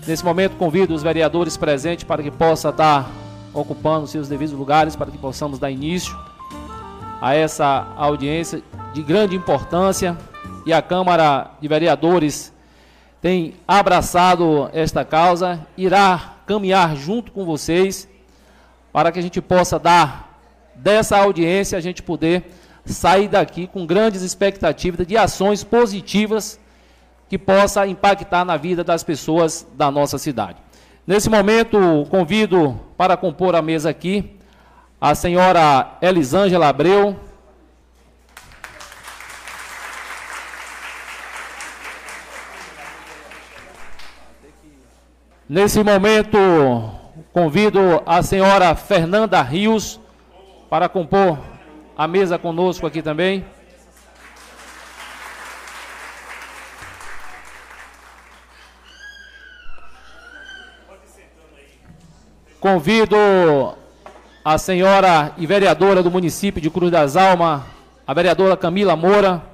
Nesse momento, convido os vereadores presentes para que possam estar ocupando seus devidos lugares, para que possamos dar início a essa audiência de grande importância. E a Câmara de Vereadores tem abraçado esta causa, irá caminhar junto com vocês para que a gente possa dar dessa audiência, a gente poder sair daqui com grandes expectativas de ações positivas que possa impactar na vida das pessoas da nossa cidade. Nesse momento, convido para compor a mesa aqui a senhora Elisângela Abreu. Nesse momento, convido a senhora Fernanda Rios para compor a mesa conosco aqui também. Convido a senhora e vereadora do município de Cruz das Almas, a vereadora Camila Moura.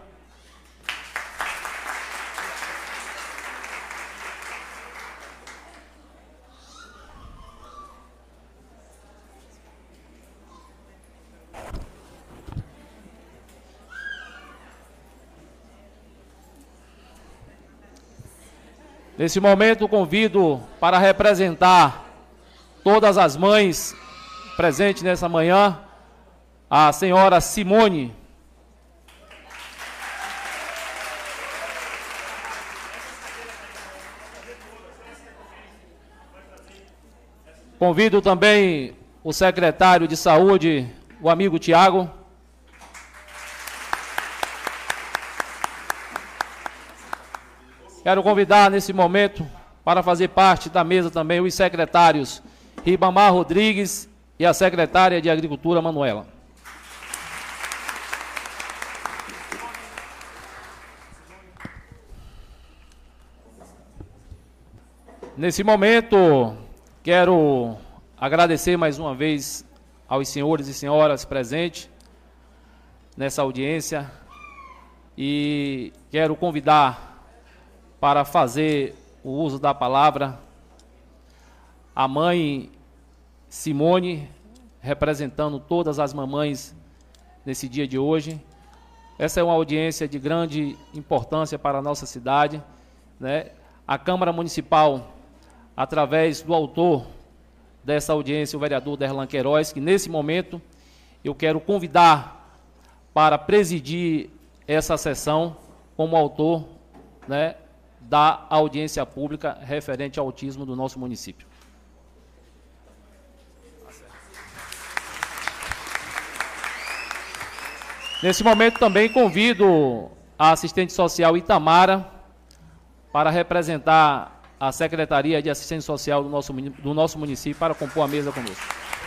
Nesse momento, convido para representar todas as mães presentes nessa manhã, a senhora Simone. Convido também o secretário de Saúde, o amigo Tiago. Quero convidar nesse momento para fazer parte da mesa também os secretários Ribamar Rodrigues e a secretária de Agricultura, Manuela. Nesse momento, quero agradecer mais uma vez aos senhores e senhoras presentes nessa audiência e quero convidar para fazer o uso da palavra a mãe Simone, representando todas as mamães nesse dia de hoje. Essa é uma audiência de grande importância para a nossa cidade, né? A Câmara Municipal, através do autor dessa audiência, o vereador Derlan Queiroz, que nesse momento eu quero convidar para presidir essa sessão como autor, né, da audiência pública referente ao autismo do nosso município. Nesse momento também convido a assistente social Itamara para representar a Secretaria de Assistência Social do nosso município para compor a mesa conosco.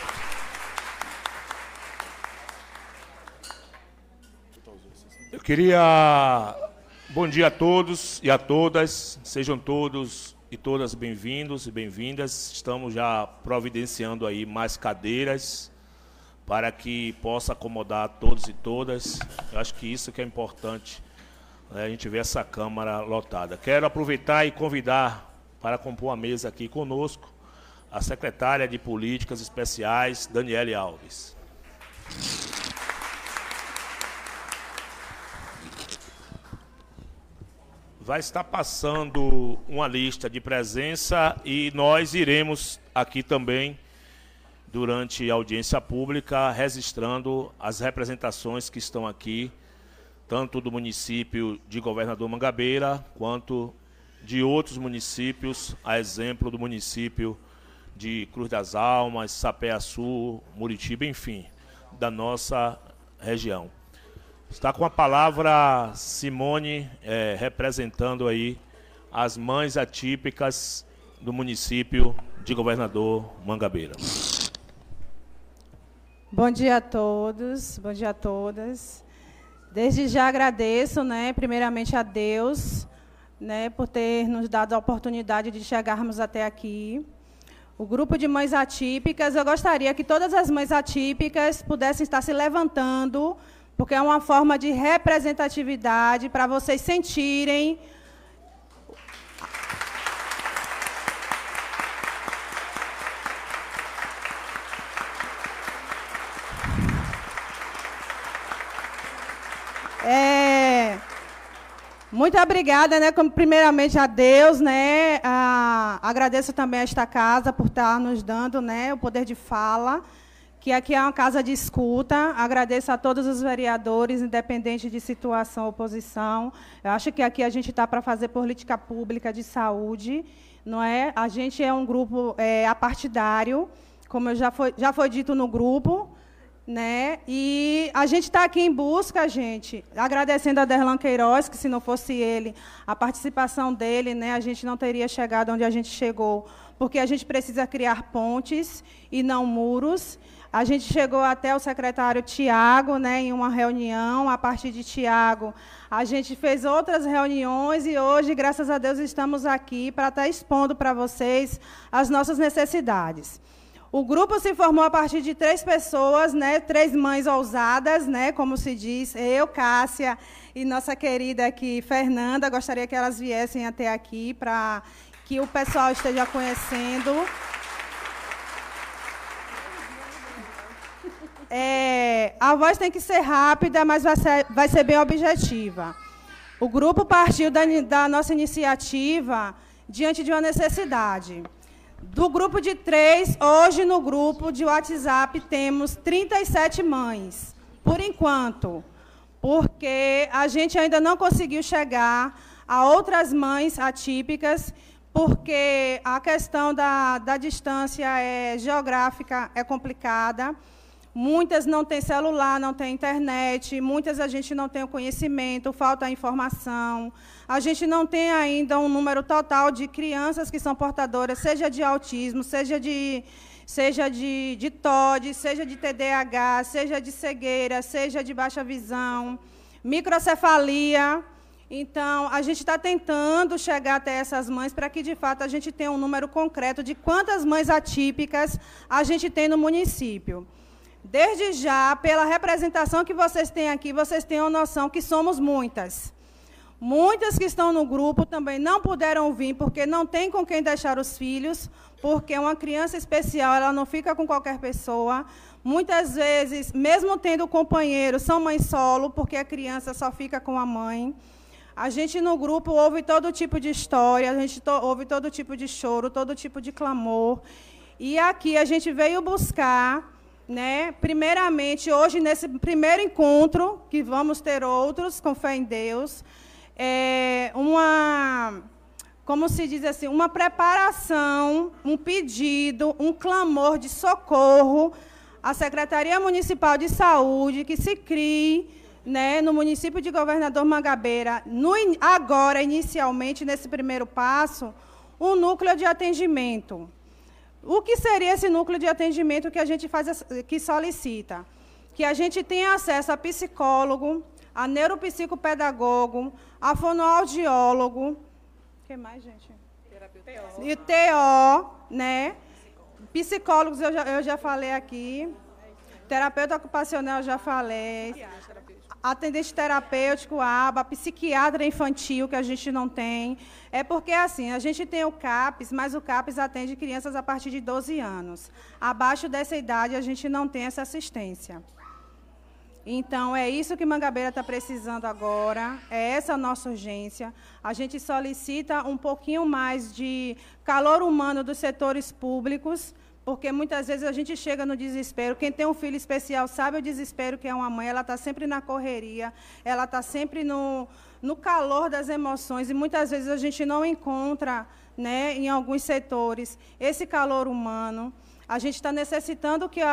Eu queria... Bom dia a todos e a todas, sejam todos e todas bem-vindos e bem-vindas. Estamos já providenciando aí mais cadeiras para que possa acomodar todos e todas. Eu acho que isso que é importante, né, a gente ver essa Câmara lotada. Quero aproveitar e convidar para compor a mesa aqui conosco a secretária de Políticas Especiais, Daniele Alves. Vai estar passando uma lista de presença e nós iremos aqui também, durante a audiência pública, registrando as representações que estão aqui, tanto do município de Governador Mangabeira, quanto de outros municípios, a exemplo do município de Cruz das Almas, Sapé-Açu, Muritiba, enfim, da nossa região. Está com a palavra Simone, representando aí as mães atípicas do município de Governador Mangabeira. Bom dia a todos, bom dia a todas. Desde já agradeço, né, primeiramente a Deus, né, por ter nos dado a oportunidade de chegarmos até aqui. O grupo de mães atípicas, eu gostaria que todas as mães atípicas pudessem estar se levantando, porque é uma forma de representatividade para vocês sentirem Muito obrigada, né, primeiramente a Deus, né, agradeço também a esta casa por estar nos dando, né, o poder de fala, que aqui é uma casa de escuta. Agradeço a todos os vereadores, independente de situação ou posição. Eu acho que aqui a gente está para fazer política pública de saúde, não é? A gente é um grupo apartidário, como já foi dito no grupo, né? E a gente está aqui em busca, gente, agradecendo a Derlan Queiroz, que se não fosse ele, a participação dele, né, a gente não teria chegado onde a gente chegou, porque a gente precisa criar pontes e não muros. A gente chegou até o secretário Tiago, né, em uma reunião. A partir de Tiago, a gente fez outras reuniões e hoje, graças a Deus, estamos aqui para estar expondo para vocês as nossas necessidades. O grupo se formou a partir de 3 pessoas, né, 3 mães ousadas, né, como se diz, eu, Cássia e nossa querida aqui, Fernanda. Gostaria que elas viessem até aqui para que o pessoal esteja conhecendo. A voz tem que ser rápida, mas vai ser bem objetiva. O grupo partiu da nossa iniciativa diante de uma necessidade. Do grupo de 3, hoje no grupo de WhatsApp temos 37 mães, por enquanto, porque a gente ainda não conseguiu chegar a outras mães atípicas, porque a questão da distância geográfica é complicada. Muitas não têm celular, não têm internet, muitas a gente não tem o conhecimento, falta a informação. A gente não tem ainda um número total de crianças que são portadoras, seja de autismo, seja de TOD, seja de TDAH, seja de cegueira, seja de baixa visão, microcefalia. Então, a gente está tentando chegar até essas mães para que, de fato, a gente tenha um número concreto de quantas mães atípicas a gente tem no município. Desde já, pela representação que vocês têm aqui, vocês tenham noção que somos muitas. Muitas que estão no grupo também não puderam vir, porque não tem com quem deixar os filhos, porque uma criança especial, ela não fica com qualquer pessoa. Muitas vezes, mesmo tendo companheiro, são mães solo, porque a criança só fica com a mãe. A gente, no grupo, ouve todo tipo de história, a gente ouve todo tipo de choro, todo tipo de clamor. E aqui a gente veio buscar... né? Primeiramente, hoje, nesse primeiro encontro, que vamos ter outros, com fé em Deus, como se diz assim, uma preparação, um pedido, um clamor de socorro à Secretaria Municipal de Saúde, que se crie, né, no município de Governador Mangabeira, agora, inicialmente, nesse primeiro passo, um núcleo de atendimento. O que seria esse núcleo de atendimento que a gente que solicita? Que a gente tenha acesso a psicólogo, a neuropsicopedagogo, a fonoaudiólogo, o que mais, gente? E TO, né? Psicólogos eu já falei aqui, terapeuta ocupacional eu já falei, atendente terapêutico, ABA, psiquiatra infantil, que a gente não tem. É porque, assim, a gente tem o CAPS, mas o CAPS atende crianças a partir de 12 anos. Abaixo dessa idade, a gente não tem essa assistência. Então, é isso que Mangabeira está precisando agora, é essa a nossa urgência. A gente solicita um pouquinho mais de calor humano dos setores públicos, porque muitas vezes a gente chega no desespero. Quem tem um filho especial sabe o desespero que é uma mãe, ela está sempre na correria, ela está sempre no calor das emoções, e muitas vezes a gente não encontra, né, em alguns setores, esse calor humano. A gente está necessitando que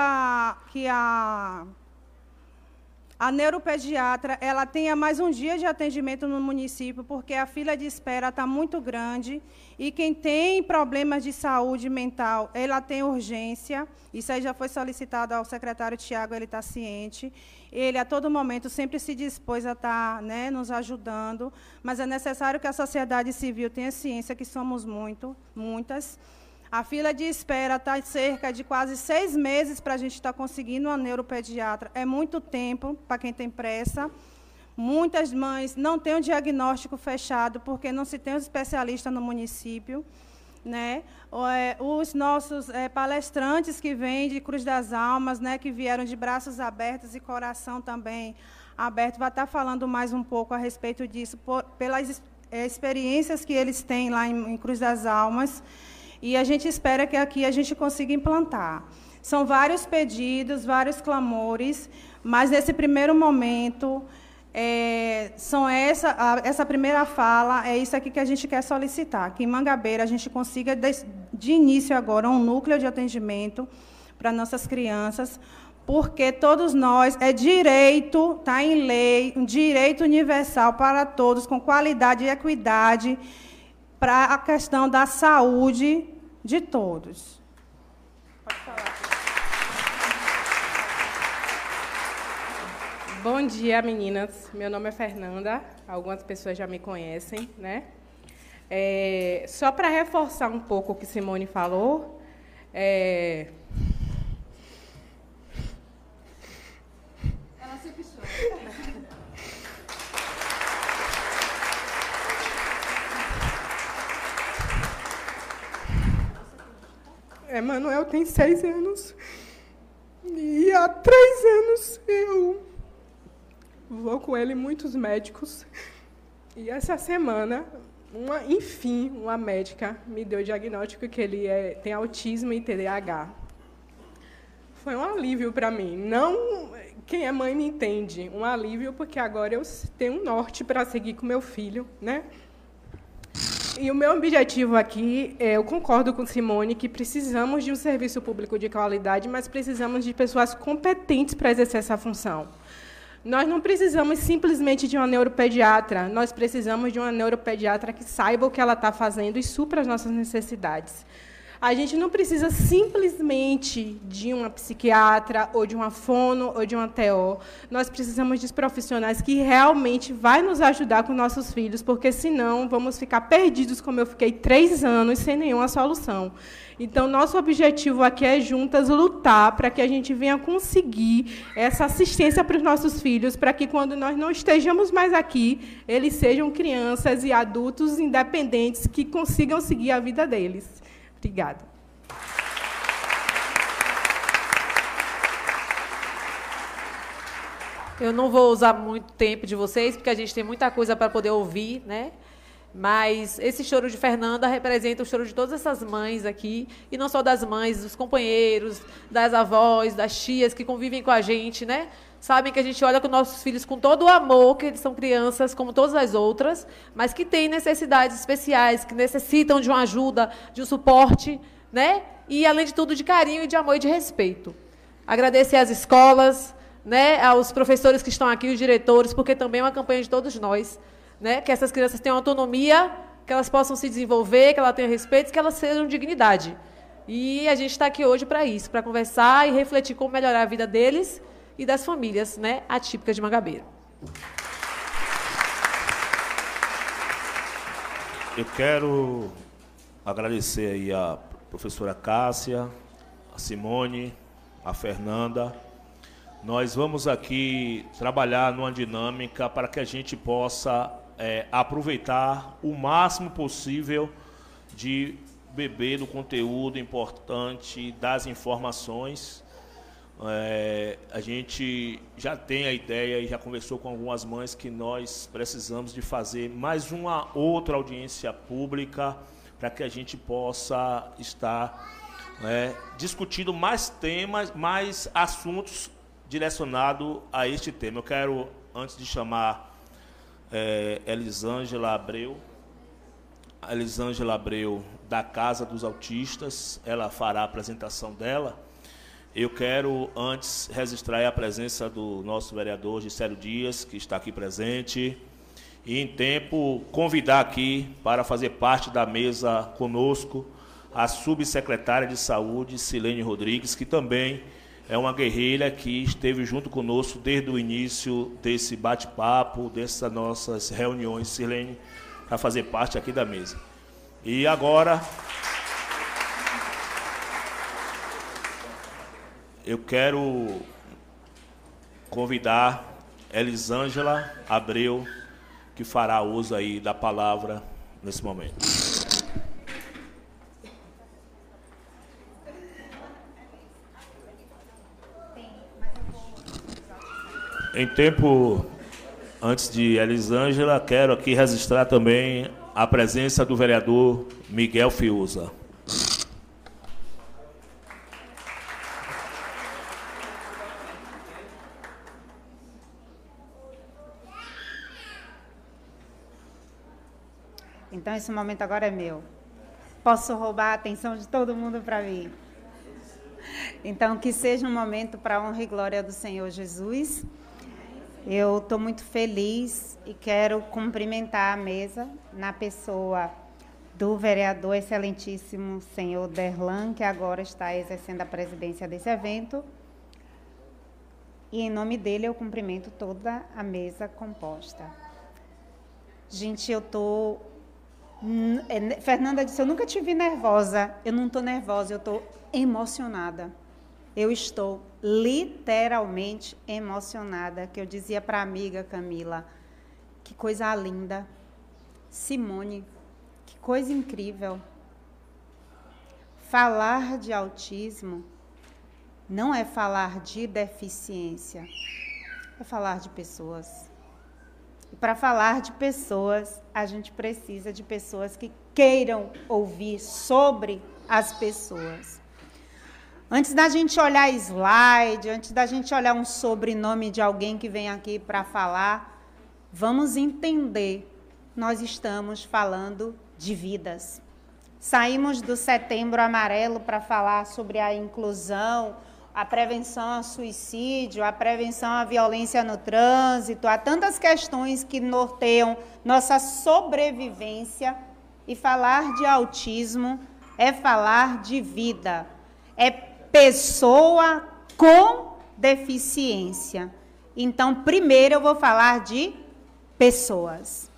a neuropediatra ela tenha mais um dia de atendimento no município, porque a fila de espera está muito grande, e quem tem problemas de saúde mental, ela tem urgência. Isso aí já foi solicitado ao secretário Tiago, ele está ciente. Ele, a todo momento, sempre se dispôs a estar, né, nos ajudando, mas é necessário que a sociedade civil tenha ciência que somos muitas. A fila de espera está cerca de quase 6 meses para a gente estar conseguindo uma neuropediatra. É muito tempo para quem tem pressa. Muitas mães não têm um diagnóstico fechado, porque não se tem um especialista no município, né? Os nossos palestrantes que vêm de Cruz das Almas, né, que vieram de braços abertos e coração também aberto, vai estar falando mais um pouco a respeito disso, pelas experiências que eles têm lá em Cruz das Almas, e a gente espera que aqui a gente consiga implantar. São vários pedidos, vários clamores, mas nesse primeiro momento, essa primeira fala, é isso aqui que a gente quer solicitar, que em Mangabeira a gente consiga, de início agora, um núcleo de atendimento para nossas crianças, porque todos nós, é direito, está em lei, um direito universal para todos, com qualidade e equidade, para a questão da saúde de todos. Pode falar. Bom dia, meninas. Meu nome é Fernanda, algumas pessoas já me conhecem, né? Só para reforçar um pouco o que Simone falou, Manuel tem 6 anos e há 3 anos eu vou com ele em muitos médicos e essa semana, uma médica me deu o diagnóstico que ele tem autismo e TDAH. Foi um alívio para mim. Não, quem é mãe me entende. Um alívio porque agora eu tenho um norte para seguir com meu filho, né? E o meu objetivo aqui, eu concordo com Simone, que precisamos de um serviço público de qualidade, mas precisamos de pessoas competentes para exercer essa função. Nós não precisamos simplesmente de uma neuropediatra, nós precisamos de uma neuropediatra que saiba o que ela está fazendo e supra as nossas necessidades. A gente não precisa simplesmente de uma psiquiatra, ou de uma fono, ou de uma TO. Nós precisamos de profissionais que realmente vão nos ajudar com nossos filhos, porque, senão, vamos ficar perdidos, como eu fiquei 3 anos, sem nenhuma solução. Então, nosso objetivo aqui é, juntas, lutar para que a gente venha conseguir essa assistência para os nossos filhos, para que, quando nós não estejamos mais aqui, eles sejam crianças e adultos independentes que consigam seguir a vida deles. Obrigada. Eu não vou usar muito tempo de vocês, porque a gente tem muita coisa para poder ouvir, né? Mas esse choro de Fernanda representa o choro de todas essas mães aqui, e não só das mães, dos companheiros, das avós, das tias que convivem com a gente, né? Sabem que a gente olha com nossos filhos com todo o amor, que eles são crianças como todas as outras, mas que têm necessidades especiais, que necessitam de uma ajuda, de um suporte, né? E, além de tudo, de carinho, de amor e de respeito. Agradecer às escolas, né? Aos professores que estão aqui, os diretores, porque também é uma campanha de todos nós, né? Que essas crianças tenham autonomia, que elas possam se desenvolver, que elas tenham respeito, que elas sejam dignidade. E a gente está aqui hoje para isso, para conversar e refletir como melhorar a vida deles e das famílias, né, atípicas de Mangabeira. Eu quero agradecer aí a professora Cássia, a Simone, a Fernanda. Nós vamos aqui trabalhar numa dinâmica para que a gente possa aproveitar o máximo possível de beber do conteúdo importante, das informações. A gente já tem a ideia e já conversou com algumas mães que nós precisamos de fazer mais uma outra audiência pública para que a gente possa estar discutindo mais temas, mais assuntos direcionados a este tema. Eu quero, antes de chamar Elisângela Abreu, a Elisângela Abreu da Casa dos Autistas, ela fará a apresentação dela. Eu quero, antes, registrar a presença do nosso vereador Gisélio Dias, que está aqui presente, e, em tempo, convidar aqui para fazer parte da mesa conosco a subsecretária de Saúde, Silene Rodrigues, que também é uma guerreira que esteve junto conosco desde o início desse bate-papo, dessas nossas reuniões. Silene, para fazer parte aqui da mesa. E agora eu quero convidar Elisângela Abreu, que fará uso aí da palavra nesse momento. Em tempo Antes de Elisângela, quero aqui registrar também a presença do vereador Miguel Fiuza. Então, esse momento agora é meu. Posso roubar a atenção de todo mundo para mim. Então, que seja um momento para a honra e glória do Senhor Jesus. Eu estou muito feliz e quero cumprimentar a mesa na pessoa do vereador excelentíssimo senhor Derlan, que agora está exercendo a presidência desse evento. E, em nome dele, eu cumprimento toda a mesa composta. Gente, eu estou... Fernanda disse, eu nunca te vi nervosa. Eu não estou nervosa, eu estou emocionada. Eu estou literalmente emocionada, que eu dizia para a amiga Camila, que coisa linda. Simone, que coisa incrível. Falar de autismo não é falar de deficiência, é falar de pessoas. E para falar de pessoas, a gente precisa de pessoas que queiram ouvir sobre as pessoas. Antes da gente olhar slide, antes da gente olhar um sobrenome de alguém que vem aqui para falar, vamos entender, nós estamos falando de vidas. Saímos do Setembro Amarelo para falar sobre a inclusão, a prevenção ao suicídio, a prevenção à violência no trânsito, há tantas questões que norteiam nossa sobrevivência, e falar de autismo é falar de vida, é pessoa com deficiência. Então, primeiro eu vou falar de pessoas.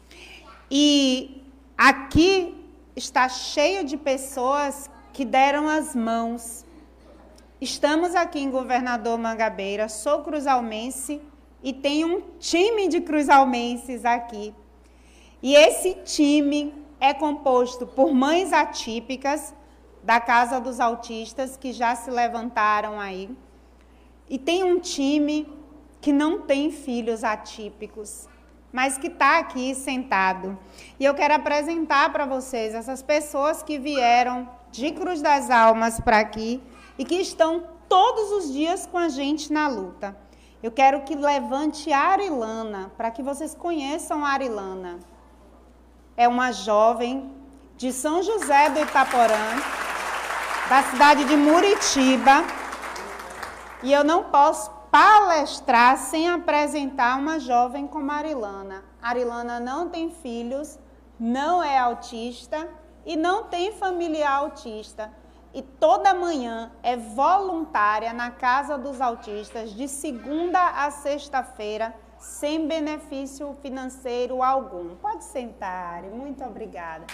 E aqui está cheio de pessoas que deram as mãos. Estamos aqui em Governador Mangabeira, sou cruzalmense e tenho um time de cruzalmenses aqui. E esse time é composto por mães atípicas da Casa dos Autistas, que já se levantaram aí. E tem um time que não tem filhos atípicos, mas que está aqui sentado. E eu quero apresentar para vocês essas pessoas que vieram de Cruz das Almas para aqui, e que estão todos os dias com a gente na luta. Eu quero que levante a Arilana, para que vocês conheçam a Arilana. É uma jovem de São José do Itaporã, da cidade de Muritiba, e eu não posso palestrar sem apresentar uma jovem como a Arilana. A Arilana não tem filhos, não é autista e não tem familiar autista. E toda manhã é voluntária na Casa dos Autistas, de segunda a sexta-feira, sem benefício financeiro algum. Pode sentar, muito obrigada.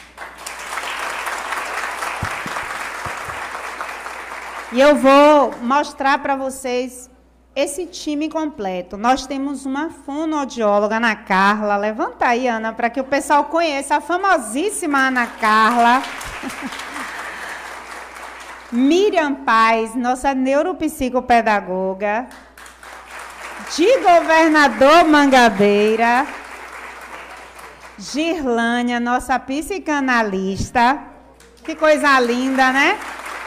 E eu vou mostrar para vocês esse time completo. Nós temos uma fonoaudióloga, Ana Carla. Levanta aí, Ana, para que o pessoal conheça a famosíssima Ana Carla. Miriam Paz, nossa neuropsicopedagoga, de Governador Mangabeira. Girlânia, nossa psicanalista. Que coisa linda, né?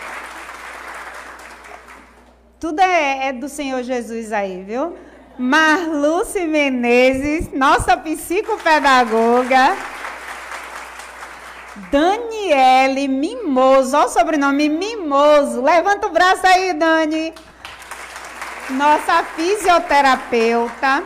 Tudo é do Senhor Jesus aí, viu? Marluce Menezes, nossa psicopedagoga. Daniele Mimoso, olha o sobrenome, Mimoso. Levanta o braço aí, Dani. Nossa fisioterapeuta.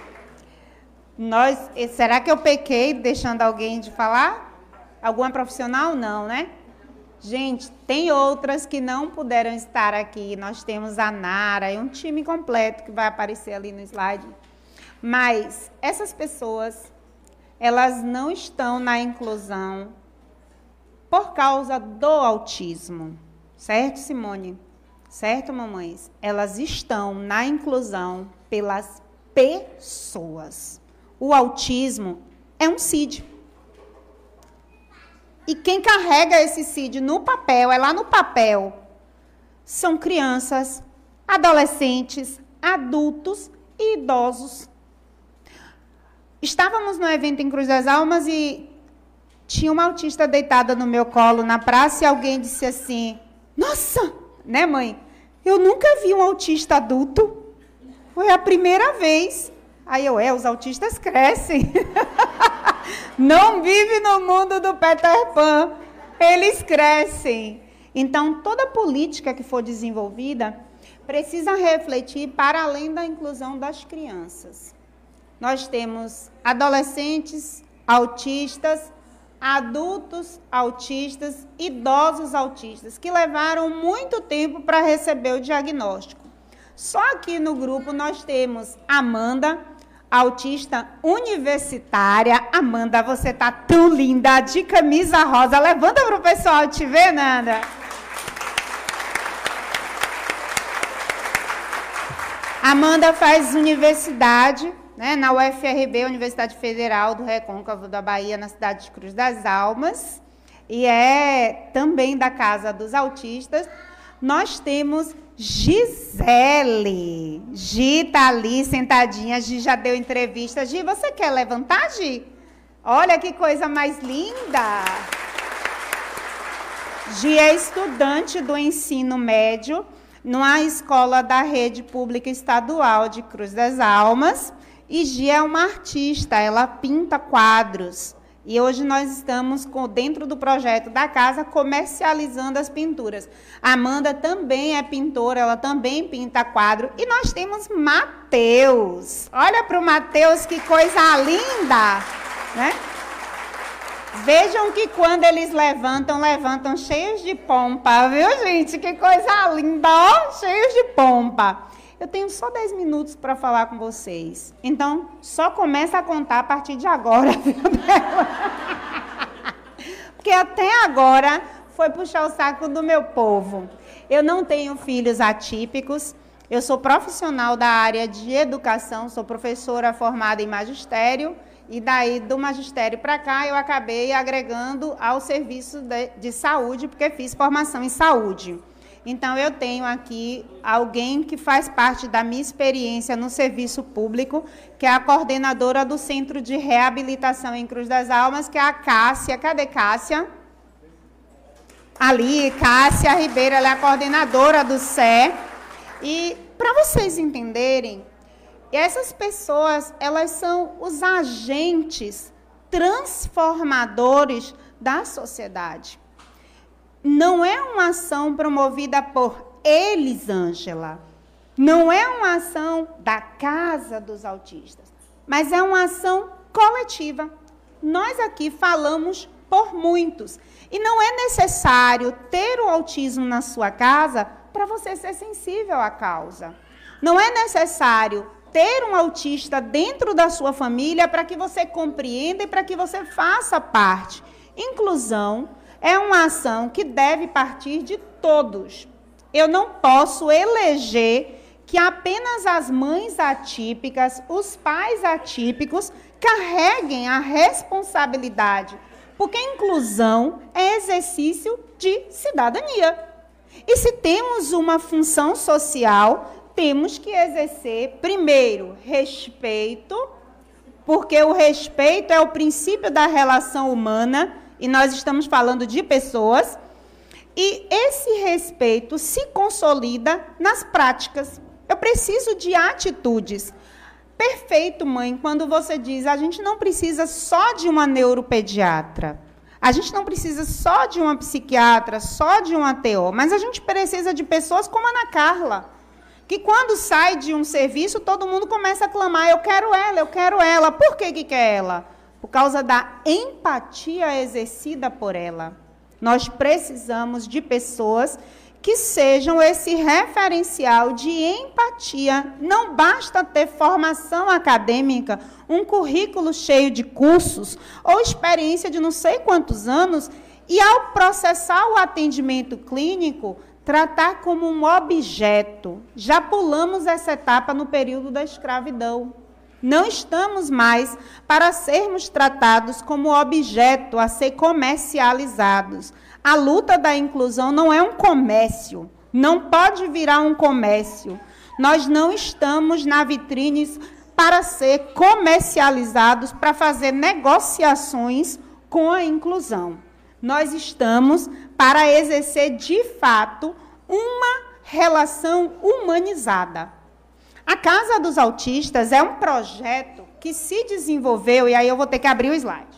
Será que eu pequei deixando alguém de falar? Alguma profissional? Não, né? Gente, tem outras que não puderam estar aqui. Nós temos a Nara e um time completo que vai aparecer ali no slide. Mas essas pessoas, elas não estão na inclusão por causa do autismo. Certo, Simone? Certo, mamães? Elas estão na inclusão pelas pessoas. O autismo é um CID. E quem carrega esse CID no papel, é lá no papel, são crianças, adolescentes, adultos e idosos. Estávamos no evento em Cruz das Almas e tinha uma autista deitada no meu colo na praça e alguém disse assim, nossa, né, mãe? Eu nunca vi um autista adulto. Foi a primeira vez. Aí os autistas crescem. Não vive no mundo do Peter Pan. Eles crescem. Então, toda política que for desenvolvida precisa refletir para além da inclusão das crianças. Nós temos adolescentes autistas, adultos autistas, idosos autistas, que levaram muito tempo para receber o diagnóstico. Só aqui no grupo nós temos Amanda, autista universitária. Amanda, você está tão linda, de camisa rosa. Levanta para o pessoal te ver, Nanda. Amanda faz universidade, né, na UFRB, Universidade Federal do Recôncavo da Bahia, na cidade de Cruz das Almas, e é também da Casa dos Autistas. Nós temos Gisele. Gi está ali sentadinha, Gi já deu entrevista. Gi, você quer levantar, Gi? Olha que coisa mais linda. Gi é estudante do ensino médio numa escola da rede pública estadual de Cruz das Almas. E Gi é uma artista, ela pinta quadros. E hoje nós estamos dentro do projeto da casa comercializando as pinturas. A Amanda também é pintora, ela também pinta quadro. E nós temos Matheus. Olha para o Matheus, que coisa linda, né? Vejam que quando eles levantam cheios de pompa, viu, gente? Que coisa linda, ó, cheios de pompa. Eu tenho só 10 minutos para falar com vocês. Então, só começa a contar a partir de agora, viu? Porque até agora foi puxar o saco do meu povo. Eu não tenho filhos atípicos. Eu sou profissional da área de educação, sou professora formada em magistério. E daí, do magistério para cá, eu acabei agregando ao serviço de saúde, porque fiz formação em saúde. Então, eu tenho aqui alguém que faz parte da minha experiência no serviço público, que é a coordenadora do Centro de Reabilitação em Cruz das Almas, que é a Cássia. Cadê Cássia? Ali, Cássia Ribeiro, ela é a coordenadora do CE. E, para vocês entenderem, essas pessoas, elas são os agentes transformadores da sociedade. Não é uma ação promovida por Elisângela, não é uma ação da Casa dos Autistas, mas é uma ação coletiva. Nós aqui falamos por muitos. E não é necessário ter o autismo na sua casa para você ser sensível à causa. Não é necessário ter um autista dentro da sua família para que você compreenda e para que você faça parte. Inclusão é uma ação que deve partir de todos. Eu não posso eleger que apenas as mães atípicas, os pais atípicos, carreguem a responsabilidade, porque inclusão é exercício de cidadania. E se temos uma função social, temos que exercer, primeiro, respeito, porque o respeito é o princípio da relação humana, e nós estamos falando de pessoas, e esse respeito se consolida nas práticas. Eu preciso de atitudes. Perfeito, mãe, quando você diz, a gente não precisa só de uma neuropediatra, a gente não precisa só de uma psiquiatra, só de um ATO, mas a gente precisa de pessoas como a Ana Carla, que quando sai de um serviço, todo mundo começa a clamar, eu quero ela, eu quero ela. Por que quer ela? Por causa da empatia exercida por ela. Nós precisamos de pessoas que sejam esse referencial de empatia. Não basta ter formação acadêmica, um currículo cheio de cursos, ou experiência de não sei quantos anos, e ao processar o atendimento clínico, tratar como um objeto. Já pulamos essa etapa no período da escravidão. Não estamos mais para sermos tratados como objeto a ser comercializados. A luta da inclusão não é um comércio, não pode virar um comércio. Nós não estamos na vitrine para ser comercializados, para fazer negociações com a inclusão. Nós estamos para exercer, de fato, uma relação humanizada. A Casa dos Autistas é um projeto que se desenvolveu, e aí eu vou ter que abrir o slide.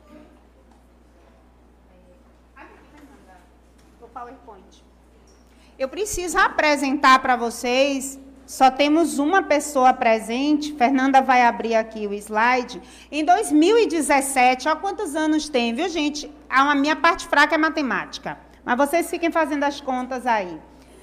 O PowerPoint. Eu preciso apresentar para vocês, só temos uma pessoa presente, Fernanda vai abrir aqui o slide. Em 2017, olha quantos anos tem, viu, gente? A minha parte fraca é matemática, mas vocês fiquem fazendo as contas aí.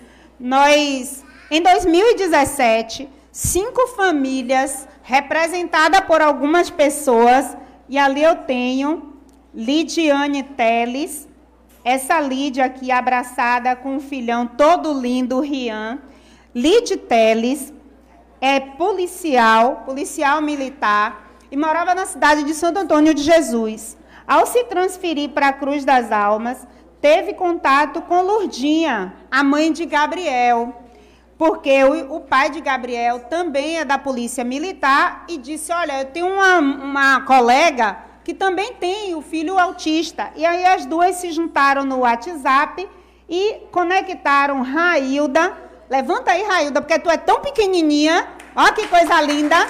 Em 2017, 5 famílias, representadas por algumas pessoas, e ali eu tenho Lidiane Teles, essa Lídia aqui abraçada com um filhão todo lindo, o Rian. Lid Teles é policial militar, e morava na cidade de Santo Antônio de Jesus. Ao se transferir para a Cruz das Almas, teve contato com Lurdinha, a mãe de Gabriel, porque o pai de Gabriel também é da Polícia Militar, e disse, olha, eu tenho uma colega que também tem o filho autista. E aí as duas se juntaram no WhatsApp e conectaram Railda. Levanta aí, Railda, porque tu é tão pequenininha. Olha que coisa linda.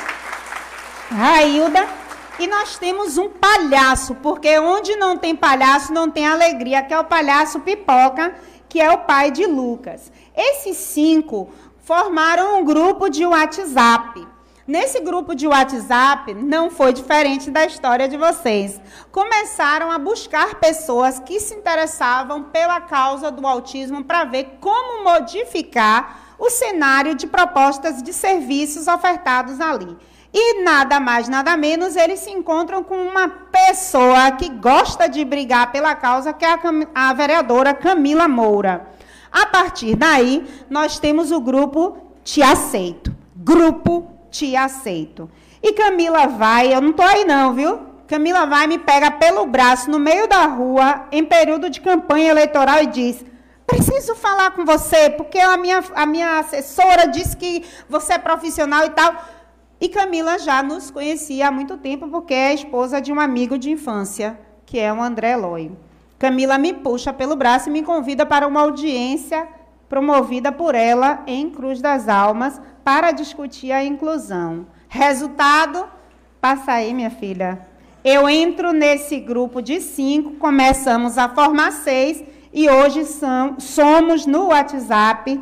Railda. E nós temos um palhaço, porque onde não tem palhaço, não tem alegria, que é o palhaço Pipoca, que é o pai de Lucas. Esses 5 formaram um grupo de WhatsApp. Nesse grupo de WhatsApp, não foi diferente da história de vocês. Começaram a buscar pessoas que se interessavam pela causa do autismo para ver como modificar o cenário de propostas de serviços ofertados ali. E nada mais, nada menos, eles se encontram com uma pessoa que gosta de brigar pela causa, que é a vereadora Camila Moura. A partir daí, nós temos o grupo Te Aceito. Grupo Te Aceito. E Camila vai, eu não estou aí não, viu? Camila vai, me pega pelo braço no meio da rua, em período de campanha eleitoral, e diz, preciso falar com você, porque a minha assessora disse que você é profissional e tal. E Camila já nos conhecia há muito tempo, porque é a esposa de um amigo de infância, que é o André Eloy. Camila me puxa pelo braço e me convida para uma audiência promovida por ela em Cruz das Almas, para discutir a inclusão. Resultado, passa aí, minha filha. Eu entro nesse grupo de 5, começamos a formar 6, e hoje somos no WhatsApp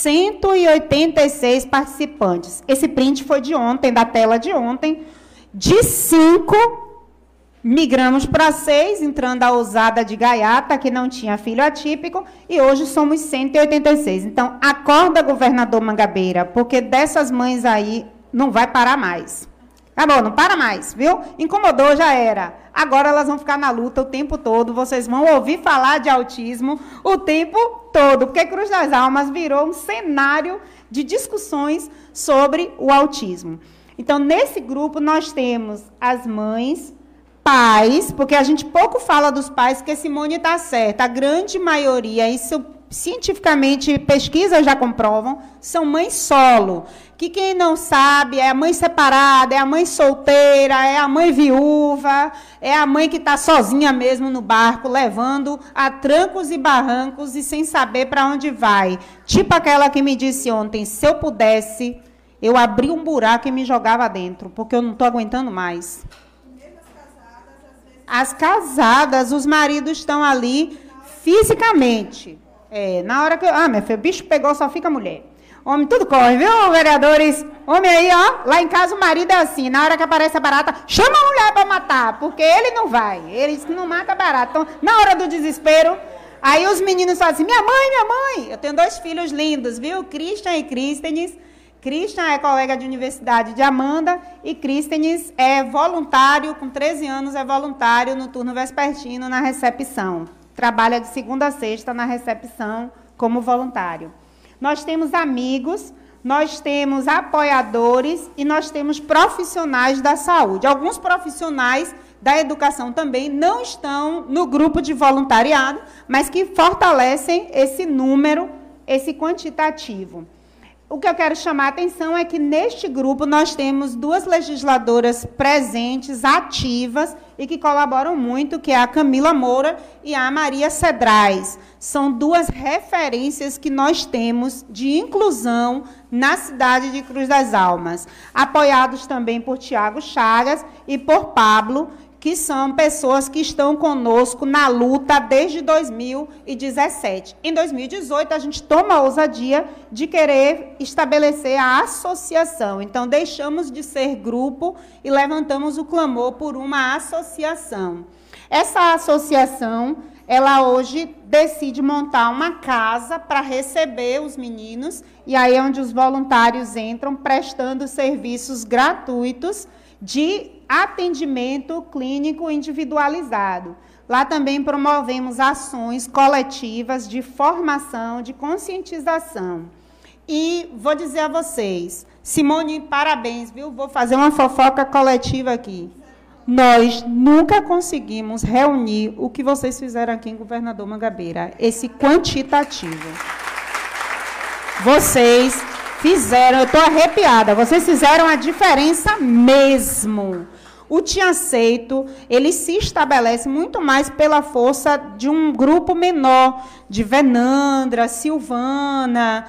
186 participantes. Esse print foi de ontem, da tela de ontem. De 5, migramos para 6, entrando a ousada de Gaiata, que não tinha filho atípico, e hoje somos 186. Então, acorda, governador Mangabeira, porque dessas mães aí não vai parar mais. Acabou, não para mais, viu? Incomodou, já era. Agora elas vão ficar na luta o tempo todo, vocês vão ouvir falar de autismo o tempo todo, porque Cruz das Almas virou um cenário de discussões sobre o autismo. Então, nesse grupo, nós temos as mães, pais, porque a gente pouco fala dos pais, porque Simone está certa, a grande maioria, isso cientificamente pesquisas já comprovam, são mães solo, que quem não sabe é a mãe separada, é a mãe solteira, é a mãe viúva, é a mãe que está sozinha mesmo no barco, levando a trancos e barrancos e sem saber para onde vai. Tipo aquela que me disse ontem, se eu pudesse, eu abria um buraco e me jogava dentro, porque eu não estou aguentando mais. As casadas, os maridos estão ali fisicamente. Na hora que... meu filho, o bicho pegou, só fica mulher. Homem, tudo corre, viu, vereadores? Homem aí, ó, lá em casa o marido é assim, na hora que aparece a barata, chama a mulher para matar, porque ele não vai. Ele não mata barata. Então, na hora do desespero, aí os meninos falam assim, minha mãe. Eu tenho 2 filhos lindos, viu? Christian e Crístenes. Christian é colega de universidade de Amanda e Crístenes é voluntário, com 13 anos, é voluntário no turno vespertino na recepção. Trabalha de segunda a sexta na recepção como voluntário. Nós temos amigos, nós temos apoiadores e nós temos profissionais da saúde. Alguns profissionais da educação também não estão no grupo de voluntariado, mas que fortalecem esse número, esse quantitativo. O que eu quero chamar a atenção é que, neste grupo, nós temos 2 legisladoras presentes, ativas, e que colaboram muito, que é a Camila Moura e a Maria Cedrais. São 2 referências que nós temos de inclusão na cidade de Cruz das Almas, apoiados também por Tiago Chagas e por Pablo, que são pessoas que estão conosco na luta desde 2017. Em 2018, a gente toma a ousadia de querer estabelecer a associação. Então, deixamos de ser grupo e levantamos o clamor por uma associação. Essa associação, ela hoje decide montar uma casa para receber os meninos, e aí é onde os voluntários entram, prestando serviços gratuitos de atendimento clínico individualizado. Lá também promovemos ações coletivas de formação, de conscientização. E vou dizer a vocês, Simone, parabéns, viu? Vou fazer uma fofoca coletiva aqui. Nós nunca conseguimos reunir o que vocês fizeram aqui em Governador Mangabeira, esse quantitativo. Vocês fizeram, eu estou arrepiada, vocês fizeram a diferença mesmo. O Tinha Aceito, ele se estabelece muito mais pela força de um grupo menor, de Venandra, Silvana,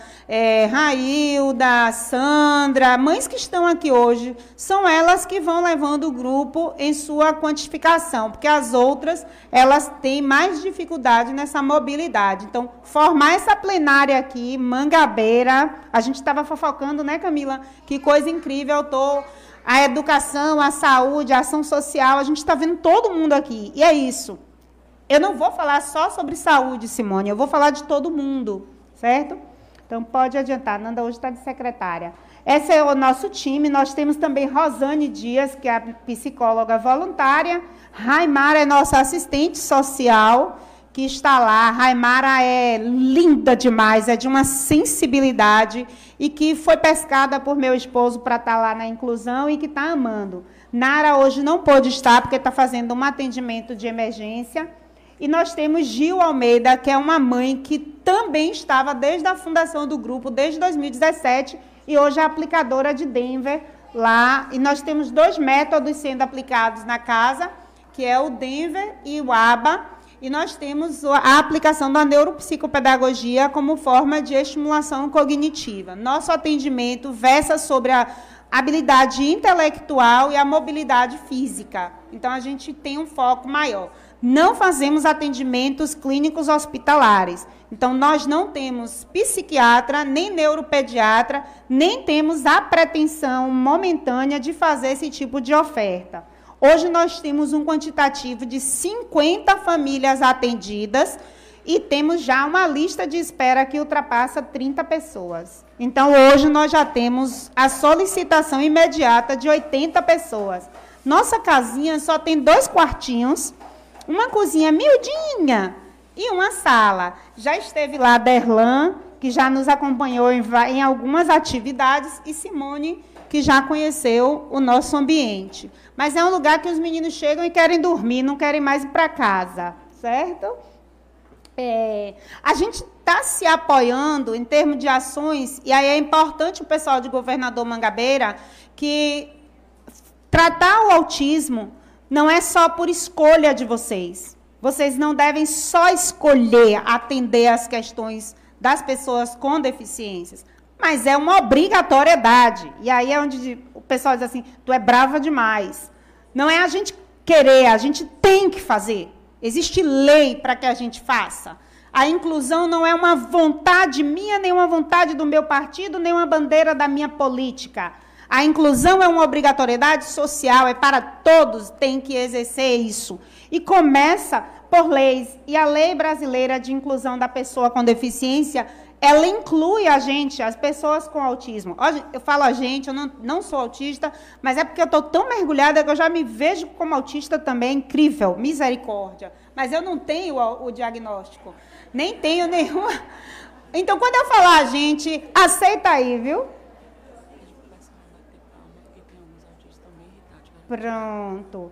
Railda, Sandra, mães que estão aqui hoje, são elas que vão levando o grupo em sua quantificação, porque as outras, elas têm mais dificuldade nessa mobilidade. Então, formar essa plenária aqui, Mangabeira, a gente estava fofocando, né, Camila? Que coisa incrível, eu estou... A educação, a saúde, a ação social, a gente está vendo todo mundo aqui. E é isso. Eu não vou falar só sobre saúde, Simone, eu vou falar de todo mundo, certo? Então, pode adiantar. Nanda hoje está de secretária. Esse é o nosso time. Nós temos também Rosane Dias, que é a psicóloga voluntária. Raimara é nossa assistente social, que está lá. Raimara é linda demais, é de uma sensibilidade e que foi pescada por meu esposo para estar lá na inclusão e que está amando. Nara hoje não pôde estar porque está fazendo um atendimento de emergência. E nós temos Gil Almeida, que é uma mãe que também estava desde a fundação do grupo, desde 2017, e hoje é aplicadora de Denver lá. E nós temos 2 métodos sendo aplicados na casa, que é o Denver e o ABA. E nós temos a aplicação da neuropsicopedagogia como forma de estimulação cognitiva. Nosso atendimento versa sobre a habilidade intelectual e a mobilidade física. Então, a gente tem um foco maior. Não fazemos atendimentos clínicos hospitalares. Então, nós não temos psiquiatra, nem neuropediatra, nem temos a pretensão momentânea de fazer esse tipo de oferta. Hoje nós temos um quantitativo de 50 famílias atendidas e temos já uma lista de espera que ultrapassa 30 pessoas. Então, hoje nós já temos a solicitação imediata de 80 pessoas. Nossa casinha só tem 2 quartinhos, uma cozinha miudinha e uma sala. Já esteve lá a Derlan, que já nos acompanhou em algumas atividades, e Simone, que já conheceu o nosso ambiente. Mas é um lugar que os meninos chegam e querem dormir, não querem mais ir para casa, certo? A gente está se apoiando em termos de ações, e aí é importante o pessoal de Governador Mangabeira que tratar o autismo não é só por escolha de vocês. Vocês não devem só escolher atender as questões das pessoas com deficiências, mas é uma obrigatoriedade. E aí é onde o pessoal diz assim, tu é brava demais. Não é a gente querer, a gente tem que fazer. Existe lei para que a gente faça. A inclusão não é uma vontade minha, nem uma vontade do meu partido, nem uma bandeira da minha política. A inclusão é uma obrigatoriedade social, é para todos, tem que exercer isso. E começa por leis. E a Lei Brasileira de Inclusão da Pessoa com Deficiência, ela inclui a gente, as pessoas com autismo. Eu falo a gente, eu não sou autista, mas é porque eu estou tão mergulhada que eu já me vejo como autista também. Incrível, misericórdia. Mas eu não tenho o diagnóstico, nem tenho nenhuma. Então, quando eu falar a gente, aceita aí, viu? Pronto.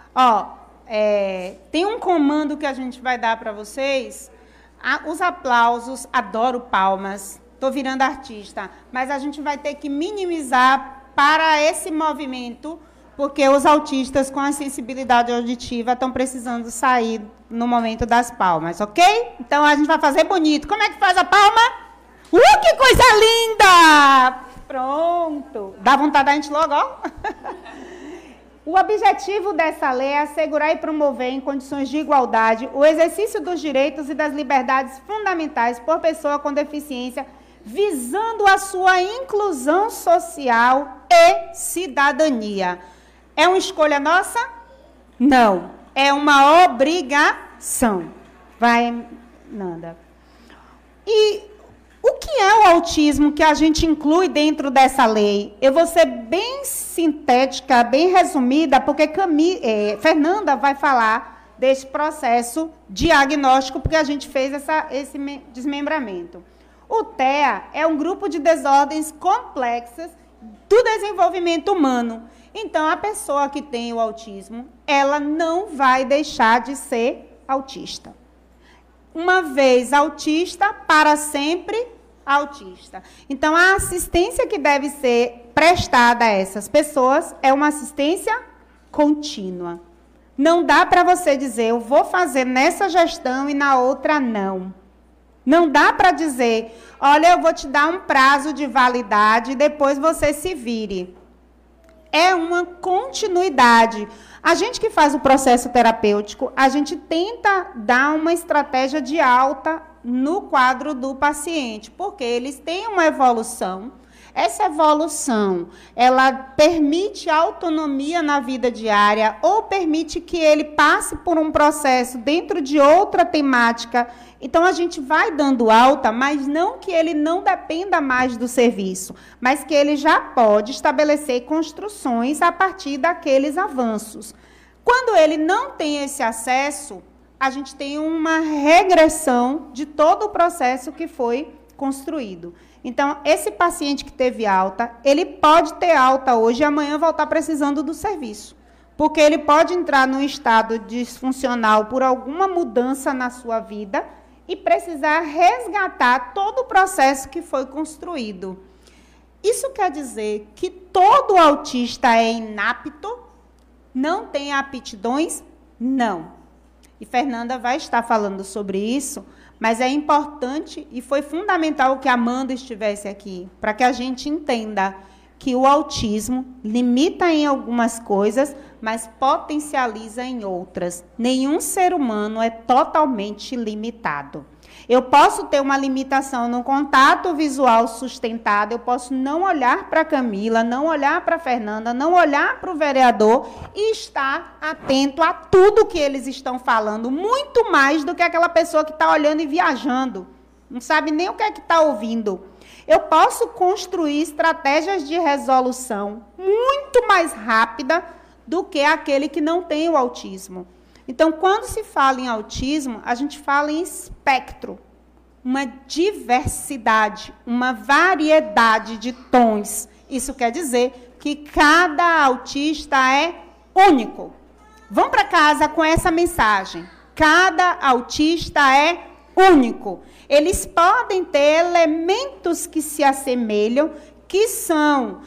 Tem um comando que a gente vai dar para vocês. Os aplausos, adoro palmas. estou virando artista. Mas a gente vai ter que minimizar para esse movimento, porque os autistas com a sensibilidade auditiva estão precisando sair no momento das palmas, ok? Então, a gente vai fazer bonito. Como é que faz a palma? Que coisa linda! Pronto. Dá vontade da gente logo, ó. O objetivo dessa lei é assegurar e promover, em condições de igualdade, o exercício dos direitos e das liberdades fundamentais por pessoa com deficiência, visando a sua inclusão social e cidadania. É uma escolha nossa? Não. É uma obrigação. Vai, Nanda. E o que é o autismo que a gente inclui dentro dessa lei? Eu vou ser bem sintética, bem resumida, porque Fernanda vai falar desse processo diagnóstico, porque a gente fez esse desmembramento. O TEA é um grupo de desordens complexas do desenvolvimento humano. Então, a pessoa que tem o autismo, ela não vai deixar de ser autista. Uma vez autista, para sempre autista. Então, a assistência que deve ser prestada a essas pessoas é uma assistência contínua. Não dá para você dizer, eu vou fazer nessa gestão e na outra não. Não dá para dizer, olha, eu vou te dar um prazo de validade e depois você se vire. É uma continuidade. A gente que faz o processo terapêutico, a gente tenta dar uma estratégia de alta no quadro do paciente, porque eles têm uma evolução. Essa evolução, ela permite autonomia na vida diária ou permite que ele passe por um processo dentro de outra temática. Então, a gente vai dando alta, mas não que ele não dependa mais do serviço, mas que ele já pode estabelecer construções a partir daqueles avanços. Quando ele não tem esse acesso, a gente tem uma regressão de todo o processo que foi construído. Então, esse paciente que teve alta, ele pode ter alta hoje e amanhã voltar precisando do serviço. Porque ele pode entrar num estado disfuncional por alguma mudança na sua vida e precisar resgatar todo o processo que foi construído. Isso quer dizer que todo autista é inapto? Não tem aptidões? Não. E Fernanda vai estar falando sobre isso, mas é importante e foi fundamental que a Amanda estivesse aqui, para que a gente entenda que o autismo limita em algumas coisas, mas potencializa em outras. Nenhum ser humano é totalmente limitado. Eu posso ter uma limitação no contato visual sustentado, eu posso não olhar para a Camila, não olhar para a Fernanda, não olhar para o vereador e estar atento a tudo que eles estão falando, muito mais do que aquela pessoa que está olhando e viajando, não sabe nem o que é que está ouvindo. Eu posso construir estratégias de resolução muito mais rápida do que aquele que não tem o autismo. Então, quando se fala em autismo, a gente fala em espectro, uma diversidade, uma variedade de tons. Isso quer dizer que cada autista é único. Vão para casa com essa mensagem. Cada autista é único. Eles podem ter elementos que se assemelham, que são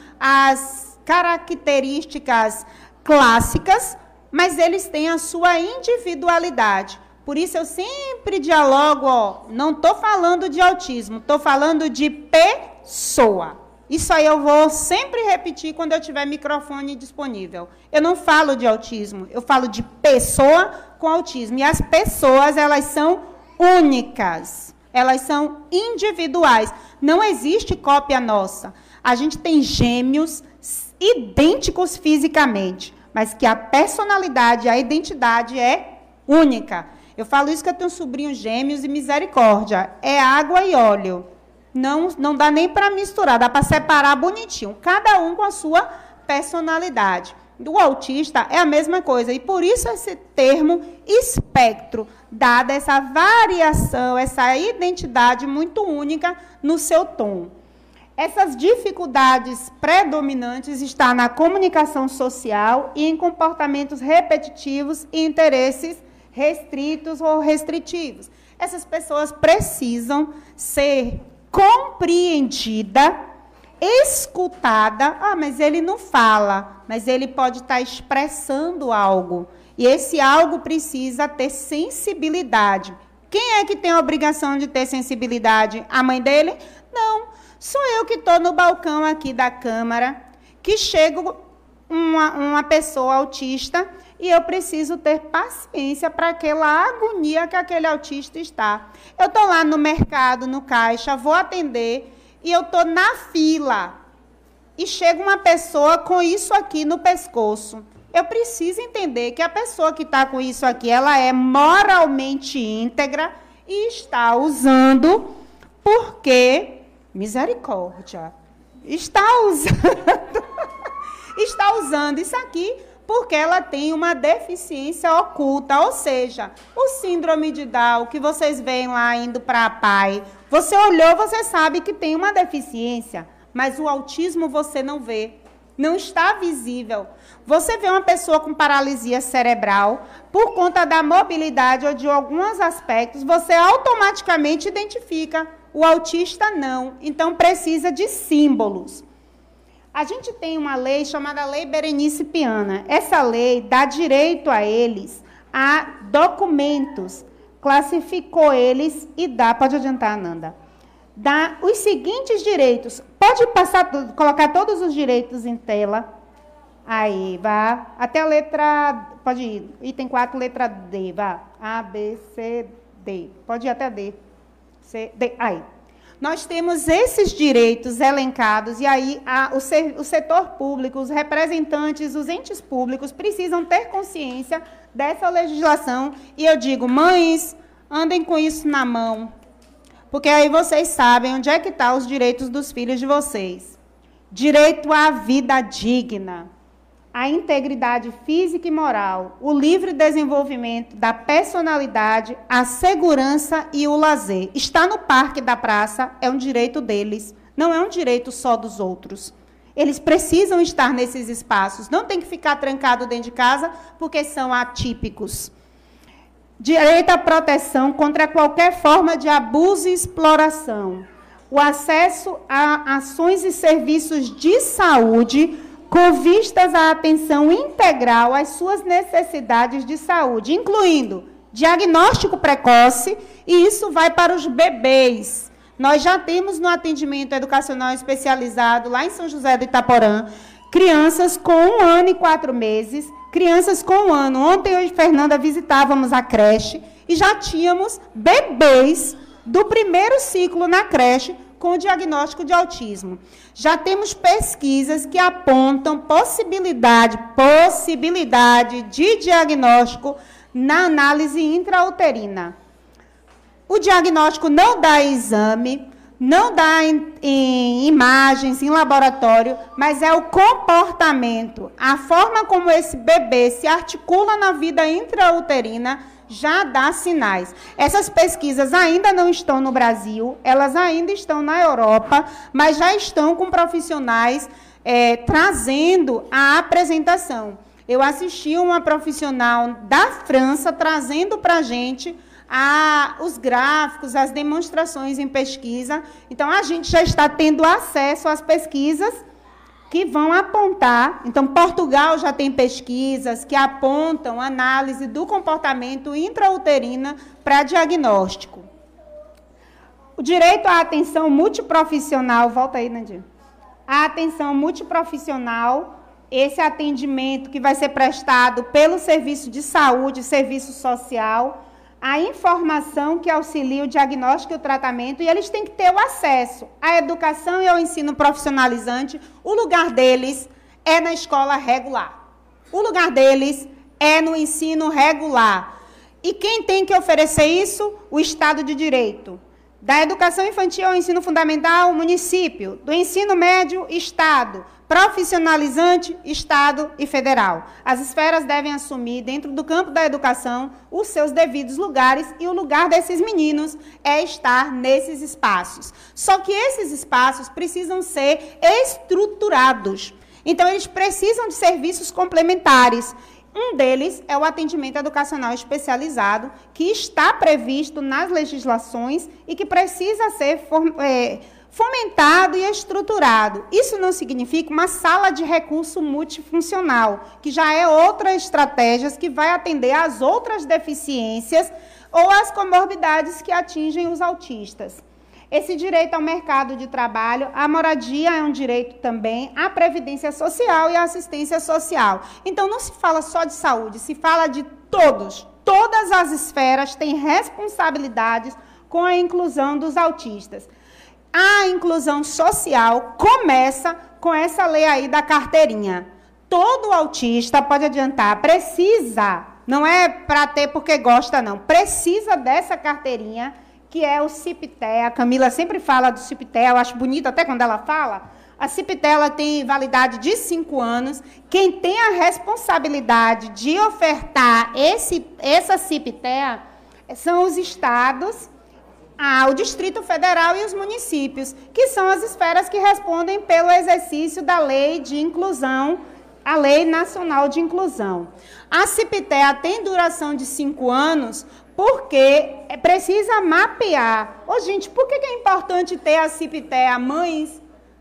as características clássicas, mas eles têm a sua individualidade. Por isso, eu sempre dialogo, não estou falando de autismo, estou falando de pessoa. Isso aí eu vou sempre repetir quando eu tiver microfone disponível. Eu não falo de autismo, eu falo de pessoa com autismo. E as pessoas, elas são únicas, elas são individuais. Não existe cópia nossa. A gente tem gêmeos idênticos fisicamente, mas que a personalidade, a identidade é única. Eu falo isso que eu tenho sobrinhos gêmeos e misericórdia. É água e óleo. Não dá nem para misturar, dá para separar bonitinho. Cada um com a sua personalidade. O autista é a mesma coisa. E por isso esse termo espectro, dada essa variação, essa identidade muito única no seu tom. Essas dificuldades predominantes estão na comunicação social e em comportamentos repetitivos e interesses restritos ou restritivos. Essas pessoas precisam ser compreendida, escutada. Ah, mas ele não fala, mas ele pode estar expressando algo. E esse algo precisa ter sensibilidade. Quem é que tem a obrigação de ter sensibilidade? A mãe dele? Não. Sou eu que estou no balcão aqui da Câmara, que chega uma pessoa autista e eu preciso ter paciência para aquela agonia que aquele autista está. Eu estou lá no mercado, no caixa, vou atender e eu estou na fila. E chega uma pessoa com isso aqui no pescoço. Eu preciso entender que a pessoa que está com isso aqui, ela é moralmente íntegra e está usando porque, misericórdia, está usando isso aqui porque ela tem uma deficiência oculta, ou seja, o síndrome de Down, que vocês veem lá indo para a PAI, você olhou, você sabe que tem uma deficiência, mas o autismo você não vê, não está visível. Você vê uma pessoa com paralisia cerebral, por conta da mobilidade ou de alguns aspectos, você automaticamente identifica. O autista não, então precisa de símbolos. A gente tem uma lei chamada Lei Berenice Piana. Essa lei dá direito a eles a documentos, classificou eles e dá, pode adiantar, Ananda, dá os seguintes direitos. Pode passar, colocar todos os direitos em tela. Aí, vá. Até a letra, pode ir, item 4, letra D, vá. A, B, C, D. Pode ir até D. C, D, aí. Nós temos esses direitos elencados, e aí o setor público, os representantes, os entes públicos precisam ter consciência dessa legislação. E eu digo, mães, andem com isso na mão, porque aí vocês sabem onde é que estão os direitos dos filhos de vocês. Direito à vida digna, a integridade física e moral, o livre desenvolvimento da personalidade, a segurança e o lazer. Estar no parque da praça é um direito deles, não é um direito só dos outros. Eles precisam estar nesses espaços, não tem que ficar trancado dentro de casa porque são atípicos. Direito à proteção contra qualquer forma de abuso e exploração. O acesso a ações e serviços de saúde com vistas à atenção integral às suas necessidades de saúde, incluindo diagnóstico precoce, e isso vai para os bebês. Nós já temos no atendimento educacional especializado, lá em São José do Itaporã, crianças com 1 ano e 4 meses, crianças com 1 ano. Ontem eu e Fernanda visitávamos a creche e já tínhamos bebês do primeiro ciclo na creche com o diagnóstico de autismo. Já temos pesquisas que apontam possibilidade de diagnóstico na análise intrauterina. O diagnóstico não dá em exame, não dá em imagens, em laboratório, mas é o comportamento, a forma como esse bebê se articula na vida intrauterina, já dá sinais. Essas pesquisas ainda não estão no Brasil, elas ainda estão na Europa, mas já estão com profissionais trazendo a apresentação. Eu assisti uma profissional da França trazendo para a gente os gráficos, as demonstrações em pesquisa. Então, a gente já está tendo acesso às pesquisas que vão apontar. Então, Portugal já tem pesquisas que apontam análise do comportamento intrauterina para diagnóstico. O direito à atenção multiprofissional, volta aí, Nadir. A atenção multiprofissional, esse atendimento que vai ser prestado pelo serviço de saúde, serviço social, a informação que auxilia o diagnóstico e o tratamento, e eles têm que ter o acesso à educação e ao ensino profissionalizante. O lugar deles é na escola regular. O lugar deles é no ensino regular. E quem tem que oferecer isso? O Estado de Direito. Da educação infantil ao ensino fundamental, o município. Do ensino médio, Estado. Profissionalizante, Estado e Federal. As esferas devem assumir, dentro do campo da educação, os seus devidos lugares, e o lugar desses meninos é estar nesses espaços. Só que esses espaços precisam ser estruturados. Então, eles precisam de serviços complementares. Um deles é o atendimento educacional especializado, que está previsto nas legislações e que precisa ser fomentado e estruturado. Isso não significa uma sala de recurso multifuncional, que já é outra estratégia que vai atender às outras deficiências ou às comorbidades que atingem os autistas. Esse direito ao mercado de trabalho, a moradia é um direito também, a previdência social e a assistência social. Então, não se fala só de saúde, se fala de todos. Todas as esferas têm responsabilidades com a inclusão dos autistas. A inclusão social começa com essa lei aí da carteirinha. Todo autista, pode adiantar, precisa, não é para ter porque gosta, não, precisa dessa carteirinha, que é o CIPTE. A Camila sempre fala do CIPTE, eu acho bonito até quando ela fala. A CIPTE ela tem validade de 5 anos. Quem tem a responsabilidade de ofertar essa CIPTE são os estados, o Distrito Federal e os municípios, que são as esferas que respondem pelo exercício da lei de inclusão, a Lei Nacional de Inclusão. A CIPTE tem duração de 5 anos, porque precisa mapear. Gente, por que é importante ter a CIPTE? Mães,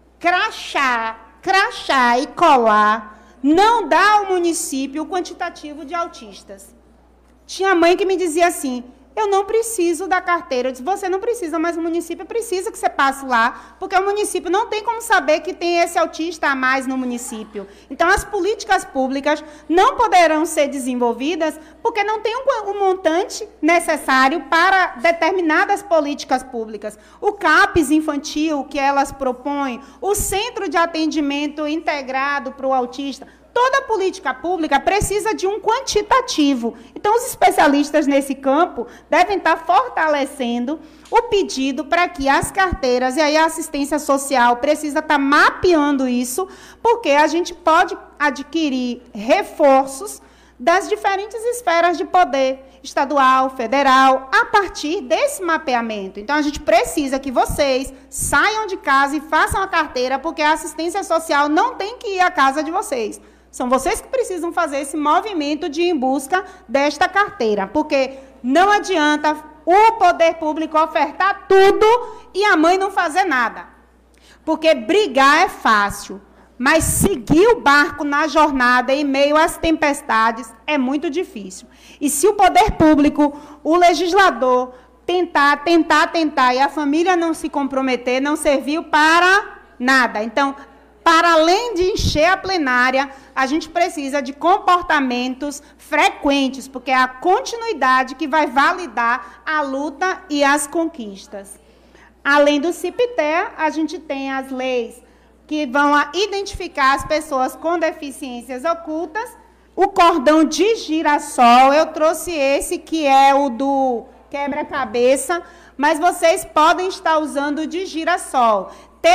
crachá e colar não dá ao município o quantitativo de autistas. Tinha mãe que me dizia assim, eu não preciso da carteira. Eu disse, você não precisa, mas o município precisa que você passe lá, porque o município não tem como saber que tem esse autista a mais no município. Então, as políticas públicas não poderão ser desenvolvidas porque não tem um montante necessário para determinadas políticas públicas. O CAPES infantil, que elas propõem, o Centro de Atendimento Integrado para o Autista, toda política pública precisa de um quantitativo. Então, os especialistas nesse campo devem estar fortalecendo o pedido para que as carteiras, e aí a assistência social precisa estar mapeando isso, porque a gente pode adquirir reforços das diferentes esferas de poder, estadual, federal, a partir desse mapeamento. Então, a gente precisa que vocês saiam de casa e façam a carteira, porque a assistência social não tem que ir à casa de vocês. São vocês que precisam fazer esse movimento de ir em busca desta carteira, porque não adianta o poder público ofertar tudo e a mãe não fazer nada. Porque brigar é fácil, mas seguir o barco na jornada em meio às tempestades é muito difícil. E se o poder público, o legislador, tentar e a família não se comprometer, não serviu para nada. Então, para além de encher a plenária, a gente precisa de comportamentos frequentes, porque é a continuidade que vai validar a luta e as conquistas. Além do CIPTE, a gente tem as leis que vão identificar as pessoas com deficiências ocultas. O cordão de girassol, eu trouxe esse, que é o do quebra-cabeça, mas vocês podem estar usando o de girassol.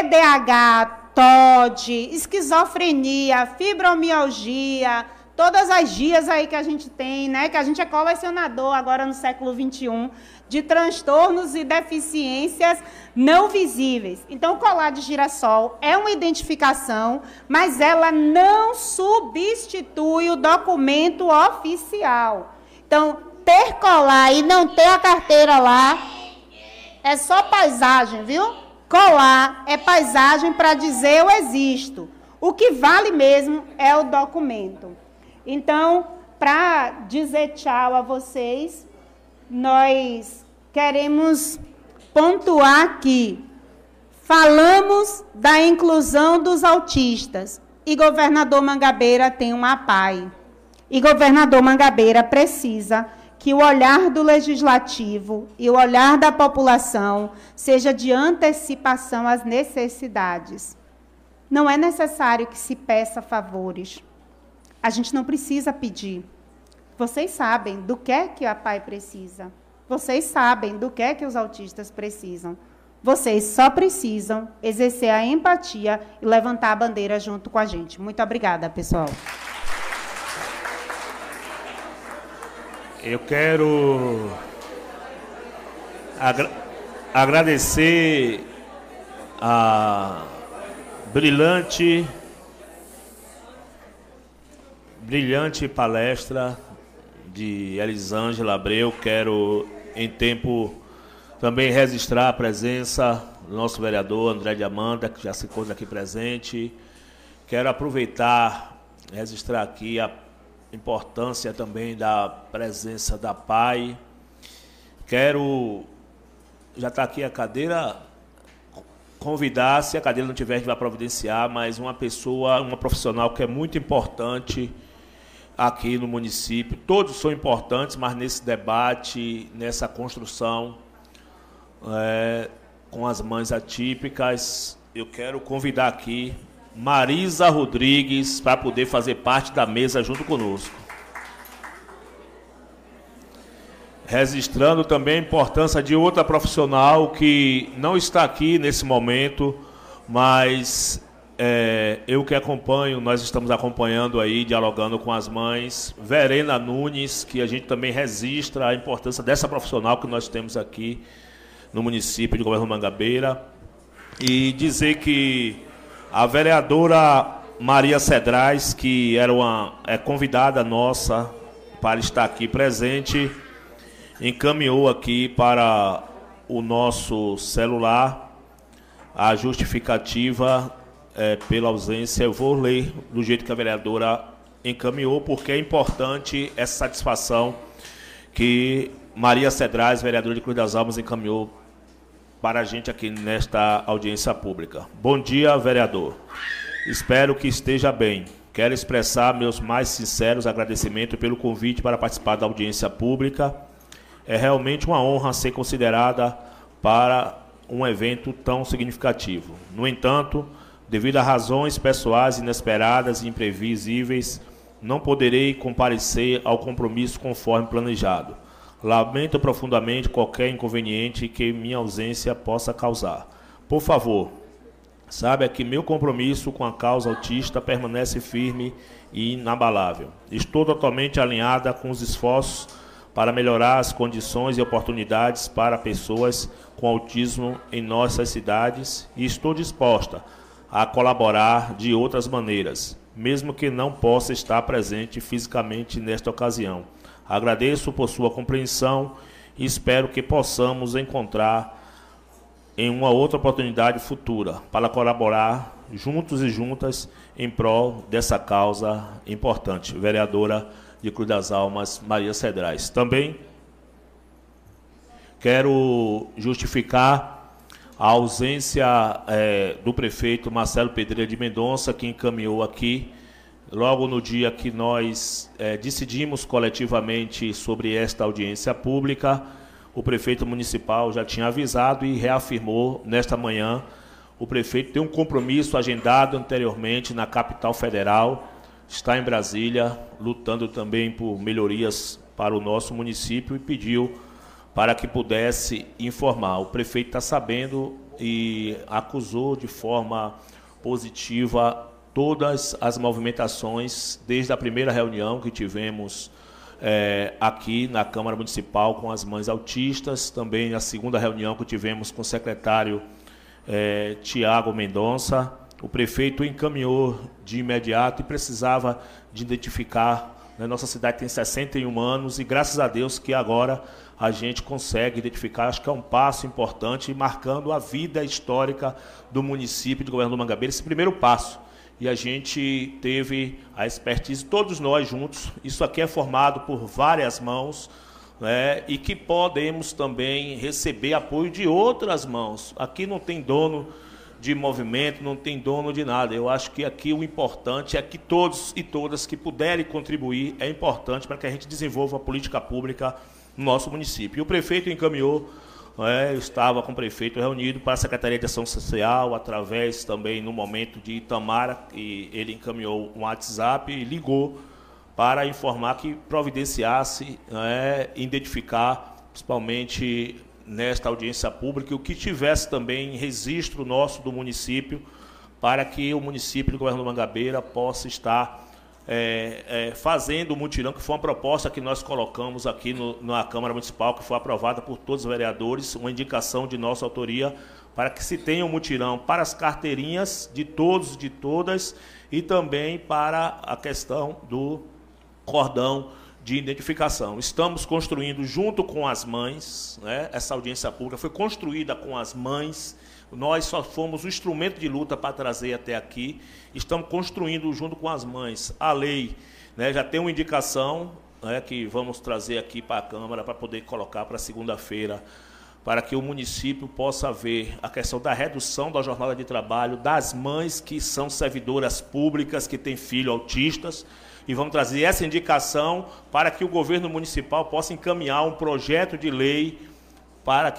TDAH, TOD, esquizofrenia, fibromialgia, todas as dias aí que a gente tem, né, que a gente é colecionador agora no século XXI, de transtornos e deficiências não visíveis. Então, o colar de girassol é uma identificação, mas ela não substitui o documento oficial. Então, ter colar e não ter a carteira lá é só paisagem, viu? Colar é paisagem para dizer eu existo. O que vale mesmo é o documento. Então, para dizer tchau a vocês, nós queremos pontuar aqui. Falamos da inclusão dos autistas. E governador Mangabeira tem uma APAE. E governador Mangabeira precisa que o olhar do legislativo e o olhar da população seja de antecipação às necessidades. Não é necessário que se peça favores. A gente não precisa pedir. Vocês sabem do que é que a APAE precisa. Vocês sabem do que é que os autistas precisam. Vocês só precisam exercer a empatia e levantar a bandeira junto com a gente. Muito obrigada, pessoal. Eu quero agradecer a brilhante brilhante palestra de Elisângela Abreu. Quero, em tempo, também registrar a presença do nosso vereador André de Amanda, que já se encontra aqui presente. Quero aproveitar, registrar aqui a importância também da presença da PAI. Quero, já está aqui a cadeira, convidar, se a cadeira não tiver, a gente vai providenciar, mas uma pessoa, uma profissional que é muito importante aqui no município. Todos são importantes, mas nesse debate, nessa construção com as mães atípicas, eu quero convidar aqui Marisa Rodrigues para poder fazer parte da mesa junto conosco. Registrando também a importância de outra profissional que não está aqui nesse momento, mas eu que acompanho, nós estamos acompanhando aí, dialogando com as mães, Verena Nunes, que a gente também registra a importância dessa profissional que nós temos aqui no município de Governador Mangabeira, e dizer que a vereadora Maria Cedrais, que era convidada nossa para estar aqui presente, encaminhou aqui para o nosso celular a justificativa pela ausência. Eu vou ler do jeito que a vereadora encaminhou, porque é importante essa satisfação que Maria Cedrais, vereadora de Cruz das Almas, encaminhou para a gente aqui nesta audiência pública. Bom dia, vereador. Espero que esteja bem. Quero expressar meus mais sinceros agradecimentos pelo convite para participar da audiência pública. É realmente uma honra ser considerada para um evento tão significativo. No entanto, devido a razões pessoais inesperadas e imprevisíveis, não poderei comparecer ao compromisso conforme planejado. Lamento profundamente qualquer inconveniente que minha ausência possa causar. Por favor, saiba que meu compromisso com a causa autista permanece firme e inabalável. Estou totalmente alinhada com os esforços para melhorar as condições e oportunidades para pessoas com autismo em nossas cidades e estou disposta a colaborar de outras maneiras, mesmo que não possa estar presente fisicamente nesta ocasião. Agradeço por sua compreensão e espero que possamos encontrar em uma outra oportunidade futura para colaborar juntos e juntas em prol dessa causa importante. Vereadora de Cruz das Almas, Maria Cedrais. Também quero justificar a ausência do prefeito Marcelo Pedreira de Mendonça, que encaminhou aqui, logo no dia que nós decidimos coletivamente sobre esta audiência pública. O prefeito municipal já tinha avisado e reafirmou nesta manhã. O prefeito tem um compromisso agendado anteriormente na capital federal, está em Brasília, lutando também por melhorias para o nosso município e pediu para que pudesse informar. O prefeito está sabendo e acusou de forma positiva todas as movimentações, desde a primeira reunião que tivemos aqui na Câmara Municipal com as mães autistas, também a segunda reunião que tivemos com o secretário Tiago Mendonça. O prefeito encaminhou de imediato e precisava de identificar, né? Nossa cidade tem 61 anos e graças a Deus que agora a gente consegue identificar, acho que é um passo importante, marcando a vida histórica do município de Governador Mangabeira, esse primeiro passo. E a gente teve a expertise, todos nós juntos, isso aqui é formado por várias mãos, né, e que podemos também receber apoio de outras mãos. Aqui não tem dono de movimento, não tem dono de nada. Eu acho que aqui o importante é que todos e todas que puderem contribuir, é importante para que a gente desenvolva a política pública no nosso município. E o prefeito encaminhou, eu estava com o prefeito reunido para a Secretaria de Ação Social, através também no momento de Itamara, e ele encaminhou um WhatsApp e ligou para informar que providenciasse, identificar, principalmente nesta audiência pública, o que tivesse também registro nosso do município, para que o município de Governador Mangabeira possa estar fazendo o mutirão, que foi uma proposta que nós colocamos aqui na Câmara Municipal, que foi aprovada por todos os vereadores, uma indicação de nossa autoria, para que se tenha um mutirão para as carteirinhas de todos e de todas, e também para a questão do cordão de identificação. Estamos construindo junto com as mães, né? Essa audiência pública foi construída com as mães, nós só fomos o instrumento de luta para trazer até aqui, estamos construindo junto com as mães a lei, né? Já tem uma indicação, né, que vamos trazer aqui para a Câmara para poder colocar para segunda-feira, para que o município possa ver a questão da redução da jornada de trabalho das mães que são servidoras públicas, que têm filhos autistas, e vamos trazer essa indicação para que o governo municipal possa encaminhar um projeto de lei para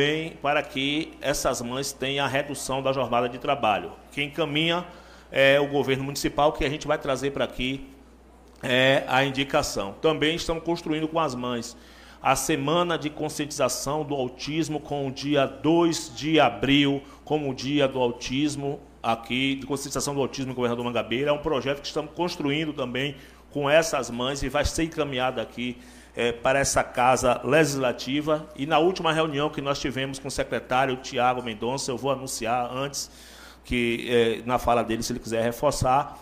que essas mães tenham a redução da jornada de trabalho. Quem encaminha é o governo municipal, que a gente vai trazer para aqui a indicação. Também estamos construindo com as mães a semana de conscientização do autismo, com o dia 2 de abril, como o dia do autismo, aqui, de conscientização do autismo, governador Mangabeira. É um projeto que estamos construindo também com essas mães e vai ser encaminhado aqui para essa casa legislativa. E na última reunião que nós tivemos com o secretário Tiago Mendonça, eu vou anunciar antes, que na fala dele, se ele quiser reforçar,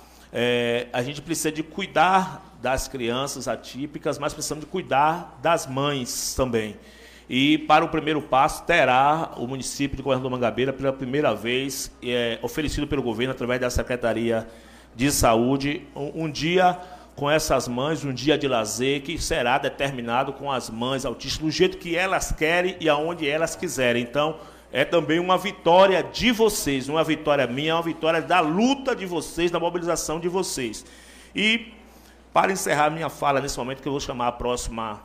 a gente precisa de cuidar das crianças atípicas, mas precisamos de cuidar das mães também. E, para o primeiro passo, terá o município de Governador Mangabeira, pela primeira vez, oferecido pelo governo, através da Secretaria de Saúde, um dia com essas mães, um dia de lazer, que será determinado com as mães autistas, do jeito que elas querem e aonde elas quiserem. Então, é também uma vitória de vocês, não é uma vitória minha, é uma vitória da luta de vocês, da mobilização de vocês. E, para encerrar minha fala nesse momento, que eu vou chamar a próxima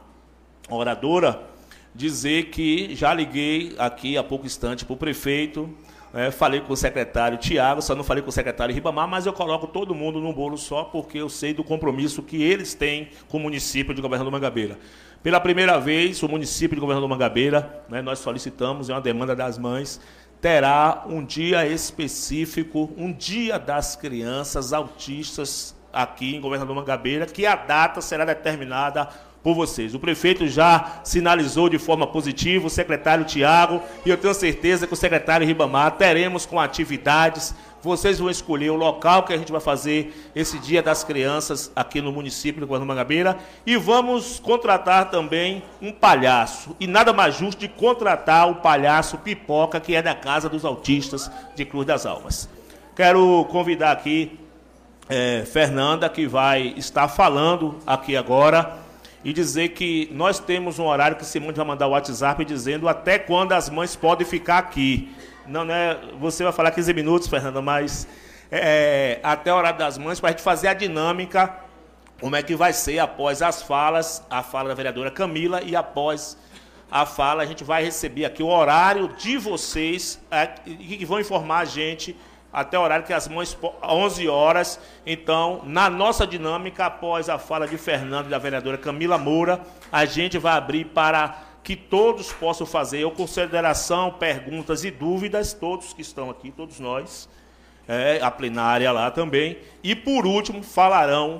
oradora, dizer que já liguei aqui há pouco instante para o prefeito, falei com o secretário Tiago, só não falei com o secretário Ribamar, mas eu coloco todo mundo num bolo só, porque eu sei do compromisso que eles têm com o município de Governador Mangabeira. Pela primeira vez, o município de Governador Mangabeira, nós solicitamos, é uma demanda das mães, terá um dia específico, um dia das crianças autistas aqui em Governador Mangabeira, que a data será determinada por vocês. O prefeito já sinalizou de forma positiva, o secretário Tiago, e eu tenho certeza que o secretário Ribamar teremos com atividades. Vocês vão escolher o local que a gente vai fazer esse Dia das Crianças aqui no município de Governador Mangabeira, e vamos contratar também um palhaço. E nada mais justo de contratar o palhaço Pipoca, que é da Casa dos Autistas de Cruz das Almas. Quero convidar aqui Fernanda, que vai estar falando aqui agora, e dizer que nós temos um horário que Simone vai mandar o WhatsApp dizendo até quando as mães podem ficar aqui. Não, você vai falar 15 minutos, Fernanda, mas até o horário das mães, para a gente fazer a dinâmica, como é que vai ser após as falas, a fala da vereadora Camila, e após a fala a gente vai receber aqui o horário de vocês, que vão informar a gente até o horário que as mães, 11 horas. Então, na nossa dinâmica, após a fala de Fernando e da vereadora Camila Moura, a gente vai abrir para que todos possam fazer consideração, perguntas e dúvidas, todos que estão aqui, todos nós, a plenária lá também. E, por último, falarão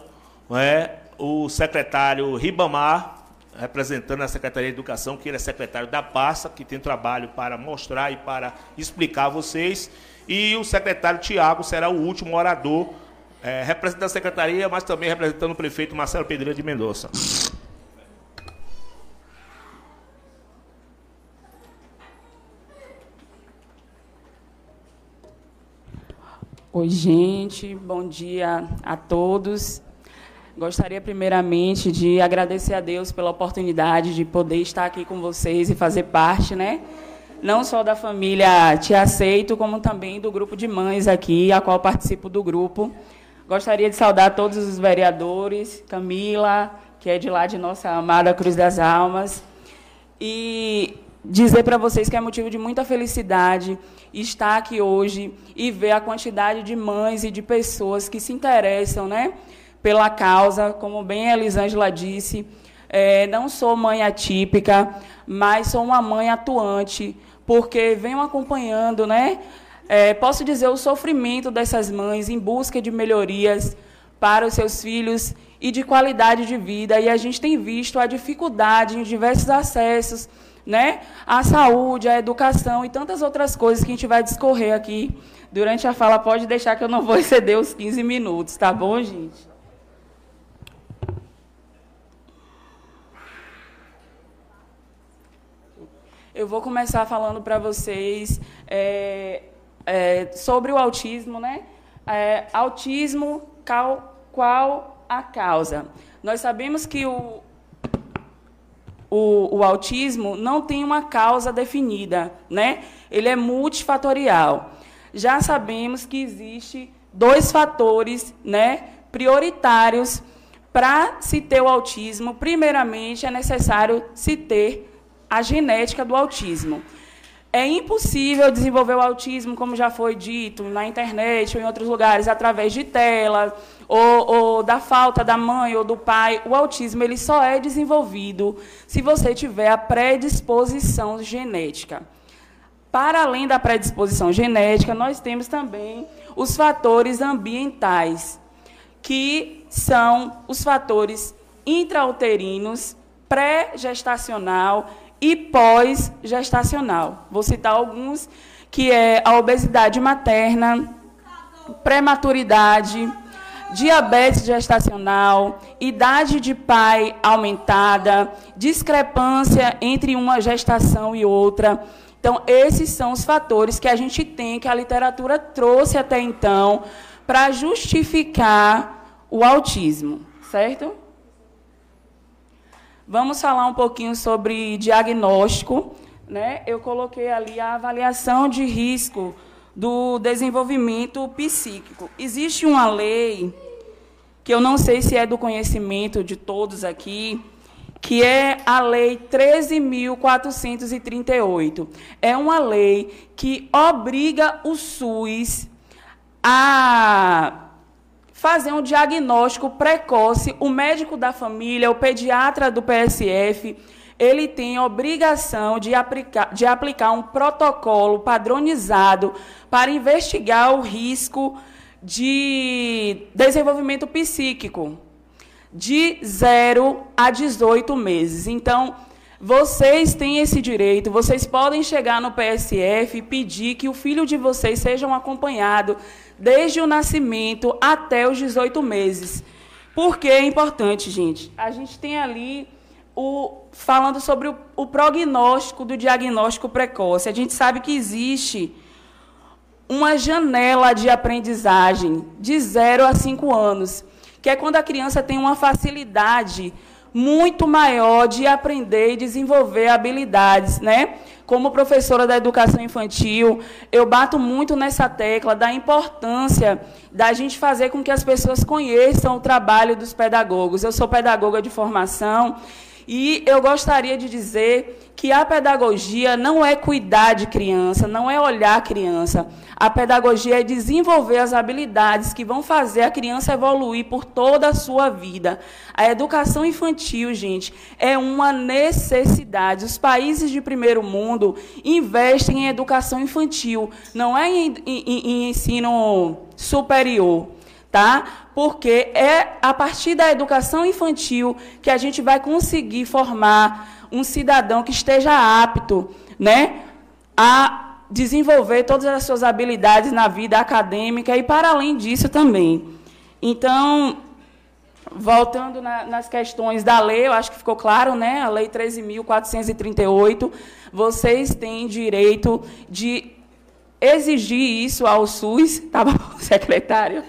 o secretário Ribamar, representando a Secretaria de Educação, que ele é secretário da pasta, que tem trabalho para mostrar e para explicar a vocês. E o secretário Tiago será o último orador, representando a secretaria, mas também representando o prefeito Marcelo Pedreira de Mendonça. Oi, gente, bom dia a todos. Gostaria primeiramente de agradecer a Deus pela oportunidade de poder estar aqui com vocês e fazer parte, não só da família Te Aceito, como também do grupo de mães aqui, a qual participo do grupo. Gostaria de saudar todos os vereadores, Camila, que é de lá de nossa amada Cruz das Almas, e dizer para vocês que é motivo de muita felicidade estar aqui hoje e ver a quantidade de mães e de pessoas que se interessam, pela causa. Como bem a Elisângela disse, não sou mãe atípica, mas sou uma mãe atuante, porque venho acompanhando, posso dizer, o sofrimento dessas mães em busca de melhorias para os seus filhos e de qualidade de vida. E a gente tem visto a dificuldade em diversos acessos, à saúde, à educação e tantas outras coisas que a gente vai discorrer aqui durante a fala. Pode deixar que eu não vou exceder os 15 minutos, tá bom, gente? Eu vou começar falando para vocês sobre o autismo, né? Autismo, qual a causa? Nós sabemos que o autismo não tem uma causa definida, né? Ele é multifatorial. Já sabemos que existe 2 fatores, né, prioritários para se ter o autismo. Primeiramente, é necessário se ter a genética do autismo. É impossível desenvolver o autismo, como já foi dito, na internet ou em outros lugares, através de tela, ou da falta da mãe ou do pai. O autismo ele só é desenvolvido se você tiver a predisposição genética. Para além da predisposição genética, nós temos também os fatores ambientais, que são os fatores intrauterinos, pré-gestacional e pós-gestacional. Vou citar alguns, que é a obesidade materna, prematuridade, diabetes gestacional, idade de pai aumentada, discrepância entre uma gestação e outra. Então, esses são os fatores que a gente tem, que a literatura trouxe até então, para justificar o autismo, certo? Vamos falar um pouquinho sobre diagnóstico, né? Eu coloquei ali a avaliação de risco do desenvolvimento psíquico. Existe uma lei, que eu não sei se é do conhecimento de todos aqui, que é a Lei 13.438. É uma lei que obriga o SUS a fazer um diagnóstico precoce. O médico da família, o pediatra do PSF, ele tem a obrigação de aplicar um protocolo padronizado para investigar o risco de desenvolvimento psíquico de 0 a 18 meses. Então, vocês têm esse direito, vocês podem chegar no PSF e pedir que o filho de vocês seja acompanhado desde o nascimento até os 18 meses. Por que é importante, gente? A gente tem ali falando sobre o prognóstico do diagnóstico precoce. A gente sabe que existe uma janela de aprendizagem de 0 a 5 anos, que é quando a criança tem uma facilidade muito maior de aprender e desenvolver habilidades, né? Como professora da educação infantil, eu bato muito nessa tecla da importância da gente fazer com que as pessoas conheçam o trabalho dos pedagogos. Eu sou pedagoga de formação e eu gostaria de dizer que a pedagogia não é cuidar de criança, não é olhar a criança. A pedagogia é desenvolver as habilidades que vão fazer a criança evoluir por toda a sua vida. A educação infantil, gente, é uma necessidade. Os países de primeiro mundo investem em educação infantil, não é em ensino superior, tá? Porque é a partir da educação infantil que a gente vai conseguir formar um cidadão que esteja apto, né, a desenvolver todas as suas habilidades na vida acadêmica e para além disso também. Então, voltando nas questões da lei, eu acho que ficou claro, né? A Lei 13.438, vocês têm direito de exigir isso ao SUS, tá bom, secretário?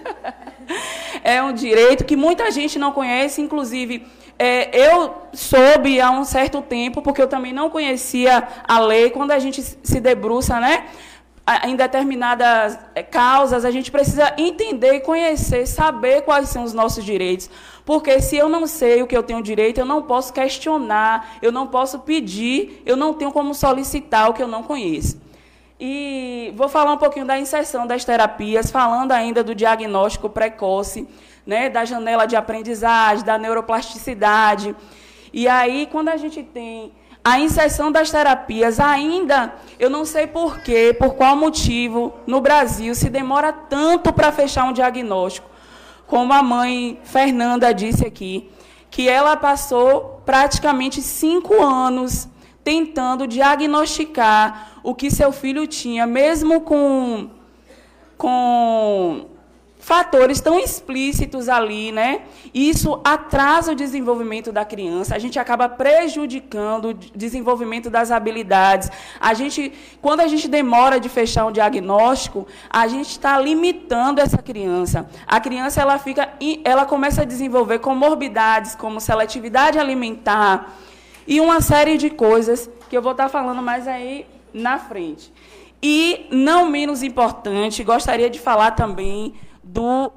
É um direito que muita gente não conhece, inclusive eu soube há um certo tempo, porque eu também não conhecia a lei. Quando a gente se debruça, né, em determinadas causas, a gente precisa entender, conhecer, saber quais são os nossos direitos. Porque se eu não sei o que eu tenho direito, eu não posso questionar, eu não posso pedir, eu não tenho como solicitar o que eu não conheço. E vou falar um pouquinho da inserção das terapias, falando ainda do diagnóstico precoce, né, da janela de aprendizagem, da neuroplasticidade. E aí, quando a gente tem a inserção das terapias, ainda, eu não sei por quê, por qual motivo, no Brasil, se demora tanto para fechar um diagnóstico. Como a mãe Fernanda disse aqui, que ela passou praticamente 5 anos tentando diagnosticar o que seu filho tinha, mesmo com fatores tão explícitos ali, né? Isso atrasa o desenvolvimento da criança, a gente acaba prejudicando o desenvolvimento das habilidades. Quando a gente demora de fechar um diagnóstico, a gente está limitando essa criança. A criança ela começa a desenvolver comorbidades, como seletividade alimentar, e uma série de coisas que eu vou estar falando mais aí na frente. E, não menos importante, gostaria de falar também do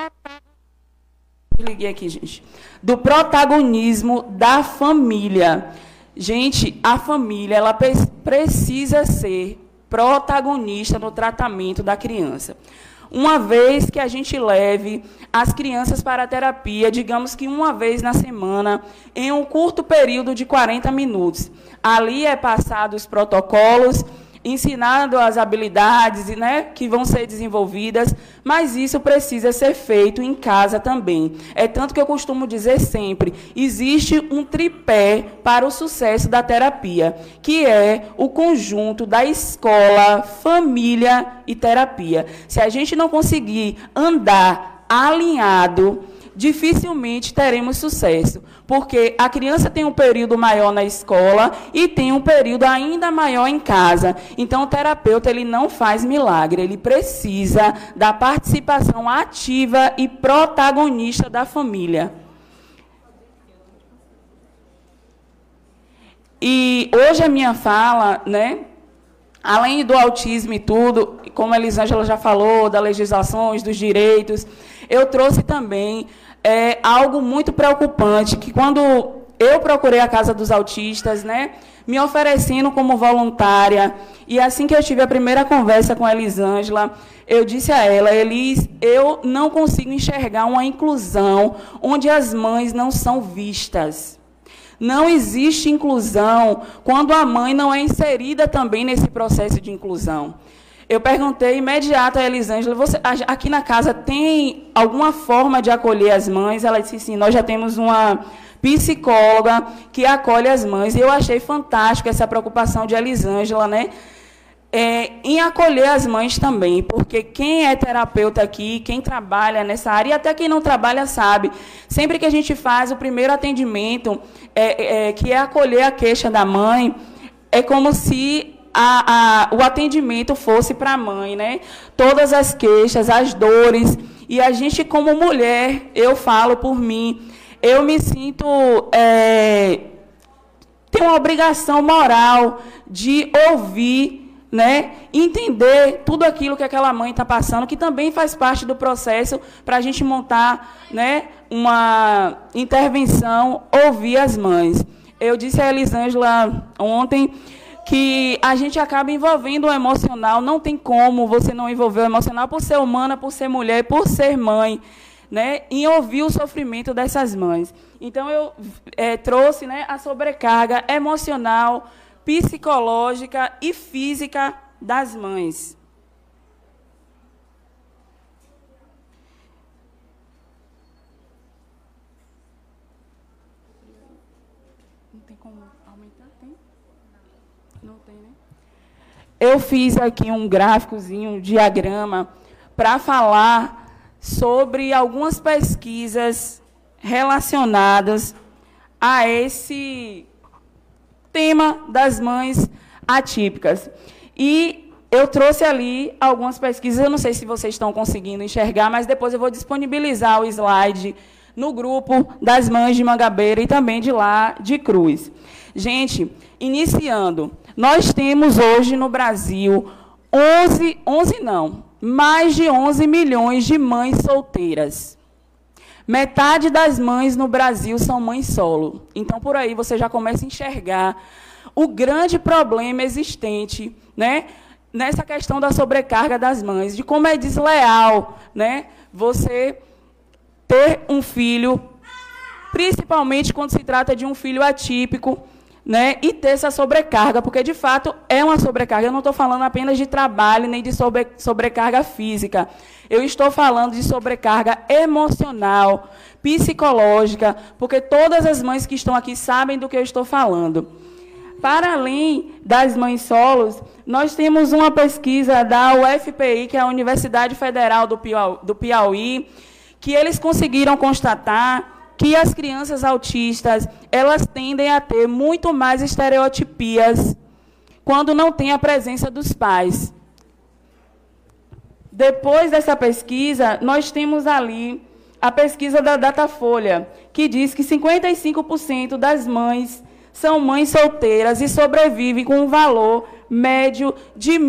protagonismo da família. Gente, a família ela precisa ser protagonista no tratamento da criança. Uma vez que a gente leve as crianças para a terapia, digamos que uma vez na semana, em um curto período de 40 minutos. Ali é passado os protocolos, ensinado as habilidades, né, que vão ser desenvolvidas, mas isso precisa ser feito em casa também. É tanto que eu costumo dizer sempre, existe um tripé para o sucesso da terapia, que é o conjunto da escola, família e terapia. Se a gente não conseguir andar alinhado, dificilmente teremos sucesso, porque a criança tem um período maior na escola e tem um período ainda maior em casa. Então, o terapeuta ele não faz milagre, ele precisa da participação ativa e protagonista da família. E hoje a minha fala, né, além do autismo e tudo, como a Elisângela já falou, das legislações, dos direitos, eu trouxe também algo muito preocupante, que quando eu procurei a Casa dos Autistas, né, me oferecendo como voluntária, e assim que eu tive a primeira conversa com a Elisângela, eu disse a ela, Elis, eu não consigo enxergar uma inclusão onde as mães não são vistas. Não existe inclusão quando a mãe não é inserida também nesse processo de inclusão. Eu perguntei imediato a Elisângela, aqui na casa tem alguma forma de acolher as mães? Ela disse, sim, nós já temos uma psicóloga que acolhe as mães. E eu achei fantástico essa preocupação de Elisângela, né? Em acolher as mães também, porque quem é terapeuta aqui, quem trabalha nessa área, e até quem não trabalha sabe, sempre que a gente faz o primeiro atendimento, que é acolher a queixa da mãe, é como se o atendimento fosse para a mãe, né? Todas as queixas, as dores, e a gente como mulher, eu falo por mim, eu me sinto... tenho uma obrigação moral de ouvir, né, entender tudo aquilo que aquela mãe está passando, que também faz parte do processo para a gente montar, né, uma intervenção, ouvir as mães. Eu disse a Elisângela ontem que a gente acaba envolvendo o emocional, não tem como você não envolver o emocional por ser humana, por ser mulher, por ser mãe, né, em ouvir o sofrimento dessas mães. Então, eu trouxe, né, a sobrecarga emocional, psicológica e física das mães. Não tem como aumentar? Tem? Não tem, né? Eu fiz aqui um gráficozinho, um diagrama, para falar sobre algumas pesquisas relacionadas a esse tema das mães atípicas. E eu trouxe ali algumas pesquisas, eu não sei se vocês estão conseguindo enxergar, mas depois eu vou disponibilizar o slide no grupo das mães de Mangabeira e também de lá de Cruz. Gente, iniciando, nós temos hoje no Brasil mais de 11 milhões de mães solteiras. Metade das mães no Brasil são mães solo. Então, por aí, você já começa a enxergar o grande problema existente, né, nessa questão da sobrecarga das mães, de como é desleal, né, você ter um filho, principalmente quando se trata de um filho atípico, né, e ter essa sobrecarga, porque, de fato, é uma sobrecarga. Eu não estou falando apenas de trabalho, nem de sobrecarga física. Eu estou falando de sobrecarga emocional, psicológica, porque todas as mães que estão aqui sabem do que eu estou falando. Para além das mães solos, nós temos uma pesquisa da UFPI, que é a Universidade Federal do Piauí, que eles conseguiram constatar que as crianças autistas, elas tendem a ter muito mais estereotipias quando não tem a presença dos pais. Depois dessa pesquisa, nós temos ali a pesquisa da Datafolha, que diz que 55% das mães são mães solteiras e sobrevivem com um valor médio de R$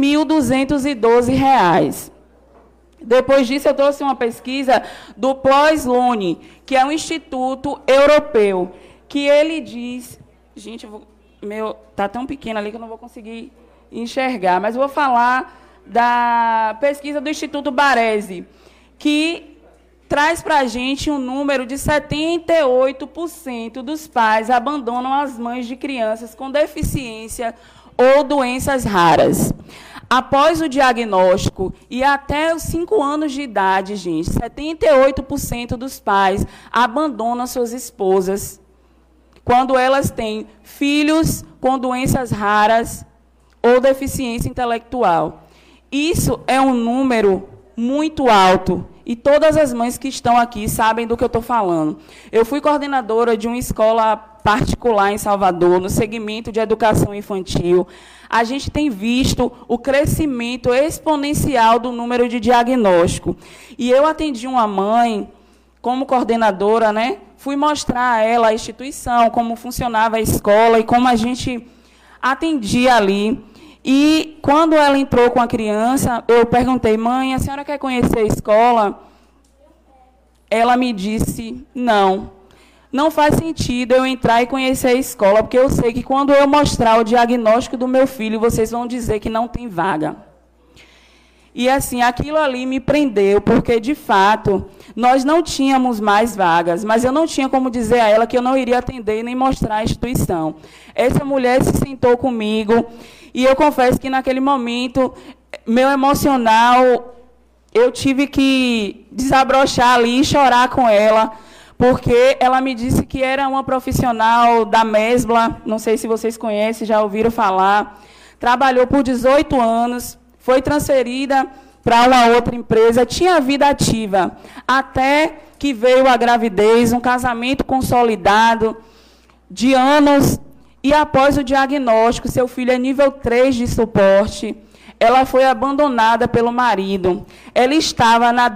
1.212. Depois disso, eu trouxe uma pesquisa do PLOS-LONE, que é um instituto europeu, que ele diz... Gente, está tão pequeno ali que eu não vou conseguir enxergar, mas vou falar da pesquisa do Instituto Baresi, que traz para a gente um número de 78% dos pais abandonam as mães de crianças com deficiência ou doenças raras. Após o diagnóstico e até os 5 anos de idade, gente, 78% dos pais abandonam suas esposas quando elas têm filhos com doenças raras ou deficiência intelectual. Isso é um número muito alto, e todas as mães que estão aqui sabem do que eu estou falando. Eu fui coordenadora de uma escola particular em Salvador, no segmento de educação infantil. A gente tem visto o crescimento exponencial do número de diagnóstico. E eu atendi uma mãe, como coordenadora, né? Fui mostrar a ela a instituição, como funcionava a escola e como a gente atendia ali. E, quando ela entrou com a criança, eu perguntei, mãe, a senhora quer conhecer a escola? Ela me disse, não. Não faz sentido eu entrar e conhecer a escola, porque eu sei que quando eu mostrar o diagnóstico do meu filho, vocês vão dizer que não tem vaga. E, assim, aquilo ali me prendeu, porque, de fato, nós não tínhamos mais vagas, mas eu não tinha como dizer a ela que eu não iria atender nem mostrar a instituição. Essa mulher se sentou comigo, e eu confesso que, naquele momento, meu emocional, eu tive que desabrochar ali e chorar com ela, porque ela me disse que era uma profissional da Mesbla, não sei se vocês conhecem, já ouviram falar, trabalhou por 18 anos, foi transferida para uma outra empresa, tinha vida ativa, até que veio a gravidez, um casamento consolidado de anos, e após o diagnóstico, seu filho é nível 3 de suporte, ela foi abandonada pelo marido. Ela estava na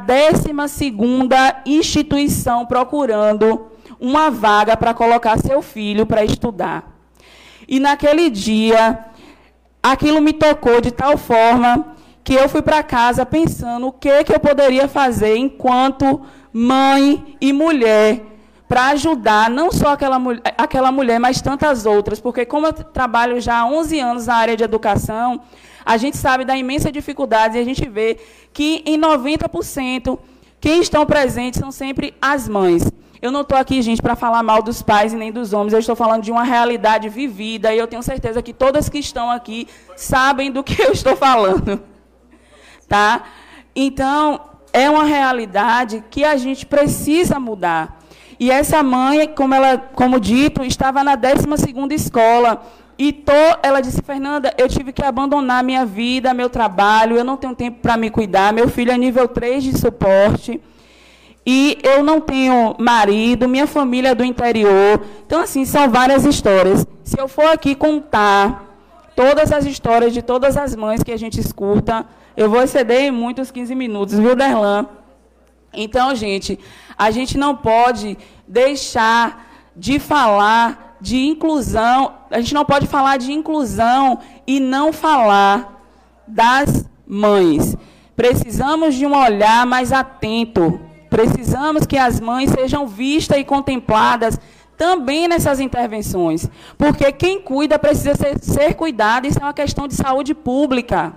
12ª instituição procurando uma vaga para colocar seu filho para estudar. E, naquele dia, aquilo me tocou de tal forma que eu fui para casa pensando o que eu poderia fazer enquanto mãe e mulher para ajudar não só aquela mulher, mas tantas outras. Porque, como eu trabalho já há 11 anos na área de educação, a gente sabe da imensa dificuldade e a gente vê que, em 90%, quem estão presentes são sempre as mães. Eu não estou aqui, gente, para falar mal dos pais e nem dos homens, eu estou falando de uma realidade vivida, e eu tenho certeza que todas que estão aqui sabem do que eu estou falando. Tá? Então, é uma realidade que a gente precisa mudar. E essa mãe, como dito, estava na 12ª escola, e ela disse, Fernanda, eu tive que abandonar minha vida, meu trabalho, eu não tenho tempo para me cuidar, meu filho é nível 3 de suporte, e eu não tenho marido, minha família é do interior. Então, assim, são várias histórias. Se eu for aqui contar todas as histórias de todas as mães que a gente escuta, eu vou exceder em muitos 15 minutos, viu, Derlan? Então, gente, a gente não pode deixar de falar de inclusão, a gente não pode falar de inclusão e não falar das mães. Precisamos de um olhar mais atento, precisamos que as mães sejam vistas e contempladas também nessas intervenções, porque quem cuida precisa ser cuidado, isso é uma questão de saúde pública.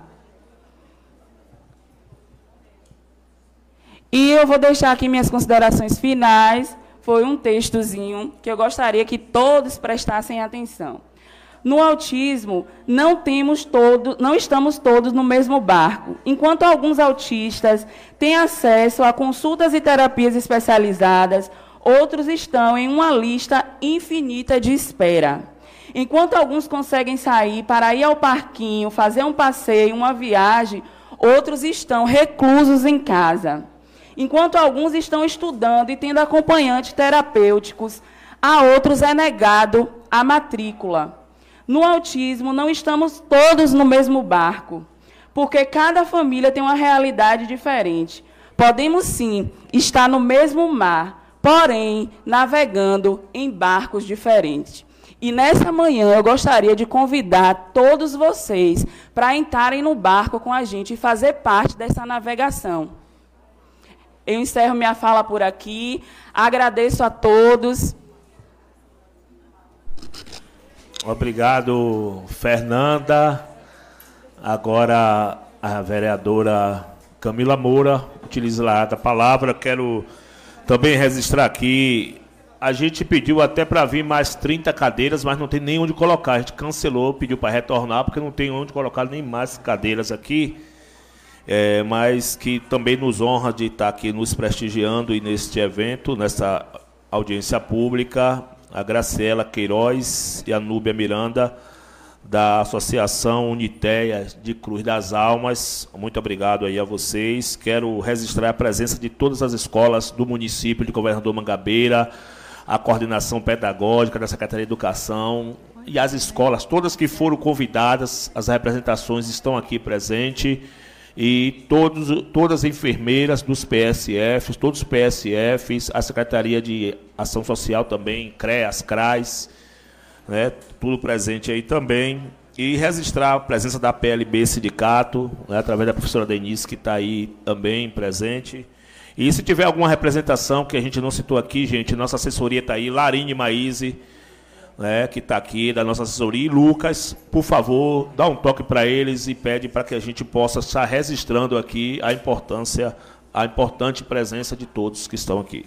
E eu vou deixar aqui minhas considerações finais. Foi um textozinho que eu gostaria que todos prestassem atenção. No autismo, não estamos todos no mesmo barco. Enquanto alguns autistas têm acesso a consultas e terapias especializadas, outros estão em uma lista infinita de espera. Enquanto alguns conseguem sair para ir ao parquinho, fazer um passeio, uma viagem, outros estão reclusos em casa. Enquanto alguns estão estudando e tendo acompanhantes terapêuticos, a outros é negado a matrícula. No autismo, não estamos todos no mesmo barco, porque cada família tem uma realidade diferente. Podemos, sim, estar no mesmo mar, porém, navegando em barcos diferentes. E nessa manhã, eu gostaria de convidar todos vocês para entrarem no barco com a gente e fazer parte dessa navegação. Eu encerro minha fala por aqui, agradeço a todos. Obrigado, Fernanda. Agora, a vereadora Camila Moura utiliza a palavra. Quero também registrar aqui, a gente pediu até para vir mais 30 cadeiras, mas não tem nem onde colocar. A gente cancelou, pediu para retornar, porque não tem onde colocar nem mais cadeiras aqui. Mas que também nos honra de estar aqui nos prestigiando e neste evento, nessa audiência pública, a Graciela Queiroz e a Núbia Miranda, da Associação Unitéia de Cruz das Almas. Muito obrigado aí a vocês. Quero registrar a presença de todas as escolas do município de Governador Mangabeira, a coordenação pedagógica da Secretaria de Educação e as escolas, todas que foram convidadas, as representações estão aqui presentes. E todas as enfermeiras dos PSFs, todos os PSFs, a Secretaria de Ação Social também, CREAS, CRAS, né, tudo presente aí também. E registrar a presença da PLB Sindicato, né, através da professora Denise, que está aí também presente. E se tiver alguma representação que a gente não citou aqui, gente, nossa assessoria está aí, Larine Maíse, né, que está aqui da nossa assessoria, e Lucas, por favor, dá um toque para eles e pede para que a gente possa estar registrando aqui a importante presença de todos que estão aqui.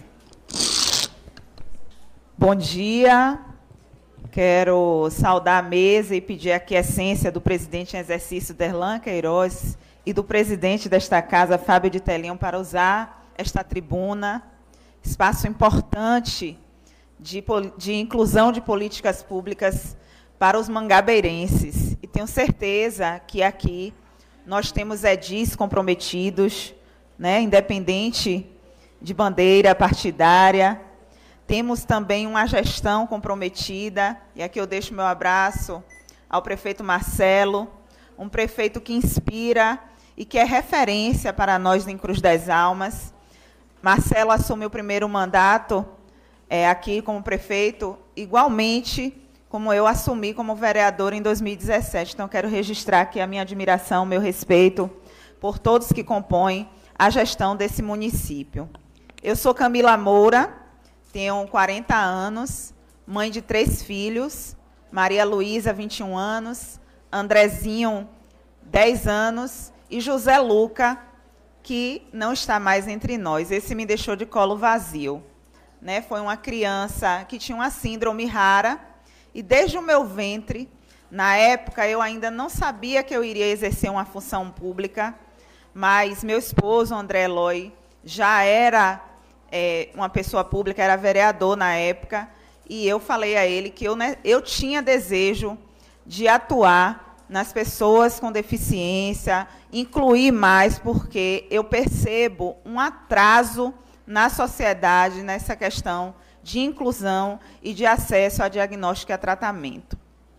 Bom dia, quero saudar a mesa e pedir a aquiescência do presidente em exercício, Derlan Queiroz, e do presidente desta casa, Fábio de Telinho, para usar esta tribuna, espaço importante de inclusão de políticas públicas para os mangabeirenses. E tenho certeza que aqui nós temos edis comprometidos, né, independente de bandeira partidária. Temos também uma gestão comprometida, e aqui eu deixo meu abraço ao prefeito Marcelo, um prefeito que inspira e que é referência para nós em Cruz das Almas. Marcelo assumiu o primeiro mandato aqui como prefeito, igualmente como eu assumi como vereadora em 2017. Então, quero registrar aqui a minha admiração, meu respeito por todos que compõem a gestão desse município. Eu sou Camila Moura, tenho 40 anos, mãe de 3 filhos, Maria Luísa, 21 anos, Andrezinho, 10 anos, e José Luca, que não está mais entre nós. Esse me deixou de colo vazio. Né, foi uma criança que tinha uma síndrome rara, e desde o meu ventre, na época, eu ainda não sabia que eu iria exercer uma função pública, mas meu esposo, André Eloy, já era uma pessoa pública, era vereador na época, e eu falei a ele que eu tinha desejo de atuar nas pessoas com deficiência, incluir mais, porque eu percebo um atraso na sociedade, nessa questão de inclusão e de acesso a diagnóstico e a tratamento.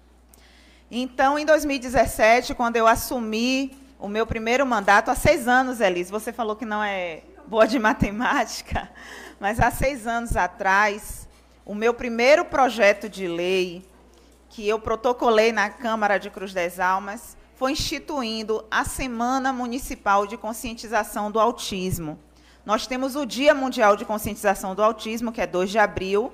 Então, em 2017, quando eu assumi o meu primeiro mandato, há 6 anos, Elise, você falou que não é boa de matemática, mas há 6 anos atrás, o meu primeiro projeto de lei, que eu protocolei na Câmara de Cruz das Almas, foi instituindo a Semana Municipal de Conscientização do Autismo. Nós temos o Dia Mundial de Conscientização do Autismo, que é 2 de abril,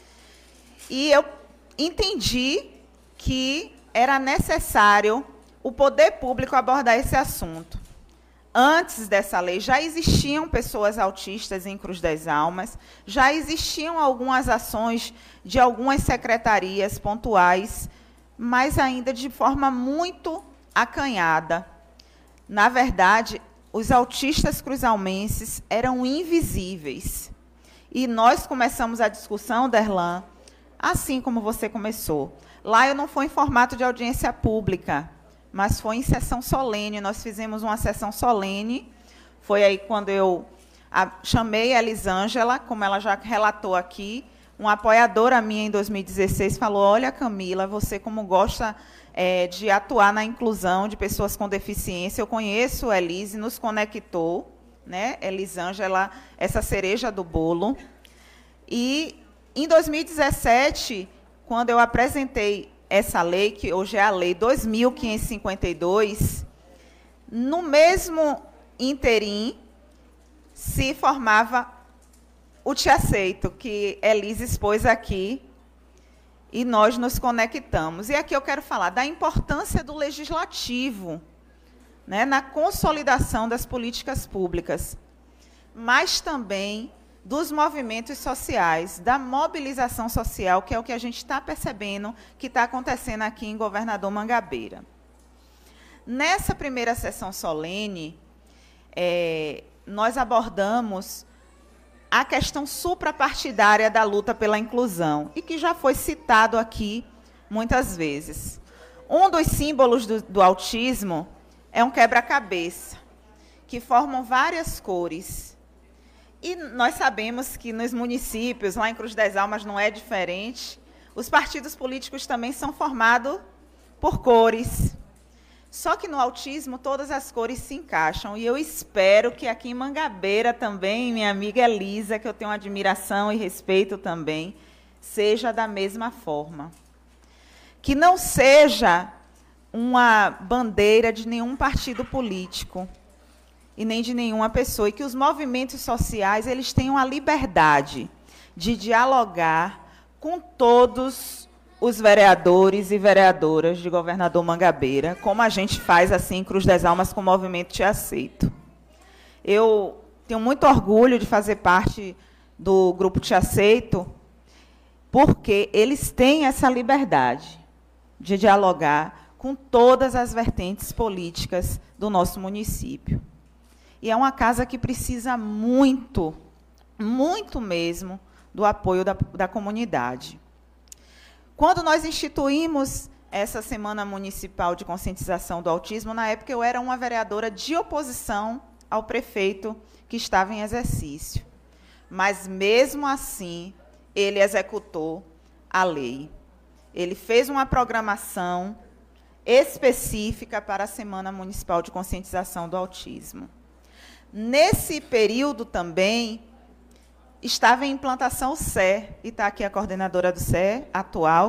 e eu entendi que era necessário o poder público abordar esse assunto. Antes dessa lei, já existiam pessoas autistas em Cruz das Almas, já existiam algumas ações de algumas secretarias pontuais, mas ainda de forma muito acanhada. Na verdade, os autistas cruzalmenses eram invisíveis. E nós começamos a discussão, Derlan, assim como você começou. Lá eu não fui em formato de audiência pública, mas foi em sessão solene. Nós fizemos uma sessão solene. Foi aí quando eu chamei a Elisângela, como ela já relatou aqui, uma apoiadora minha em 2016 falou: olha, Camila, você como gosta de atuar na inclusão de pessoas com deficiência, eu conheço a Elise, nos conectou, né? Elisângela, essa cereja do bolo. E em 2017, quando eu apresentei essa lei, que hoje é a Lei 2.552, no mesmo interim se formava o Te Aceito, que Elise expôs aqui, e nós nos conectamos. E aqui eu quero falar da importância do legislativo, né, na consolidação das políticas públicas, mas também dos movimentos sociais, da mobilização social, que é o que a gente está percebendo que está acontecendo aqui em Governador Mangabeira. Nessa primeira sessão solene, nós abordamos a questão suprapartidária da luta pela inclusão, e que já foi citado aqui muitas vezes. Um dos símbolos do autismo é um quebra-cabeça, que formam várias cores. E nós sabemos que nos municípios, lá em Cruz das Almas não é diferente, os partidos políticos também são formados por cores. Só que no autismo todas as cores se encaixam, e eu espero que aqui em Mangabeira também, minha amiga Elisa, que eu tenho admiração e respeito também, seja da mesma forma. Que não seja uma bandeira de nenhum partido político e nem de nenhuma pessoa, e que os movimentos sociais eles tenham a liberdade de dialogar com todos os vereadores e vereadoras de Governador Mangabeira, como a gente faz assim em Cruz das Almas com o Movimento Te Aceito. Eu tenho muito orgulho de fazer parte do Grupo Te Aceito, porque eles têm essa liberdade de dialogar com todas as vertentes políticas do nosso município. E é uma casa que precisa muito, muito mesmo, do apoio da comunidade. Quando nós instituímos essa Semana Municipal de Conscientização do Autismo, na época eu era uma vereadora de oposição ao prefeito que estava em exercício. Mas, mesmo assim, ele executou a lei. Ele fez uma programação específica para a Semana Municipal de Conscientização do Autismo. Nesse período também, estava em implantação o CE, e está aqui a coordenadora do CE, atual,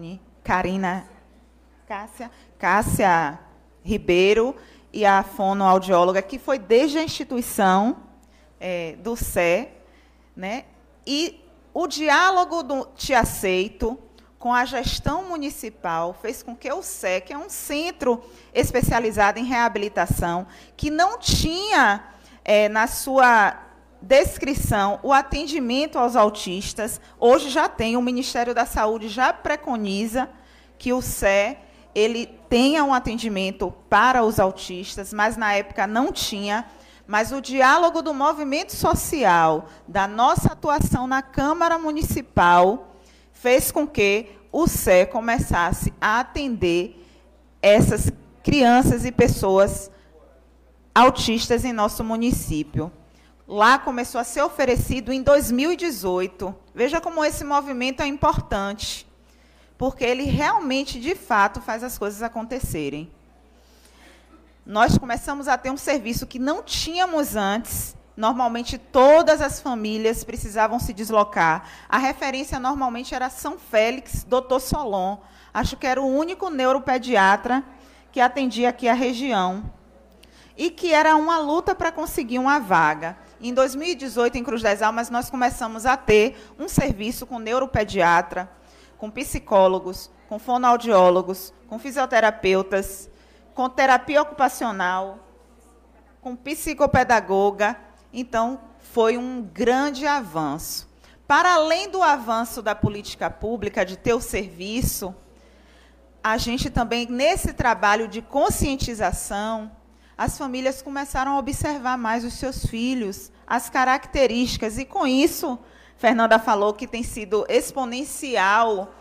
Cássia Ribeiro, e a fonoaudióloga, que foi desde a instituição do CE, né? E o diálogo do Te Aceito com a gestão municipal fez com que o CE, que é um centro especializado em reabilitação, que não tinha na sua descrição o atendimento aos autistas, hoje já tem, o Ministério da Saúde já preconiza que o CE ele tenha um atendimento para os autistas, mas na época não tinha. Mas o diálogo do movimento social, da nossa atuação na Câmara Municipal, fez com que o CE começasse a atender essas crianças e pessoas autistas em nosso município. Lá começou a ser oferecido em 2018. Veja como esse movimento é importante, porque ele realmente, de fato, faz as coisas acontecerem. Nós começamos a ter um serviço que não tínhamos antes. Normalmente, todas as famílias precisavam se deslocar. A referência, normalmente, era São Félix, Dr. Solon. Acho que era o único neuropediatra que atendia aqui a região. E que era uma luta para conseguir uma vaga. Em 2018, em Cruz das Almas, nós começamos a ter um serviço com neuropediatra, com psicólogos, com fonoaudiólogos, com fisioterapeutas, com terapia ocupacional, com psicopedagoga. Então, foi um grande avanço. Para além do avanço da política pública, de ter o serviço, a gente também, nesse trabalho de conscientização, as famílias começaram a observar mais os seus filhos, as características, e, com isso, Fernanda falou que tem sido exponencial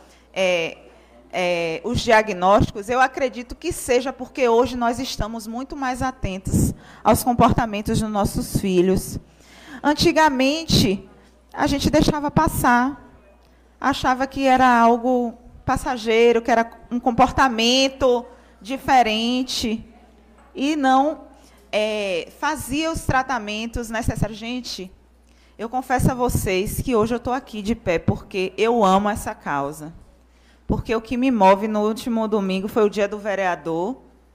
os diagnósticos. Eu acredito que seja porque hoje nós estamos muito mais atentos aos comportamentos dos nossos filhos. Antigamente, a gente deixava passar, achava que era algo passageiro, que era um comportamento diferente, e não fazia os tratamentos necessários. Gente, eu confesso a vocês que hoje eu estou aqui de pé porque eu amo essa causa. Porque o que me move no último domingo foi o dia do vereador,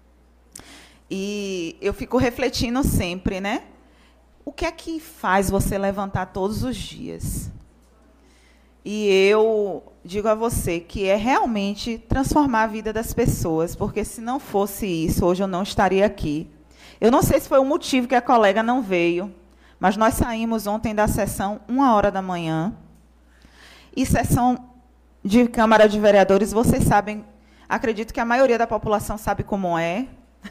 e eu fico refletindo sempre, né? O que é que faz você levantar todos os dias? E eu digo a você que é realmente transformar a vida das pessoas, porque se não fosse isso, hoje eu não estaria aqui. Eu não sei se foi o motivo que a colega não veio, mas nós saímos ontem da sessão 1h da manhã, e sessão de Câmara de Vereadores, vocês sabem, acredito que a maioria da população sabe como é,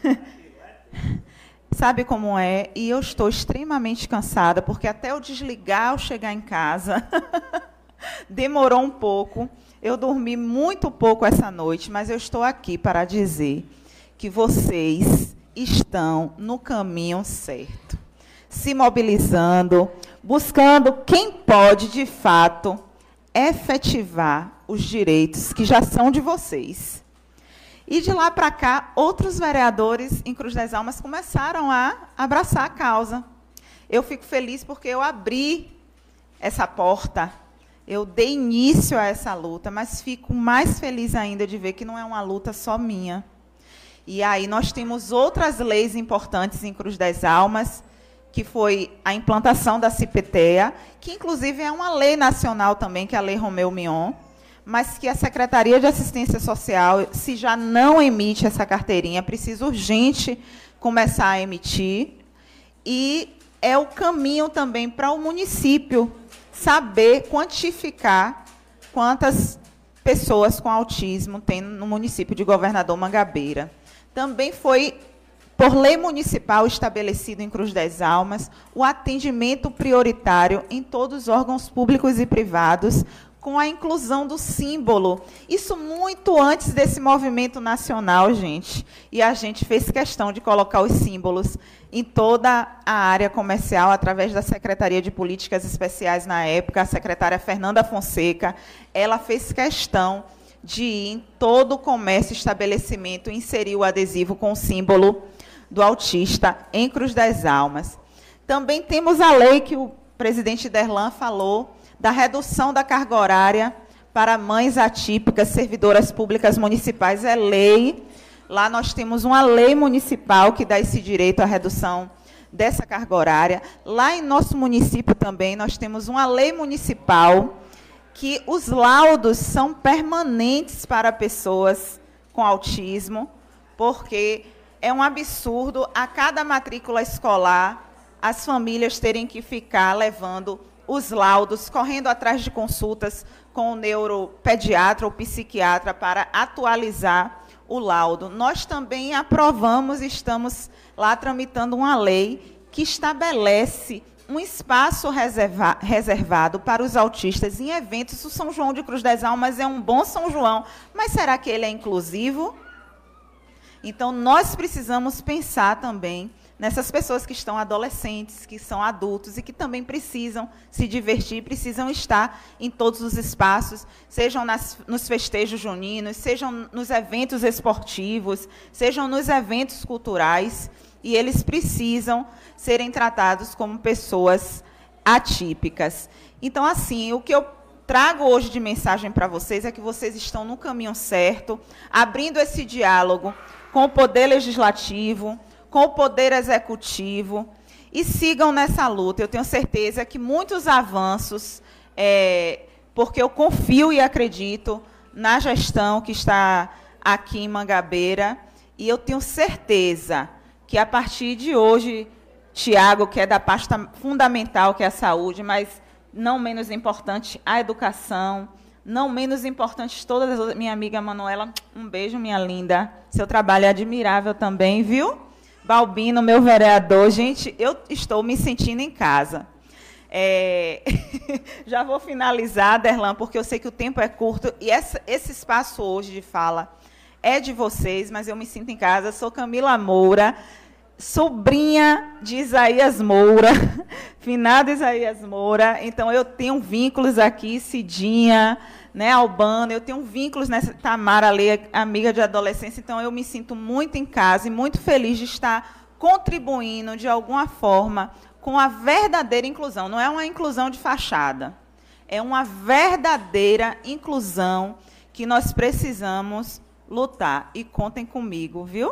sabe como é, e eu estou extremamente cansada, porque até eu desligar, ao chegar em casa, demorou um pouco, eu dormi muito pouco essa noite, mas eu estou aqui para dizer que vocês estão no caminho certo, se mobilizando, buscando quem pode, de fato, efetivar os direitos que já são de vocês. E de lá para cá, outros vereadores em Cruz das Almas começaram a abraçar a causa. Eu fico feliz porque eu abri essa porta, eu dei início a essa luta, mas fico mais feliz ainda de ver que não é uma luta só minha. E aí nós temos outras leis importantes em Cruz das Almas, que foi a implantação da CIPTEA, que inclusive é uma lei nacional também, que é a Lei Romeu Mion, mas que a Secretaria de Assistência Social, se já não emite essa carteirinha, precisa urgente começar a emitir. E é o caminho também para o município saber quantificar quantas pessoas com autismo tem no município de Governador Mangabeira. Também foi, por lei municipal, estabelecido em Cruz das Almas o atendimento prioritário em todos os órgãos públicos e privados, com a inclusão do símbolo. Isso muito antes desse movimento nacional, gente. E a gente fez questão de colocar os símbolos em toda a área comercial, através da Secretaria de Políticas Especiais, na época, a secretária Fernanda Fonseca. Ela fez questão de ir em todo o comércio e estabelecimento e inserir o adesivo com o símbolo do autista em Cruz das Almas. Também temos a lei que o presidente Derlan falou, da redução da carga horária para mães atípicas, servidoras públicas municipais. É lei. Lá nós temos uma lei municipal que dá esse direito à redução dessa carga horária. Lá em nosso município também nós temos uma lei municipal que os laudos são permanentes para pessoas com autismo, porque é um absurdo a cada matrícula escolar as famílias terem que ficar levando os laudos, correndo atrás de consultas com o neuropediatra ou psiquiatra para atualizar o laudo. Nós também aprovamos, estamos lá tramitando uma lei que estabelece um espaço reservado para os autistas em eventos. O São João de Cruz das Almas é um bom São João, mas será que ele é inclusivo? Então, nós precisamos pensar também nessas pessoas que estão adolescentes, que são adultos e que também precisam se divertir, precisam estar em todos os espaços, sejam nos festejos juninos, sejam nos eventos esportivos, sejam nos eventos culturais, e eles precisam serem tratados como pessoas atípicas. Então, assim, o que eu trago hoje de mensagem para vocês é que vocês estão no caminho certo, abrindo esse diálogo com o Poder Legislativo, com o Poder Executivo, e sigam nessa luta. Eu tenho certeza que muitos avanços, porque eu confio e acredito na gestão que está aqui em Mangabeira, e eu tenho certeza que, a partir de hoje, Tiago, que é da pasta fundamental, que é a saúde, mas não menos importante, a educação, não menos importante todas as outras. Minha amiga Manuela, um beijo, minha linda. Seu trabalho é admirável também, viu? Balbino, meu vereador, gente, eu estou me sentindo em casa. Já vou finalizar, Derlan, porque eu sei que o tempo é curto, e esse espaço hoje de fala é de vocês, mas eu me sinto em casa. Sou Camila Moura, sobrinha de Isaías Moura, finado Isaías Moura, então eu tenho vínculos aqui, Cidinha, né, Albano, eu tenho vínculos nessa Tamara Lê, amiga de adolescência, então eu me sinto muito em casa e muito feliz de estar contribuindo de alguma forma com a verdadeira inclusão. Não é uma inclusão de fachada, é uma verdadeira inclusão que nós precisamos lutar. E contem comigo, viu?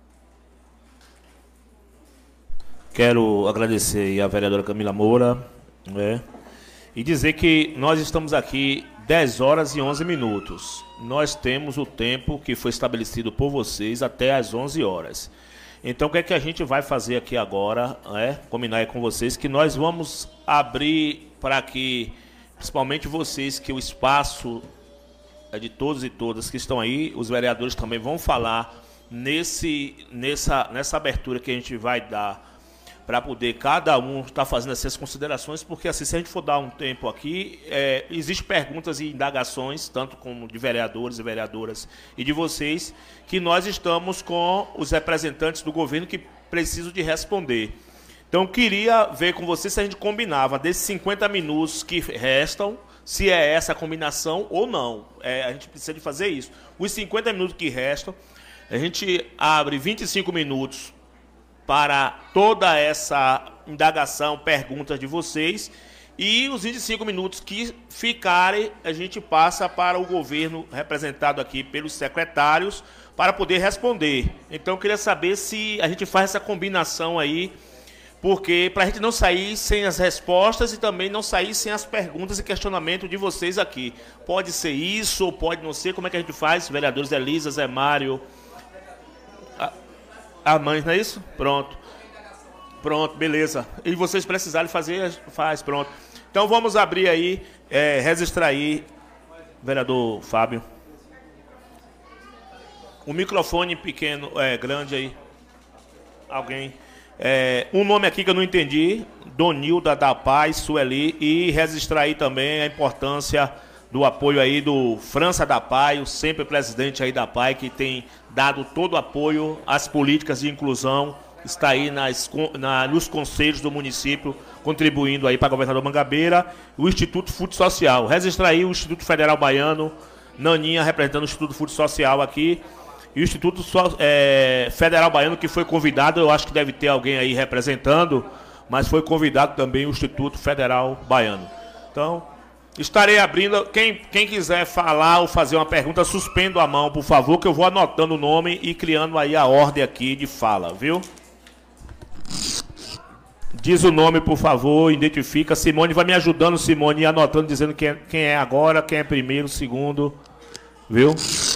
Quero agradecer a vereadora Camila Moura, né, e dizer que nós estamos aqui 10 horas e 11 minutos. Nós temos o tempo que foi estabelecido por vocês até às 11 horas. Então, o que é que a gente vai fazer aqui agora? Combinar aí com vocês que nós vamos abrir para que, principalmente vocês, que o espaço é de todos e todas que estão aí, os vereadores também vão falar nessa abertura que a gente vai dar, para poder cada um estar fazendo essas considerações, porque assim, se a gente for dar um tempo aqui, existem perguntas e indagações, tanto como de vereadores e vereadoras e de vocês, que nós estamos com os representantes do governo que precisam de responder. Então, queria ver com vocês se a gente combinava desses 50 minutos que restam, se é essa a combinação ou não. A gente precisa de fazer isso. Os 50 minutos que restam, a gente abre 25 minutos para toda essa indagação, perguntas de vocês, e os 25 minutos que ficarem, a gente passa para o governo, representado aqui pelos secretários, para poder responder. Então, eu queria saber se a gente faz essa combinação aí, porque para a gente não sair sem as respostas e também não sair sem as perguntas e questionamento de vocês aqui. Pode ser isso ou pode não ser, como é que a gente faz? Vereadores Elisa, Zé Mário... A mãe, não é isso? Pronto. Pronto, beleza. E vocês precisarem fazer, faz, pronto. Então vamos abrir aí, registrar aí, vereador Fábio. O microfone pequeno, grande aí. Alguém. Um nome aqui que eu não entendi, Donilda da Paz, Sueli, e registrar aí também a importância do apoio aí do França da PAI, o sempre presidente aí da PAI, que tem dado todo o apoio às políticas de inclusão, está aí nos conselhos do município, contribuindo aí para o governador Mangabeira, o Instituto Fute Social. Registrar aí o Instituto Federal Baiano, Naninha representando o Instituto Fute Social aqui, e o Instituto Federal Baiano, que foi convidado, eu acho que deve ter alguém aí representando, mas foi convidado também o Instituto Federal Baiano. Então, estarei abrindo. Quem quiser falar ou fazer uma pergunta, suspendo a mão, por favor, que eu vou anotando o nome e criando aí a ordem aqui de fala, viu? Diz o nome, por favor, identifica. Simone vai me ajudando, Simone, e anotando, dizendo quem é agora, quem é primeiro, segundo, viu?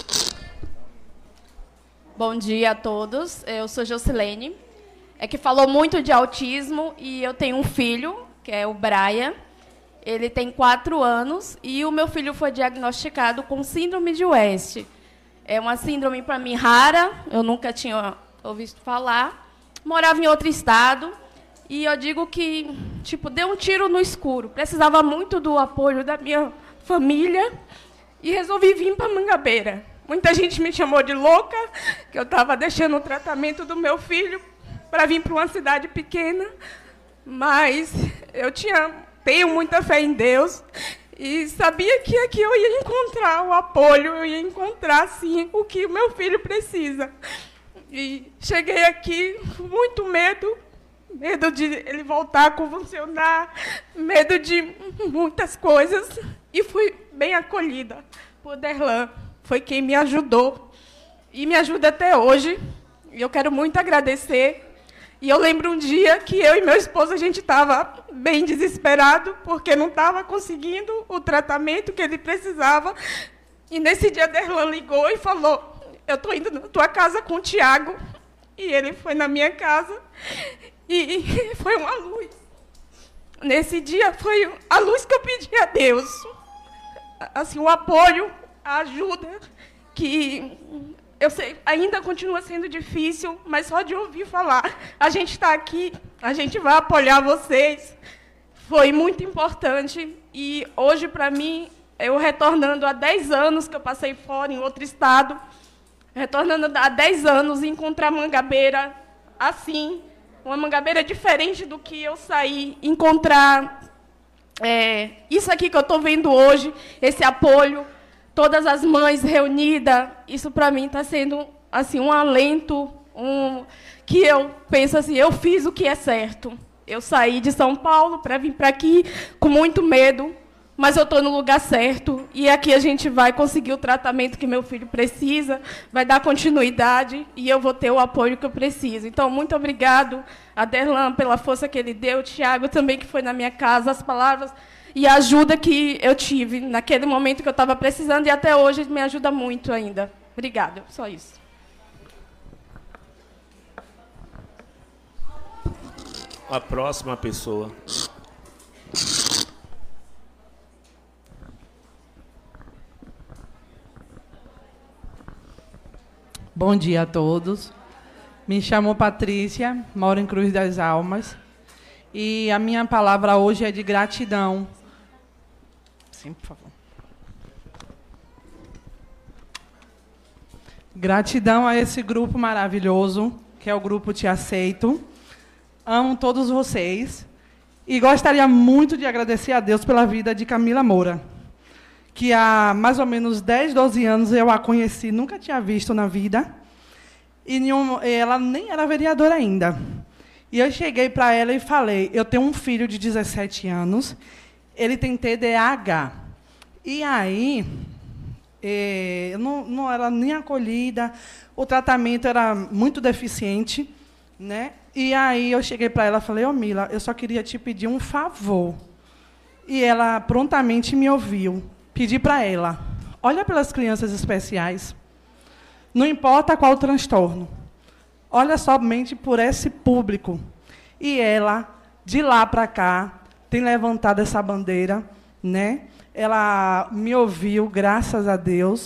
Bom dia a todos, eu sou Jocilene, que falou muito de autismo e eu tenho um filho, que é o Brian. Ele tem 4 anos e o meu filho foi diagnosticado com síndrome de West. É uma síndrome, para mim, rara, eu nunca tinha ouvido falar. Morava em outro estado e eu digo que, deu um tiro no escuro. Precisava muito do apoio da minha família e resolvi vir para Mangabeira. Muita gente me chamou de louca, que eu estava deixando o tratamento do meu filho para vir para uma cidade pequena, mas eu tenho muita fé em Deus e sabia que aqui eu ia encontrar o apoio, eu ia encontrar, sim, o que o meu filho precisa. E cheguei aqui com muito medo de ele voltar a convulsionar, medo de muitas coisas, e fui bem acolhida por Derlan. Foi quem me ajudou e me ajuda até hoje. E eu quero muito agradecer. E eu lembro um dia que eu e meu esposo, a gente estava bem desesperado, porque não estava conseguindo o tratamento que ele precisava. E nesse dia, Derlan ligou e falou: eu estou indo na tua casa com o Tiago. E ele foi na minha casa e foi uma luz. Nesse dia, foi a luz que eu pedi a Deus. Assim, o apoio, a ajuda, que eu sei, ainda continua sendo difícil, mas só de ouvir falar, a gente está aqui, a gente vai apoiar vocês. foi muito importante. E hoje, para mim, eu retornando há 10 anos, que eu passei fora, em outro estado, retornando há 10 anos, e encontrar Mangabeira assim, uma Mangabeira diferente do que eu saí, encontrar isso aqui que eu estou vendo hoje, esse apoio, todas as mães reunidas, isso para mim está sendo assim, um alento, que eu penso assim, eu fiz o que é certo. Eu saí de São Paulo para vir para aqui com muito medo, mas eu estou no lugar certo, e aqui a gente vai conseguir o tratamento que meu filho precisa, vai dar continuidade, e eu vou ter o apoio que eu preciso. Então, muito obrigado a Derlan pela força que ele deu, o Tiago também, que foi na minha casa, as palavras e a ajuda que eu tive naquele momento que eu estava precisando, e até hoje me ajuda muito ainda. Obrigada, só isso. A próxima pessoa. Bom dia a todos. Me chamo Patrícia, moro em Cruz das Almas. E a minha palavra hoje é de gratidão. Sim, por favor. Gratidão a esse grupo maravilhoso, que é o Grupo Te Aceito. Amo todos vocês. E gostaria muito de agradecer a Deus pela vida de Camila Moura, que há mais ou menos 10, 12 anos eu a conheci, nunca tinha visto na vida, e ela nem era vereadora ainda. E eu cheguei para ela e falei, eu tenho um filho de 17 anos, ele tem TDAH. E aí, eu não era nem acolhida, o tratamento era muito deficiente, né? E aí eu cheguei para ela e falei, Mila, eu só queria te pedir um favor. E ela prontamente me ouviu. Pedi para ela, olha pelas crianças especiais, não importa qual o transtorno, olha somente por esse público. E ela, de lá para cá, tem levantado essa bandeira, né? Ela me ouviu, graças a Deus,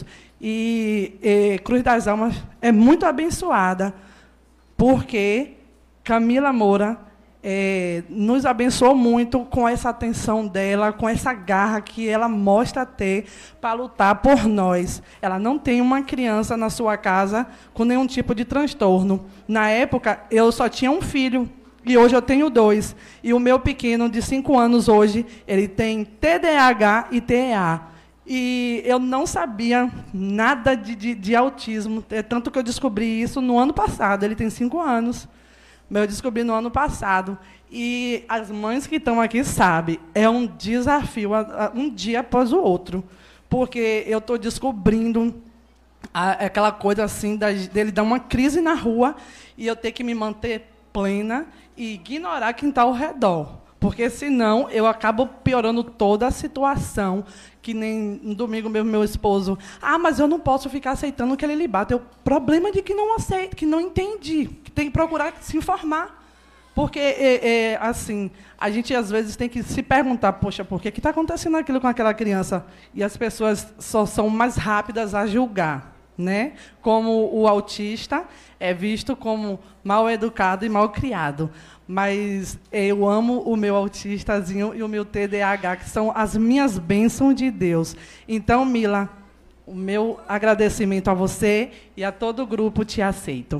e Cruz das Almas é muito abençoada, porque Camila Moura nos abençoou muito com essa atenção dela, com essa garra que ela mostra ter para lutar por nós. Ela não tem uma criança na sua casa com nenhum tipo de transtorno. Na época, eu só tinha um filho, e hoje eu tenho 2. E o meu pequeno, de 5 anos hoje, ele tem TDAH e TEA. E eu não sabia nada de autismo, tanto que eu descobri isso no ano passado. Ele tem 5 anos. Eu descobri no ano passado. E as mães que estão aqui sabem, é um desafio, um dia após o outro. Porque eu estou descobrindo aquela coisa assim, dele dar uma crise na rua e eu ter que me manter plena e ignorar quem está ao redor. Porque, senão, eu acabo piorando toda a situação. Que nem no domingo mesmo, meu esposo, mas eu não posso ficar aceitando que ele lhe bata. O problema é de que não aceita, que não entende, que tem que procurar se informar. Porque, assim, a gente, às vezes, tem que se perguntar, poxa, por que está acontecendo aquilo com aquela criança? E as pessoas só são mais rápidas a julgar, né? Como o autista é visto como mal educado e mal criado. Mas eu amo o meu autistazinho e o meu TDAH, que são as minhas bênçãos de Deus. Então, Mila, o meu agradecimento a você e a todo o grupo Te Aceito.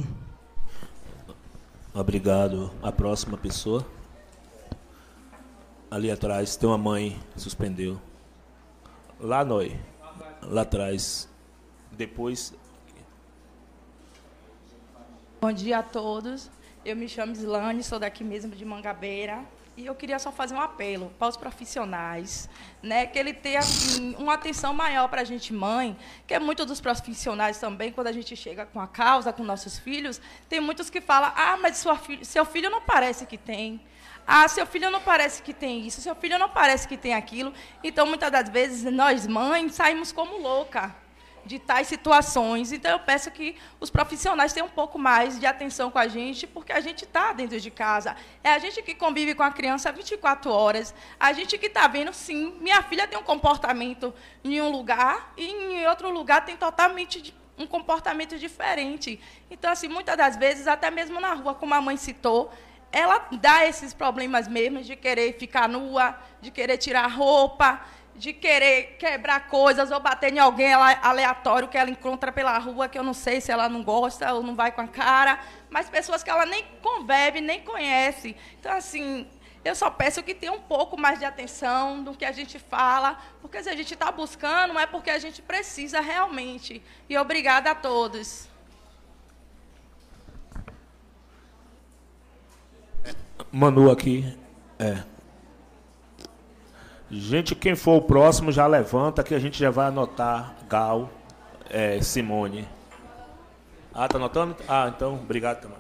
Obrigado. A próxima pessoa. Ali atrás tem uma mãe que suspendeu. Lá, Noi. Lá atrás. Depois. Bom dia a todos. Eu me chamo Islane, sou daqui mesmo de Mangabeira, e eu queria só fazer um apelo para os profissionais, né, que ele tenha assim, uma atenção maior para a gente mãe, que é muito dos profissionais também, quando a gente chega com a causa, com nossos filhos, tem muitos que falam, mas seu filho não parece que tem. Seu filho não parece que tem isso, seu filho não parece que tem aquilo. Então, muitas das vezes, nós mães saímos como louca de tais situações. Então, eu peço que os profissionais tenham um pouco mais de atenção com a gente, porque a gente está dentro de casa. É a gente que convive com a criança 24 horas. A gente que está vendo, sim, minha filha tem um comportamento em um lugar e em outro lugar tem totalmente um comportamento diferente. Então, assim, muitas das vezes, até mesmo na rua, como a mãe citou, ela dá esses problemas mesmo de querer ficar nua, de querer tirar roupa, de querer quebrar coisas ou bater em alguém aleatório que ela encontra pela rua, que eu não sei se ela não gosta ou não vai com a cara, mas pessoas que ela nem convive, nem conhece. Então, assim, eu só peço que tenha um pouco mais de atenção do que a gente fala, porque se a gente está buscando, é porque a gente precisa realmente. E obrigada a todos. Manu aqui. Gente, quem for o próximo já levanta, que a gente já vai anotar. Gal, Simone. Ah, tá anotando? Ah, então, obrigado também.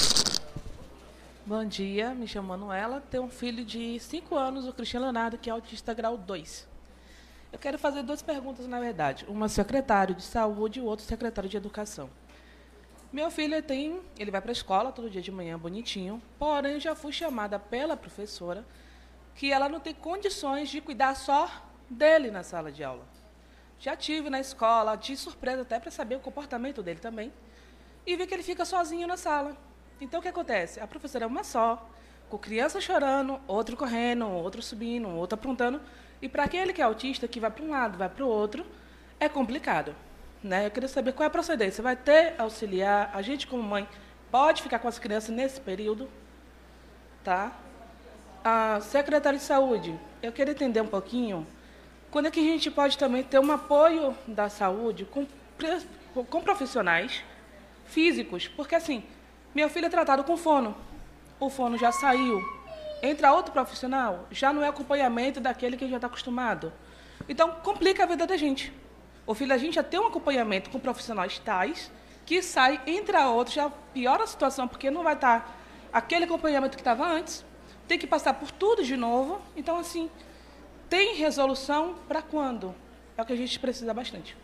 Bom dia, me chamo Manuela, tenho um filho de 5 anos, o Cristiano Leonardo, que é autista grau 2. Eu quero fazer 2 perguntas, na verdade. Uma secretário de saúde e o outro secretário de educação. Meu filho ele vai para a escola todo dia de manhã, bonitinho, porém eu já fui chamada pela professora que ela não tem condições de cuidar só dele na sala de aula. Já tive na escola, de surpresa até para saber o comportamento dele também, e vi que ele fica sozinho na sala. Então, o que acontece? A professora é uma só, com criança chorando, outro correndo, outro subindo, outro aprontando, e para aquele que é autista, que vai para um lado, vai para o outro, é complicado. Né? Eu queria saber qual é a procedência. Vai ter auxiliar? A gente, como mãe, pode ficar com as crianças nesse período? Tá? A secretária de saúde, eu queria entender um pouquinho quando é que a gente pode também ter um apoio da saúde com profissionais físicos, porque assim, meu filho é tratado com fono, o fono já saiu, entra outro profissional, já não é acompanhamento daquele que já está acostumado. Então, complica a vida da gente. O filho da gente já tem um acompanhamento com profissionais tais, que sai, entra outro, já piora a situação, porque não vai estar aquele acompanhamento que estava antes, tem que passar por tudo de novo. Então, assim, tem resolução para quando? É o que a gente precisa bastante.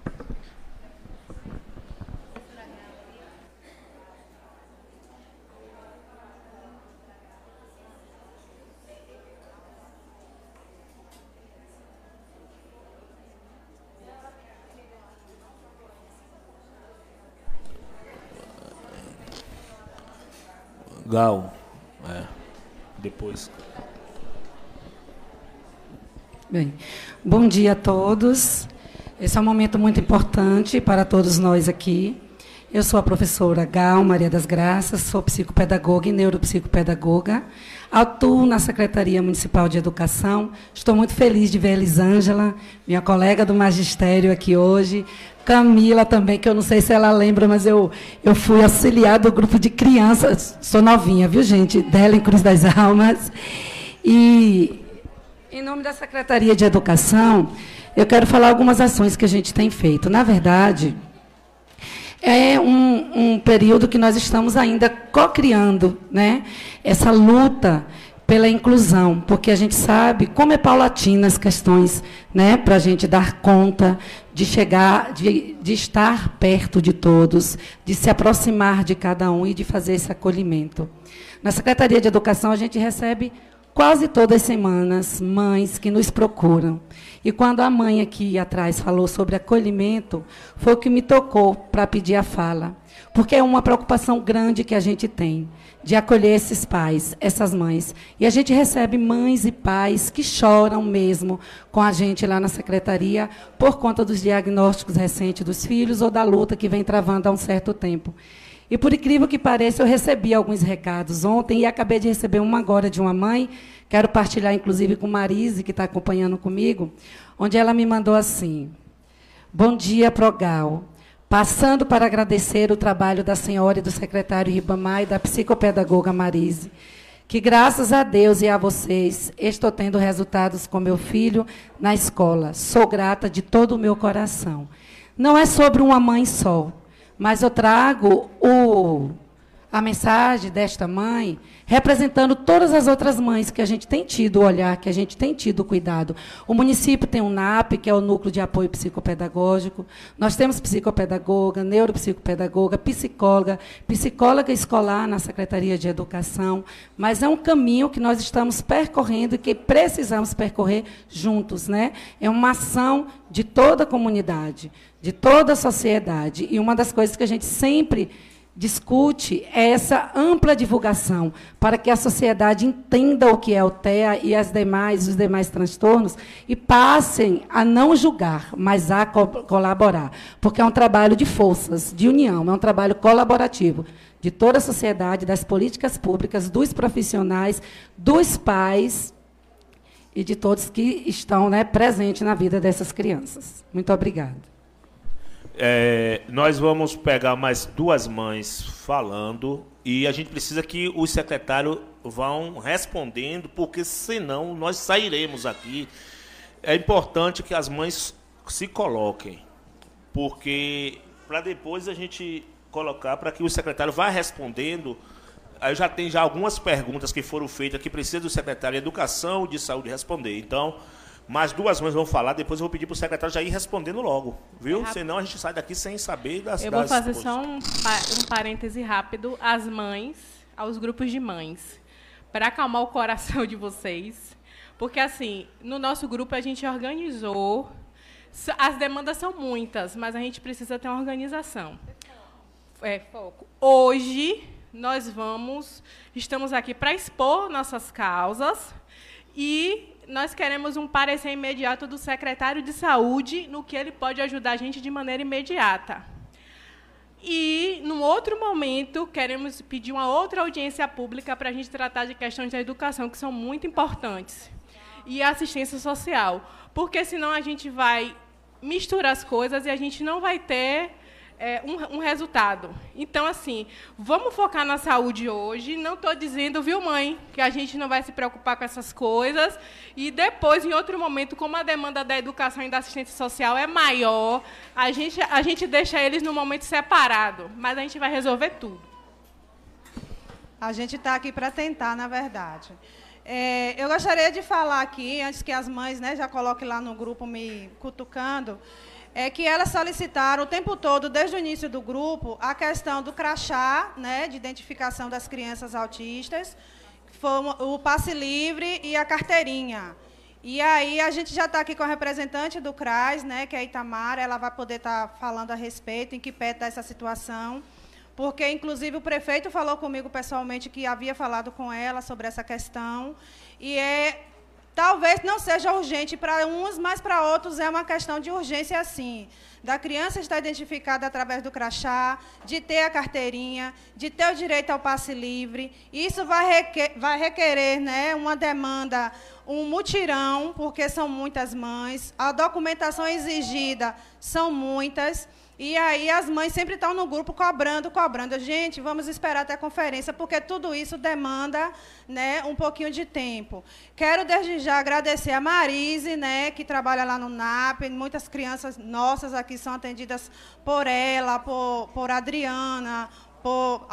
Gal, depois. Bem, bom dia a todos. Esse é um momento muito importante para todos nós aqui. Eu sou a professora Gal Maria das Graças, sou psicopedagoga e neuropsicopedagoga. Atuo na Secretaria Municipal de Educação. Estou muito feliz de ver a Elisângela, minha colega do magistério aqui hoje. Camila também, que eu não sei se ela lembra, mas eu fui auxiliar do grupo de crianças. Sou novinha, viu, gente? Dela em Cruz das Almas. E, em nome da Secretaria de Educação, eu quero falar algumas ações que a gente tem feito. Na verdade, é um período que nós estamos ainda co-criando, né, essa luta pela inclusão, porque a gente sabe como é paulatina as questões, né, para a gente dar conta de chegar, de estar perto de todos, de se aproximar de cada um e de fazer esse acolhimento. Na Secretaria de Educação, a gente recebe quase todas as semanas mães que nos procuram. E quando a mãe aqui atrás falou sobre acolhimento, foi o que me tocou para pedir a fala. Porque é uma preocupação grande que a gente tem, de acolher esses pais, essas mães. E a gente recebe mães e pais que choram mesmo com a gente lá na secretaria por conta dos diagnósticos recentes dos filhos ou da luta que vem travando há um certo tempo. E, por incrível que pareça, eu recebi alguns recados ontem e acabei de receber uma agora de uma mãe, quero partilhar, inclusive, com Marise, que está acompanhando comigo, onde ela me mandou assim: bom dia, Progal. Passando para agradecer o trabalho da senhora e do secretário Ribamar e da psicopedagoga Marise, que, graças a Deus e a vocês, estou tendo resultados com meu filho na escola. Sou grata de todo o meu coração. Não é sobre uma mãe só, mas eu trago a mensagem desta mãe representando todas as outras mães que a gente tem tido olhar, que a gente tem tido cuidado. O município tem um NAP, que é o Núcleo de Apoio Psicopedagógico. Nós temos psicopedagoga, neuropsicopedagoga, psicóloga escolar na Secretaria de Educação. Mas é um caminho que nós estamos percorrendo e que precisamos percorrer juntos, né? É uma ação de toda a comunidade, de toda a sociedade. E uma das coisas que a gente sempre discute essa ampla divulgação para que a sociedade entenda o que é o TEA e os demais transtornos e passem a não julgar, mas a colaborar, porque é um trabalho de forças, de união, é um trabalho colaborativo de toda a sociedade, das políticas públicas, dos profissionais, dos pais e de todos que estão, né, presentes na vida dessas crianças. Muito obrigada. Nós vamos pegar mais duas mães falando e a gente precisa que os secretários vão respondendo, porque senão nós sairemos aqui. É importante que as mães se coloquem, porque para depois a gente colocar para que o secretário vá respondendo. Aí já tem algumas perguntas que foram feitas que precisa do secretário de Educação e de Saúde responder. Então, mais duas mães vão falar, depois eu vou pedir para o secretário já ir respondendo logo, viu? Senão a gente sai daqui sem saber das... Eu vou fazer só um parêntese rápido às mães, aos grupos de mães, para acalmar o coração de vocês, porque, assim, no nosso grupo a gente organizou, as demandas são muitas, mas a gente precisa ter uma organização. Foco. Hoje, nós estamos aqui para expor nossas causas e nós queremos um parecer imediato do secretário de Saúde no que ele pode ajudar a gente de maneira imediata. E, num outro momento, queremos pedir uma outra audiência pública para a gente tratar de questões da educação, que são muito importantes, e a assistência social, porque senão a gente vai misturar as coisas e a gente não vai ter um resultado. Então, assim, vamos focar na saúde hoje. Não estou dizendo, viu, mãe, que a gente não vai se preocupar com essas coisas. E depois, em outro momento, como a demanda da educação e da assistência social é maior, a gente deixa eles num momento separado. Mas a gente vai resolver tudo. A gente está aqui para tentar, na verdade. Eu gostaria de falar aqui, antes que as mães, né, já coloquem lá no grupo me cutucando, que elas solicitaram o tempo todo, desde o início do grupo, a questão do crachá, né, de identificação das crianças autistas, o passe livre e a carteirinha. E aí a gente já está aqui com a representante do CRAS, né, que é a Itamara, ela vai poder estar falando a respeito, em que pé está essa situação, porque, inclusive, o prefeito falou comigo pessoalmente que havia falado com ela sobre essa questão, e talvez não seja urgente para uns, mas para outros é uma questão de urgência, sim. Da criança estar identificada através do crachá, de ter a carteirinha, de ter o direito ao passe livre. Isso vai requerer, né, uma demanda, um mutirão, porque são muitas mães. A documentação exigida são muitas. E aí as mães sempre estão no grupo cobrando. Gente, vamos esperar até a conferência, porque tudo isso demanda, né, um pouquinho de tempo. Quero, desde já, agradecer a Marise, né, que trabalha lá no NAP. Muitas crianças nossas aqui são atendidas por ela, por Adriana, por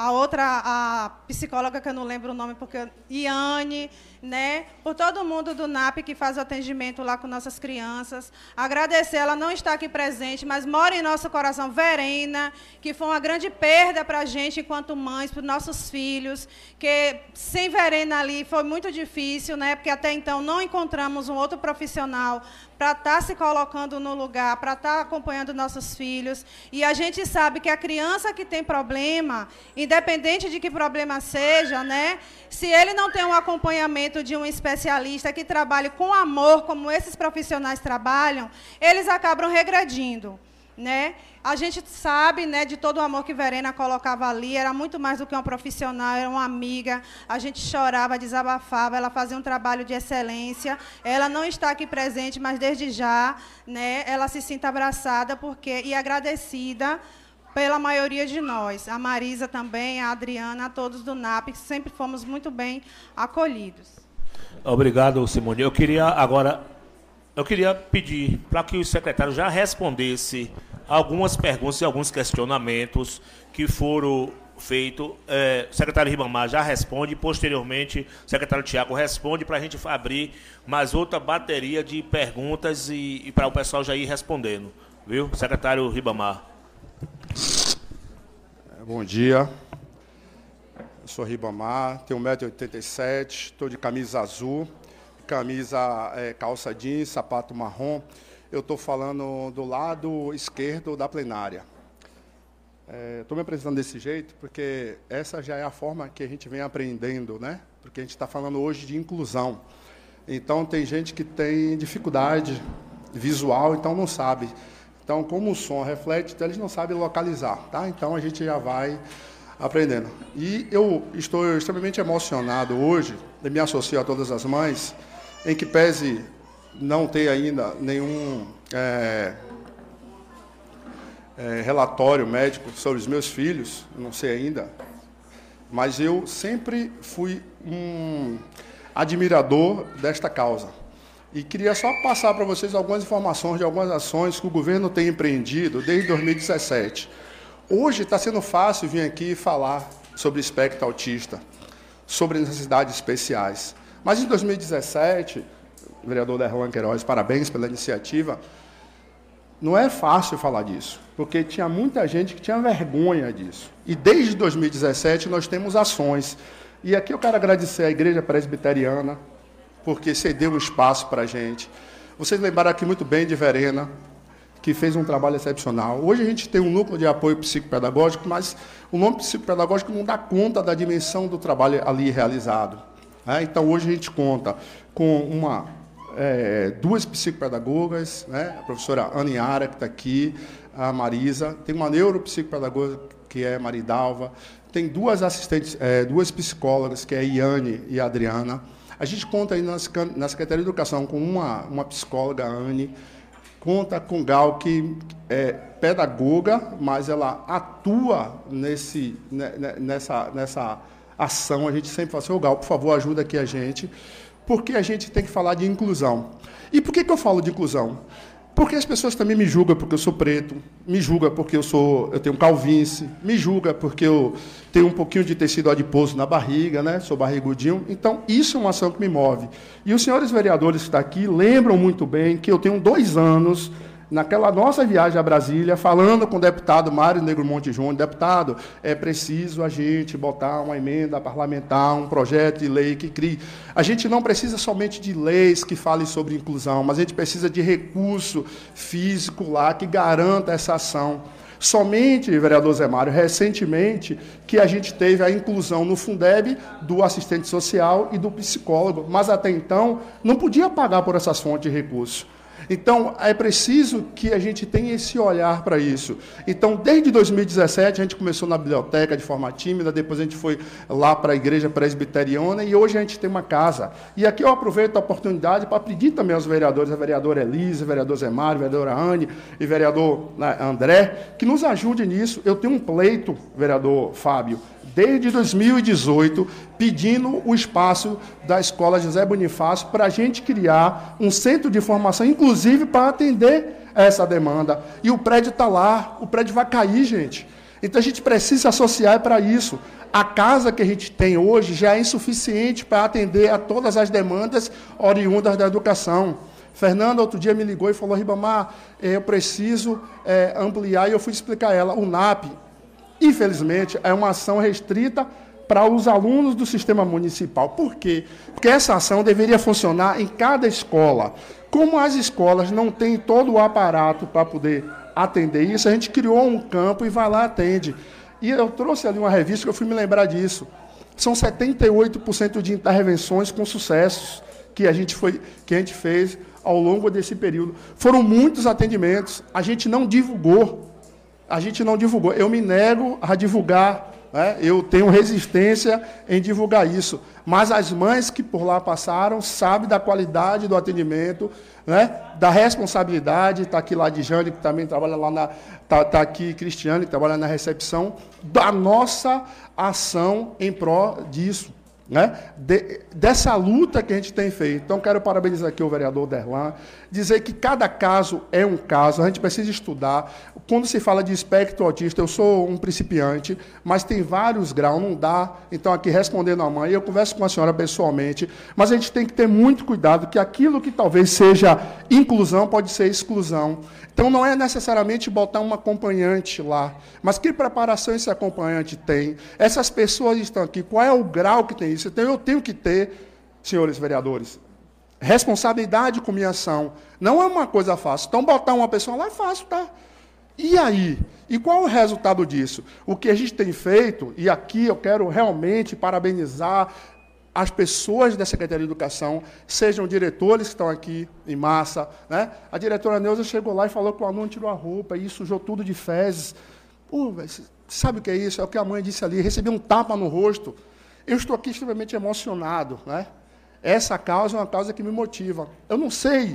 a psicóloga, que eu não lembro o nome, porque Iane, né? Por todo mundo do NAP que faz o atendimento lá com nossas crianças. Agradecer, ela não está aqui presente, mas mora em nosso coração, Verena, que foi uma grande perda para a gente, enquanto mães, para os nossos filhos, que sem Verena ali foi muito difícil, né? Porque até então não encontramos um outro profissional para estar se colocando no lugar, para estar acompanhando nossos filhos. E a gente sabe que a criança que tem problema, independente de que problema seja, né, se ele não tem um acompanhamento de um especialista que trabalhe com amor, como esses profissionais trabalham, eles acabam regredindo, né? A gente sabe, né, de todo o amor que Verena colocava ali, era muito mais do que uma profissional, era uma amiga, a gente chorava, desabafava, ela fazia um trabalho de excelência. Ela não está aqui presente, mas desde já, né, ela se sinta abraçada e agradecida pela maioria de nós. A Marisa também, a Adriana, a todos do NAP, que sempre fomos muito bem acolhidos. Obrigado, Simone. Eu queria pedir para que o secretário já respondesse algumas perguntas e alguns questionamentos que foram feitos. O secretário Ribamar já responde, posteriormente o secretário Tiago responde, para a gente abrir mais outra bateria de perguntas e para o pessoal já ir respondendo. Viu, secretário Ribamar? Bom dia. Eu sou Ribamar, tenho 1,87 m, estou de camisa azul, calça jeans, sapato marrom. Eu estou falando do lado esquerdo da plenária. Estou me apresentando desse jeito porque essa já é a forma que a gente vem aprendendo, né? Porque a gente está falando hoje de inclusão. Então, tem gente que tem dificuldade visual, então não sabe. Então, como o som reflete, então eles não sabem localizar, tá? Então, a gente já vai aprendendo. E eu estou extremamente emocionado hoje, e me associo a todas as mães, em que pese não ter ainda nenhum relatório médico sobre os meus filhos, não sei ainda, mas eu sempre fui um admirador desta causa. E queria só passar para vocês algumas informações de algumas ações que o governo tem empreendido desde 2017. Hoje está sendo fácil vir aqui falar sobre espectro autista, sobre necessidades especiais. Mas em 2017, o vereador Derlan Queiroz, parabéns pela iniciativa, não é fácil falar disso, porque tinha muita gente que tinha vergonha disso. E desde 2017 nós temos ações. E aqui eu quero agradecer à Igreja Presbiteriana, porque cedeu um espaço para a gente. Vocês lembraram aqui muito bem de Verena, que fez um trabalho excepcional. Hoje a gente tem um núcleo de apoio psicopedagógico, mas o nome psicopedagógico não dá conta da dimensão do trabalho ali realizado. Então, hoje a gente conta com duas psicopedagogas, né? A professora Aniara, que está aqui, a Marisa, tem uma neuropsicopedagoga, que é Maridalva, tem duas assistentes, duas psicólogas, que é a Iane e a Adriana. A gente conta aí na Secretaria de Educação com uma psicóloga, a Anne, conta com Gal, que é pedagoga, mas ela atua nessa ação. A gente sempre fala assim, Gal, por favor, ajuda aqui a gente, porque a gente tem que falar de inclusão. E por que eu falo de inclusão? Porque as pessoas também me julgam porque eu sou preto, me julgam porque eu tenho calvície, me julgam porque eu tenho um pouquinho de tecido adiposo na barriga, né? Sou barrigudinho. Então, isso é uma ação que me move. E os senhores vereadores que estão aqui lembram muito bem que eu tenho 2 anos, naquela nossa viagem a Brasília, falando com o deputado Mário Negro Monte Júnior, deputado, é preciso a gente botar uma emenda parlamentar, um projeto de lei que crie. A gente não precisa somente de leis que falem sobre inclusão, mas a gente precisa de recurso físico lá que garanta essa ação. Somente, vereador Zé Mário, recentemente, que a gente teve a inclusão no Fundeb do assistente social e do psicólogo, mas até então não podia pagar por essas fontes de recursos. Então, é preciso que a gente tenha esse olhar para isso. Então, desde 2017, a gente começou na biblioteca de forma tímida, depois a gente foi lá para a Igreja Presbiteriana e hoje a gente tem uma casa. E aqui eu aproveito a oportunidade para pedir também aos vereadores, a vereadora Elisa, o vereador Zé Mário, a vereadora Anne e o vereador André, que nos ajudem nisso. Eu tenho um pleito, vereador Fábio, desde 2018, pedindo o espaço da Escola José Bonifácio para a gente criar um centro de formação, inclusive para atender essa demanda. E o prédio está lá, o prédio vai cair, gente. Então, a gente precisa associar para isso. A casa que a gente tem hoje já é insuficiente para atender a todas as demandas oriundas da educação. Fernanda, outro dia, me ligou e falou, Ribamar, eu preciso ampliar, e eu fui explicar a ela, o NAP, infelizmente, é uma ação restrita para os alunos do sistema municipal. Por quê? Porque essa ação deveria funcionar em cada escola. Como as escolas não têm todo o aparato para poder atender isso, a gente criou um campo e vai lá e atende. E eu trouxe ali uma revista que eu fui me lembrar disso. São 78% de intervenções com sucessos que a gente fez ao longo desse período. Foram muitos atendimentos. A gente não divulgou. Eu me nego a divulgar, né? Eu tenho resistência em divulgar isso. Mas as mães que por lá passaram sabem da qualidade do atendimento, né? Da responsabilidade. Está aqui lá de Jane, que também trabalha lá está aqui Cristiane, que trabalha na recepção, da nossa ação em prol disso. Né? Dessa luta que a gente tem feito. Então, quero parabenizar aqui o vereador Derlan, dizer que cada caso é um caso, a gente precisa estudar. Quando se fala de espectro autista, eu sou um principiante, mas tem vários graus, não dá. Então, aqui respondendo à mãe, eu converso com a senhora pessoalmente, mas a gente tem que ter muito cuidado, que aquilo que talvez seja inclusão pode ser exclusão. Então, não é necessariamente botar um acompanhante lá, mas que preparação esse acompanhante tem? Essas pessoas estão aqui, qual é o grau que tem isso? Então, eu tenho que ter, senhores vereadores, responsabilidade com minha ação. Não é uma coisa fácil. Então, botar uma pessoa lá é fácil, tá? E aí? E qual é o resultado disso? O que a gente tem feito, e aqui eu quero realmente parabenizar as pessoas da Secretaria de Educação, sejam diretores que estão aqui em massa, né? A diretora Neuza chegou lá e falou que o aluno tirou a roupa e sujou tudo de fezes. Pô, sabe o que é isso? É o que a mãe disse ali, recebi um tapa no rosto. Eu estou aqui extremamente emocionado, né? Essa causa é uma causa que me motiva. Eu não sei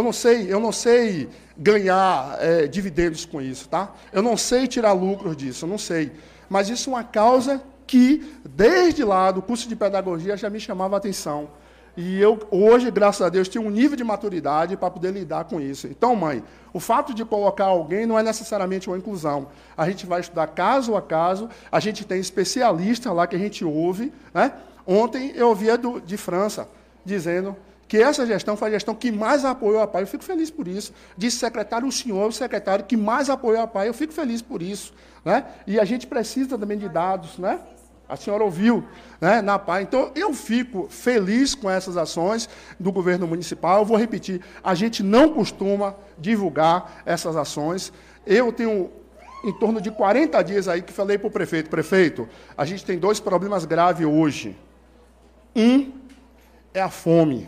ganhar dividendos com isso, tá? Eu não sei tirar lucros disso, eu não sei. Mas isso é uma causa que, desde lá do curso de pedagogia, já me chamava a atenção. E eu, hoje, graças a Deus, tenho um nível de maturidade para poder lidar com isso. Então, mãe, o fato de colocar alguém não é necessariamente uma inclusão. A gente vai estudar caso a caso, a gente tem especialista lá que a gente ouve, né? Ontem eu ouvia de França, dizendo que essa gestão foi a gestão que mais apoiou a PAI. Eu fico feliz por isso. Disse secretário, o senhor, o secretário que mais apoiou a PAI. Eu fico feliz por isso, né? E a gente precisa também de dados, né? A senhora ouviu, né, na PAI. Então, eu fico feliz com essas ações do governo municipal. Eu vou repetir, a gente não costuma divulgar essas ações. Eu tenho em torno de 40 dias aí que falei para o prefeito, prefeito, a gente tem 2 problemas graves hoje. Um é a fome.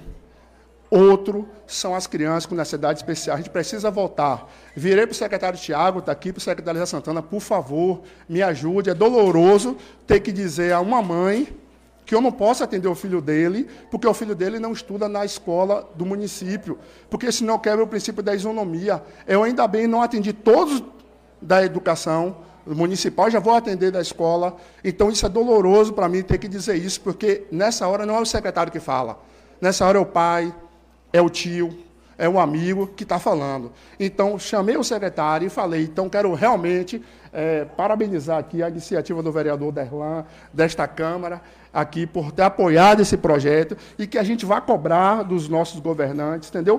Outro são as crianças com necessidade especial. A gente precisa voltar. Virei para o secretário Tiago, está aqui, para o secretário Zé Santana, por favor, me ajude. É doloroso ter que dizer a uma mãe que eu não posso atender o filho dele, porque o filho dele não estuda na escola do município, porque senão quebra o princípio da isonomia. Eu ainda bem não atendi todos da educação municipal, já vou atender da escola. Então, isso é doloroso para mim ter que dizer isso, porque nessa hora não é o secretário que fala. Nessa hora é o pai, é o tio, é um amigo que está falando. Então, chamei o secretário e falei, então, quero realmente parabenizar aqui a iniciativa do vereador Derlan, desta Câmara, aqui, por ter apoiado esse projeto, e que a gente vai cobrar dos nossos governantes, entendeu?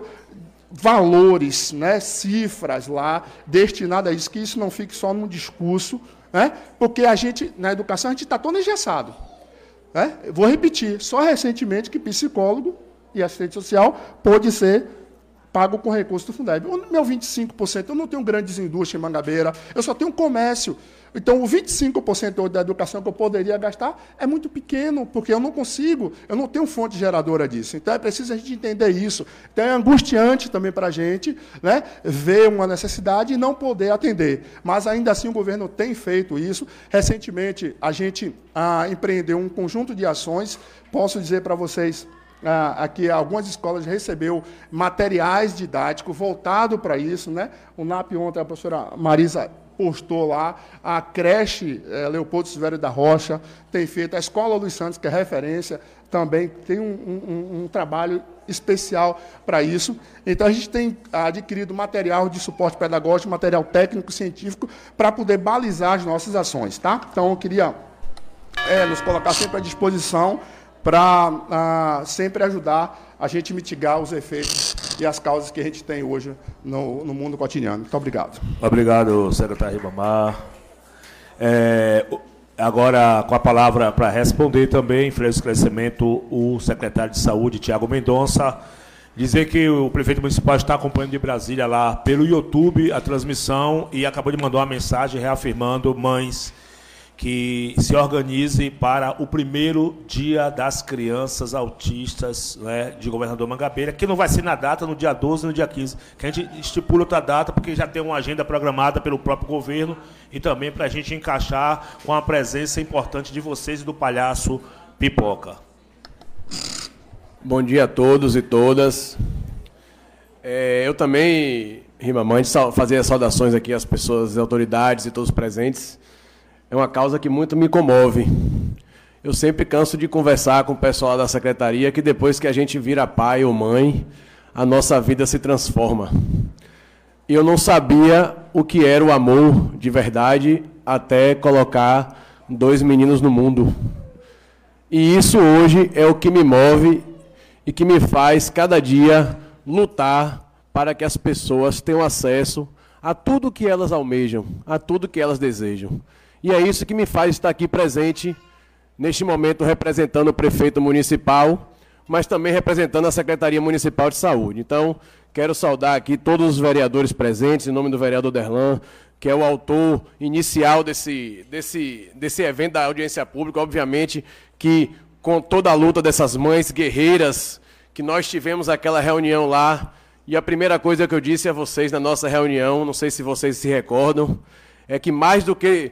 Valores, né, cifras lá, destinadas a isso, que isso não fique só num discurso, né? Porque a gente, na educação, a gente está todo engessado. Né? Vou repetir, só recentemente que psicólogo e assistente social pôde ser pago com recurso do Fundeb. O meu 25%, eu não tenho grandes indústrias em Mangabeira, eu só tenho comércio. Então, o 25% da educação que eu poderia gastar é muito pequeno, porque eu não consigo, eu não tenho fonte geradora disso. Então, é preciso a gente entender isso. Então, é angustiante também para a gente, né, ver uma necessidade e não poder atender. Mas, ainda assim, o governo tem feito isso. Recentemente, a gente empreendeu um conjunto de ações. Posso dizer para vocês, aqui algumas escolas recebeu materiais didáticos voltados para isso, né? O NAP ontem, a professora Marisa postou lá, a creche Leopoldo Silvério da Rocha tem feito, a Escola Luiz Santos, que é referência, também tem um trabalho especial para isso. Então, a gente tem adquirido material de suporte pedagógico, material técnico, científico, para poder balizar as nossas ações. Tá? Então, eu queria nos colocar sempre à disposição para sempre ajudar a gente mitigar os efeitos e as causas que a gente tem hoje no mundo cotidiano. Muito obrigado. Obrigado, secretário Ribamar. Agora, com a palavra para responder também, em freio de esclarecimento, o secretário de Saúde, Tiago Mendonça, dizer que o prefeito municipal está acompanhando de Brasília lá pelo YouTube a transmissão e acabou de mandar uma mensagem reafirmando mães que se organizem para o primeiro dia das crianças autistas, né, de Governador Mangabeira, que não vai ser na data, no dia 12 e no dia 15, que a gente estipula outra data, porque já tem uma agenda programada pelo próprio governo, e também para a gente encaixar com a presença importante de vocês e do palhaço Pipoca. Bom dia a todos e todas. Eu também, Ribamar, fazer as saudações aqui às pessoas, às autoridades e todos os presentes. É uma causa que muito me comove. Eu sempre canso de conversar com o pessoal da secretaria que depois que a gente vira pai ou mãe, a nossa vida se transforma. E eu não sabia o que era o amor de verdade até colocar 2 meninos no mundo. E isso hoje é o que me move e que me faz cada dia lutar para que as pessoas tenham acesso a tudo que elas almejam, a tudo que elas desejam. E é isso que me faz estar aqui presente, neste momento, representando o prefeito municipal, mas também representando a Secretaria Municipal de Saúde. Então, quero saudar aqui todos os vereadores presentes, em nome do vereador Derlan, que é o autor inicial desse evento da audiência pública. Obviamente que com toda a luta dessas mães guerreiras, que nós tivemos aquela reunião lá, e a primeira coisa que eu disse a vocês na nossa reunião, não sei se vocês se recordam, é que mais do que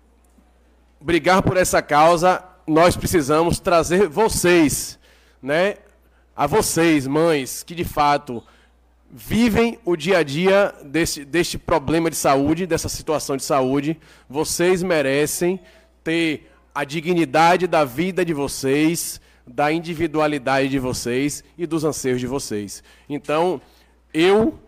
brigar por essa causa, nós precisamos trazer vocês, né, a vocês, mães, que de fato vivem o dia a dia deste problema de saúde, dessa situação de saúde. Vocês merecem ter a dignidade da vida de vocês, da individualidade de vocês e dos anseios de vocês. Então, eu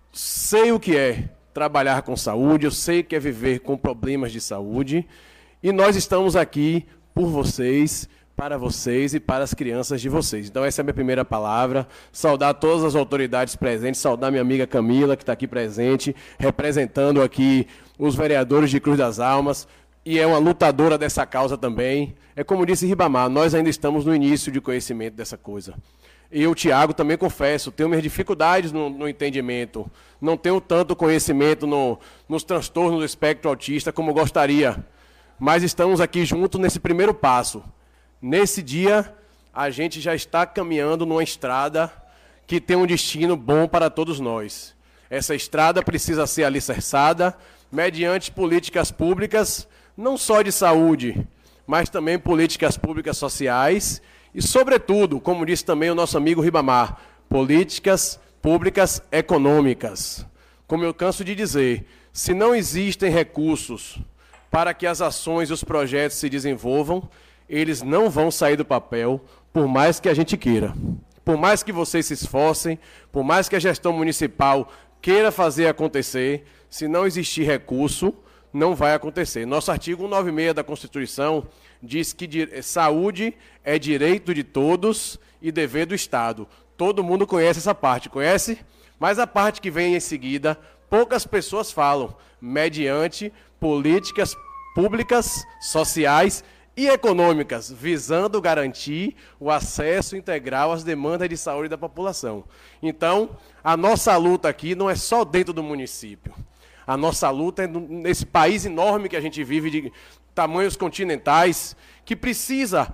sei o que é trabalhar com saúde, eu sei o que é viver com problemas de saúde, e nós estamos aqui por vocês, para vocês e para as crianças de vocês. Então, essa é a minha primeira palavra. Saudar todas as autoridades presentes, saudar minha amiga Camila, que está aqui presente, representando aqui os vereadores de Cruz das Almas, e é uma lutadora dessa causa também. É como disse Ribamar, nós ainda estamos no início de conhecimento dessa coisa. Eu, Tiago, também confesso, tenho minhas dificuldades no entendimento, não tenho tanto conhecimento nos transtornos do espectro autista como gostaria, mas estamos aqui juntos nesse primeiro passo. Nesse dia, a gente já está caminhando numa estrada que tem um destino bom para todos nós. Essa estrada precisa ser alicerçada mediante políticas públicas, não só de saúde, mas também políticas públicas sociais e, sobretudo, como disse também o nosso amigo Ribamar, políticas públicas econômicas. Como eu canso de dizer, se não existem recursos para que as ações e os projetos se desenvolvam, eles não vão sair do papel, por mais que a gente queira. Por mais que vocês se esforcem, por mais que a gestão municipal queira fazer acontecer, se não existir recurso, não vai acontecer. Nosso artigo 196 da Constituição diz que saúde é direito de todos e dever do Estado. Todo mundo conhece essa parte, conhece? Mas a parte que vem em seguida, poucas pessoas falam, mediante políticas públicas, sociais e econômicas, visando garantir o acesso integral às demandas de saúde da população. Então, a nossa luta aqui não é só dentro do município. A nossa luta é nesse país enorme que a gente vive, de tamanhos continentais, que precisa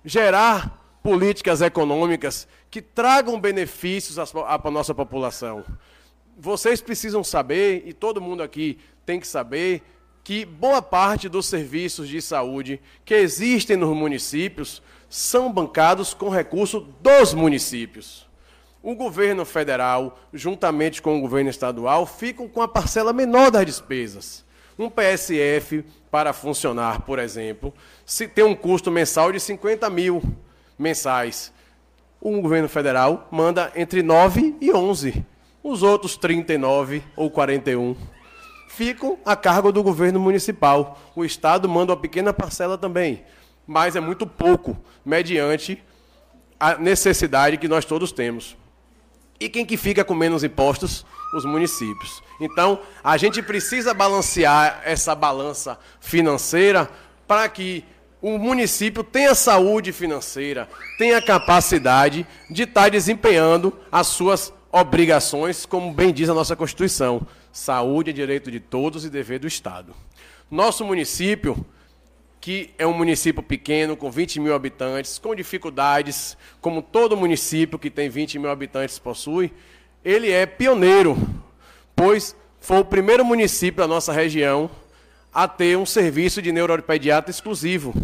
gerar políticas econômicas que tragam benefícios à nossa população. Vocês precisam saber, e todo mundo aqui tem que saber, que boa parte dos serviços de saúde que existem nos municípios são bancados com recurso dos municípios. O governo federal, juntamente com o governo estadual, ficam com a parcela menor das despesas. Um PSF, para funcionar, por exemplo, se tem um custo mensal de 50 mil mensais. O governo federal manda entre 9 e 11. Os outros 39 ou 41 ficam a cargo do governo municipal. O Estado manda uma pequena parcela também, mas é muito pouco, mediante a necessidade que nós todos temos. E quem que fica com menos impostos? Os municípios. Então, a gente precisa balancear essa balança financeira para que o município tenha saúde financeira, tenha capacidade de estar desempenhando as suas obrigações, como bem diz a nossa Constituição. Saúde é direito de todos e dever do Estado. Nosso município, que é um município pequeno, com 20 mil habitantes, com dificuldades, como todo município que tem 20 mil habitantes possui, ele é pioneiro, pois foi o primeiro município da nossa região a ter um serviço de neuropediatra exclusivo,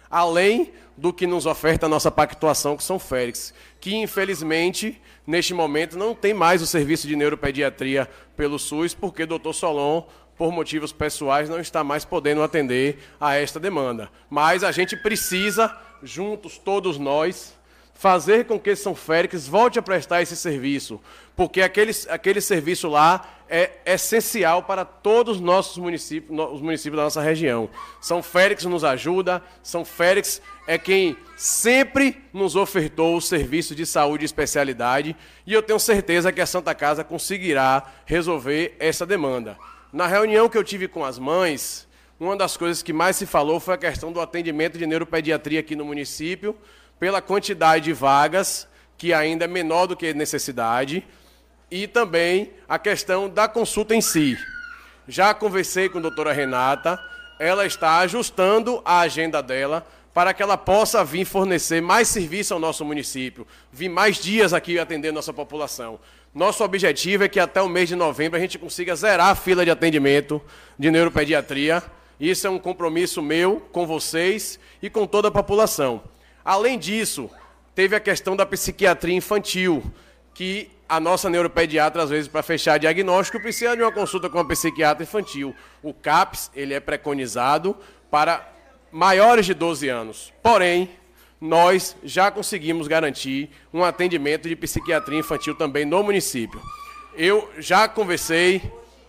além do que nos oferta a nossa pactuação, que são Félix, que infelizmente, neste momento, não tem mais o serviço de neuropediatria pelo SUS, porque o Dr. Solon, por motivos pessoais, não está mais podendo atender a esta demanda. Mas a gente precisa, juntos, todos nós, fazer com que São Félix volte a prestar esse serviço, porque aquele serviço lá é essencial para todos os nossos municípios, os municípios da nossa região. São Félix nos ajuda, São Félix é quem sempre nos ofertou o serviço de saúde e especialidade, e eu tenho certeza que a Santa Casa conseguirá resolver essa demanda. Na reunião que eu tive com as mães, uma das coisas que mais se falou foi a questão do atendimento de neuropediatria aqui no município, pela quantidade de vagas, que ainda é menor do que a necessidade, e também a questão da consulta em si. Já conversei com a doutora Renata, ela está ajustando a agenda dela para que ela possa vir fornecer mais serviço ao nosso município, vir mais dias aqui atender a nossa população. Nosso objetivo é que até o mês de novembro a gente consiga zerar a fila de atendimento de neuropediatria. Isso é um compromisso meu com vocês e com toda a população. Além disso, teve a questão da psiquiatria infantil, que a nossa neuropediatra, às vezes, para fechar diagnóstico, precisa de uma consulta com a psiquiatra infantil. O CAPS, ele é preconizado para maiores de 12 anos. Porém, nós já conseguimos garantir um atendimento de psiquiatria infantil também no município. Eu já conversei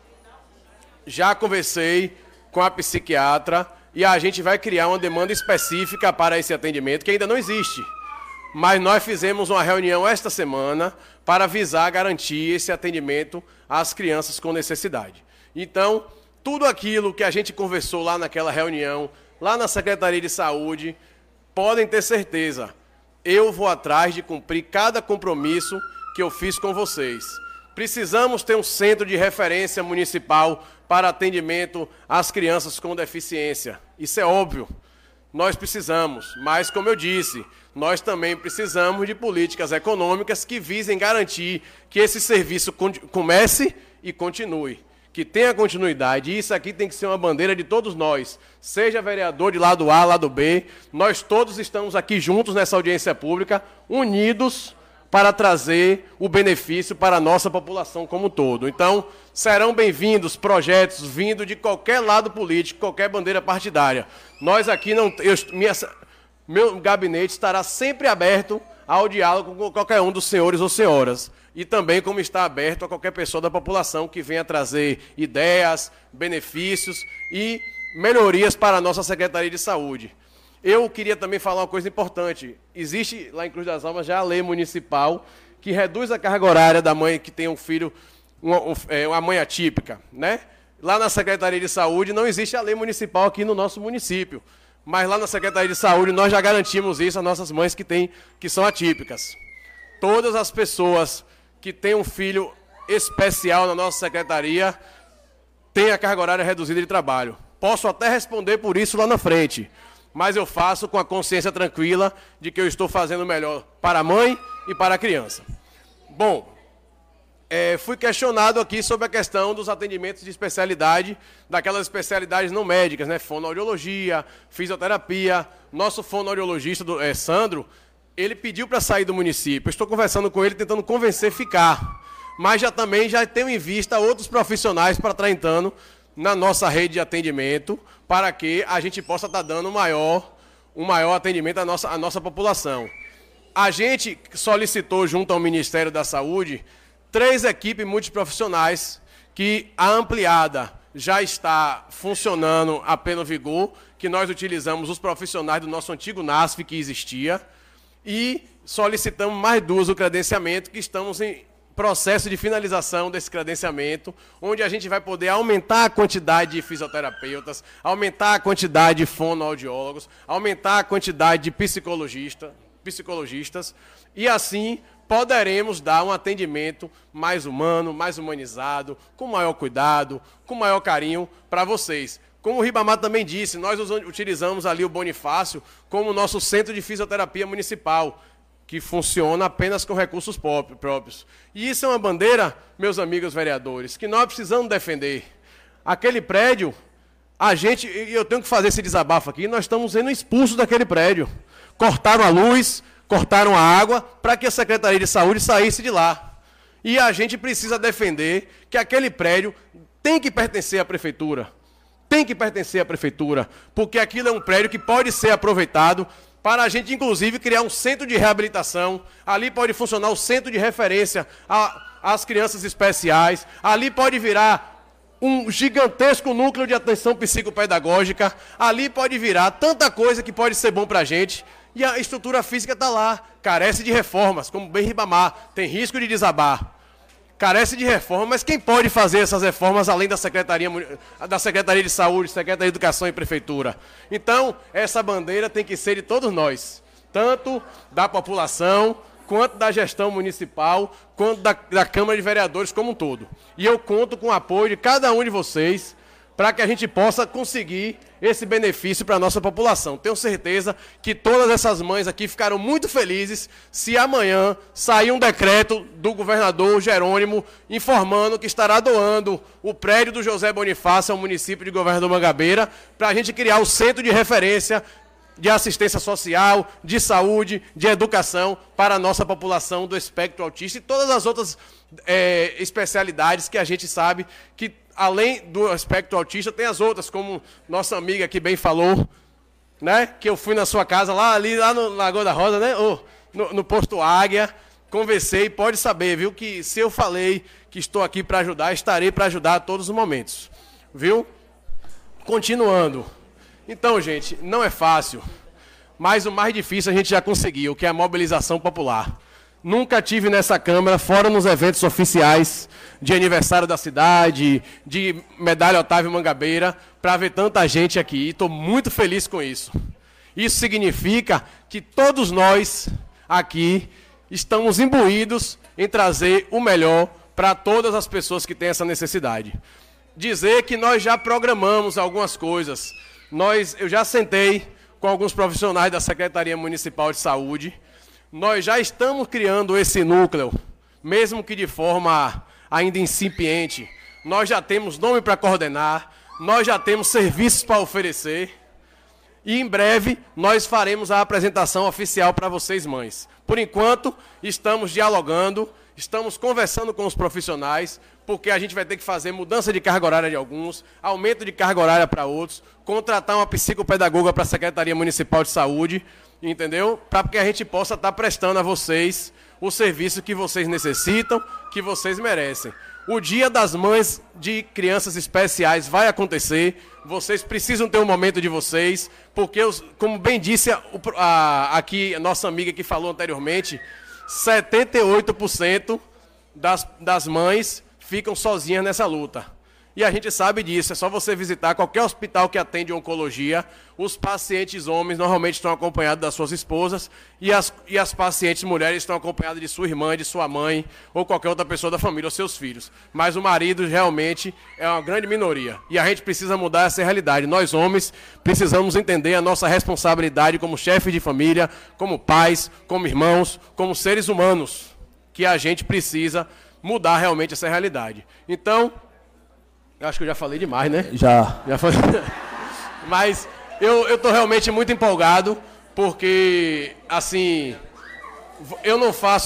com a psiquiatra e a gente vai criar uma demanda específica para esse atendimento, que ainda não existe. Mas nós fizemos uma reunião esta semana para visar garantir esse atendimento às crianças com necessidade. Então, tudo aquilo que a gente conversou lá naquela reunião, lá na Secretaria de Saúde, podem ter certeza, eu vou atrás de cumprir cada compromisso que eu fiz com vocês. Precisamos ter um centro de referência municipal para atendimento às crianças com deficiência. Isso é óbvio. Nós precisamos, mas, como eu disse, nós também precisamos de políticas econômicas que visem garantir que esse serviço comece e continue, que tenha continuidade. E isso aqui tem que ser uma bandeira de todos nós, seja vereador de lado A, lado B, nós todos estamos aqui juntos nessa audiência pública, unidos para trazer o benefício para a nossa população como um todo. Então, serão bem-vindos projetos vindo de qualquer lado político, qualquer bandeira partidária. Nós aqui não... meu gabinete estará sempre aberto ao diálogo com qualquer um dos senhores ou senhoras. E também como está aberto a qualquer pessoa da população que venha trazer ideias, benefícios e melhorias para a nossa Secretaria de Saúde. Eu queria também falar uma coisa importante. Existe lá em Cruz das Almas já a lei municipal que reduz a carga horária da mãe que tem um filho, uma mãe atípica, né? Lá na Secretaria de Saúde não existe a lei municipal aqui no nosso município. Mas lá na Secretaria de Saúde nós já garantimos isso às nossas mães que são atípicas. Todas as pessoas que têm um filho especial na nossa secretaria têm a carga horária reduzida de trabalho. Posso até responder por isso lá na frente, mas eu faço com a consciência tranquila de que eu estou fazendo o melhor para a mãe e para a criança. Bom, fui questionado aqui sobre a questão dos atendimentos de especialidade, daquelas especialidades não médicas, né? Fonoaudiologia, fisioterapia. Nosso fonoaudiologista, Sandro, ele pediu para sair do município. Eu estou conversando com ele, tentando convencer a ficar. Mas já tenho em vista outros profissionais para estar entrando na nossa rede de atendimento, para que a gente possa estar dando um maior atendimento à nossa população. A gente solicitou junto ao Ministério da Saúde 3 equipes multiprofissionais que a ampliada já está funcionando a pleno vigor, que nós utilizamos os profissionais do nosso antigo NASF que existia, e solicitamos mais 2 o credenciamento, que estamos em processo de finalização desse credenciamento, onde a gente vai poder aumentar a quantidade de fisioterapeutas, aumentar a quantidade de fonoaudiólogos, aumentar a quantidade de psicologistas, e assim poderemos dar um atendimento mais humano, mais humanizado, com maior cuidado, com maior carinho para vocês. Como o Ribamar também disse, nós utilizamos ali o Bonifácio como nosso centro de fisioterapia municipal, que funciona apenas com recursos próprios. E isso é uma bandeira, meus amigos vereadores, que nós precisamos defender. Aquele prédio, eu tenho que fazer esse desabafo aqui, nós estamos sendo expulsos daquele prédio. Cortaram a luz, cortaram a água, para que a Secretaria de Saúde saísse de lá. E a gente precisa defender que aquele prédio tem que pertencer à Prefeitura. Tem que pertencer à Prefeitura, porque aquilo é um prédio que pode ser aproveitado para a gente, inclusive, criar um centro de reabilitação. Ali pode funcionar o centro de referência às crianças especiais. Ali pode virar um gigantesco núcleo de atenção psicopedagógica. Ali pode virar tanta coisa que pode ser bom para a gente. E a estrutura física está lá, carece de reformas, como bem Ribamar, tem risco de desabar. Carece de reforma, mas quem pode fazer essas reformas além da Secretaria de Saúde, Secretaria de Educação e Prefeitura? Então, essa bandeira tem que ser de todos nós, tanto da população quanto da gestão municipal, quanto da Câmara de Vereadores como um todo. E eu conto com o apoio de cada um de vocês para que a gente possa conseguir esse benefício para a nossa população. Tenho certeza que todas essas mães aqui ficaram muito felizes se amanhã sair um decreto do governador Jerônimo informando que estará doando o prédio do José Bonifácio ao município de Governador Mangabeira para a gente criar o centro de referência de assistência social, de saúde, de educação para a nossa população do espectro autista e todas as outras especialidades que a gente sabe que, além do espectro autista, tem as outras, como nossa amiga aqui bem falou, né? Que eu fui na sua casa, lá no Lagoa da Rosa, né? No Posto Águia, conversei, pode saber, viu? Que se eu falei que estou aqui para ajudar, estarei para ajudar a todos os momentos, viu? Continuando. Então, gente, não é fácil, mas o mais difícil a gente já conseguiu, que é a mobilização popular. Nunca tive nessa Câmara, fora nos eventos oficiais de aniversário da cidade, de medalha Otávio Mangabeira, para ver tanta gente aqui. E estou muito feliz com isso. Isso significa que todos nós aqui estamos imbuídos em trazer o melhor para todas as pessoas que têm essa necessidade. Dizer que nós já programamos algumas coisas. Eu já sentei com alguns profissionais da Secretaria Municipal de Saúde. Nós já estamos criando esse núcleo, mesmo que de forma ainda incipiente. Nós já temos nome para coordenar, nós já temos serviços para oferecer. E em breve nós faremos a apresentação oficial para vocês, mães. Por enquanto, estamos dialogando, estamos conversando com os profissionais, porque a gente vai ter que fazer mudança de carga horária de alguns, aumento de carga horária para outros, contratar uma psicopedagoga para a Secretaria Municipal de Saúde, entendeu? Para que a gente possa estar prestando a vocês o serviço que vocês necessitam, que vocês merecem. O Dia das Mães de Crianças Especiais vai acontecer, vocês precisam ter um momento de vocês, porque, como bem disse aqui a nossa amiga que falou anteriormente, 78% das mães ficam sozinhas nessa luta. E a gente sabe disso, é só você visitar qualquer hospital que atende oncologia, os pacientes homens normalmente estão acompanhados das suas esposas e as pacientes mulheres estão acompanhadas de sua irmã, de sua mãe ou qualquer outra pessoa da família ou seus filhos. Mas o marido realmente é uma grande minoria e a gente precisa mudar essa realidade. Nós homens precisamos entender a nossa responsabilidade como chefes de família, como pais, como irmãos, como seres humanos, que a gente precisa mudar realmente essa realidade. Então, eu acho que eu já falei demais, né? Já falei. Mas eu estou realmente muito empolgado, porque, assim, eu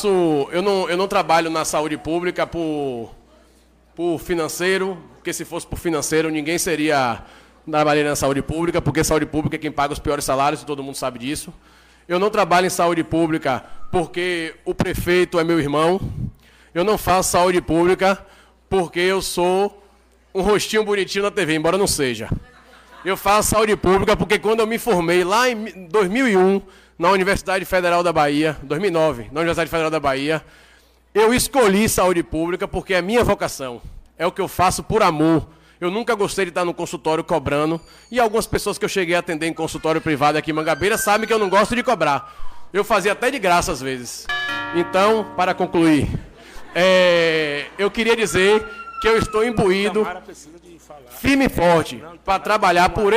não trabalho na saúde pública por financeiro, porque se fosse por financeiro, ninguém seria trabalhando na saúde pública, porque saúde pública é quem paga os piores salários, e todo mundo sabe disso. Eu não trabalho em saúde pública porque o prefeito é meu irmão. Eu não faço saúde pública porque eu sou um rostinho bonitinho na TV, embora não seja. Eu faço saúde pública porque quando eu me formei lá em 2001, na Universidade Federal da Bahia, 2009, na Universidade Federal da Bahia, eu escolhi saúde pública porque é minha vocação. É o que eu faço por amor. Eu nunca gostei de estar no consultório cobrando. E algumas pessoas que eu cheguei a atender em consultório privado aqui em Mangabeira sabem que eu não gosto de cobrar. Eu fazia até de graça às vezes. Então, para concluir, eu queria dizer que eu estou imbuído, firme e forte, para trabalhar por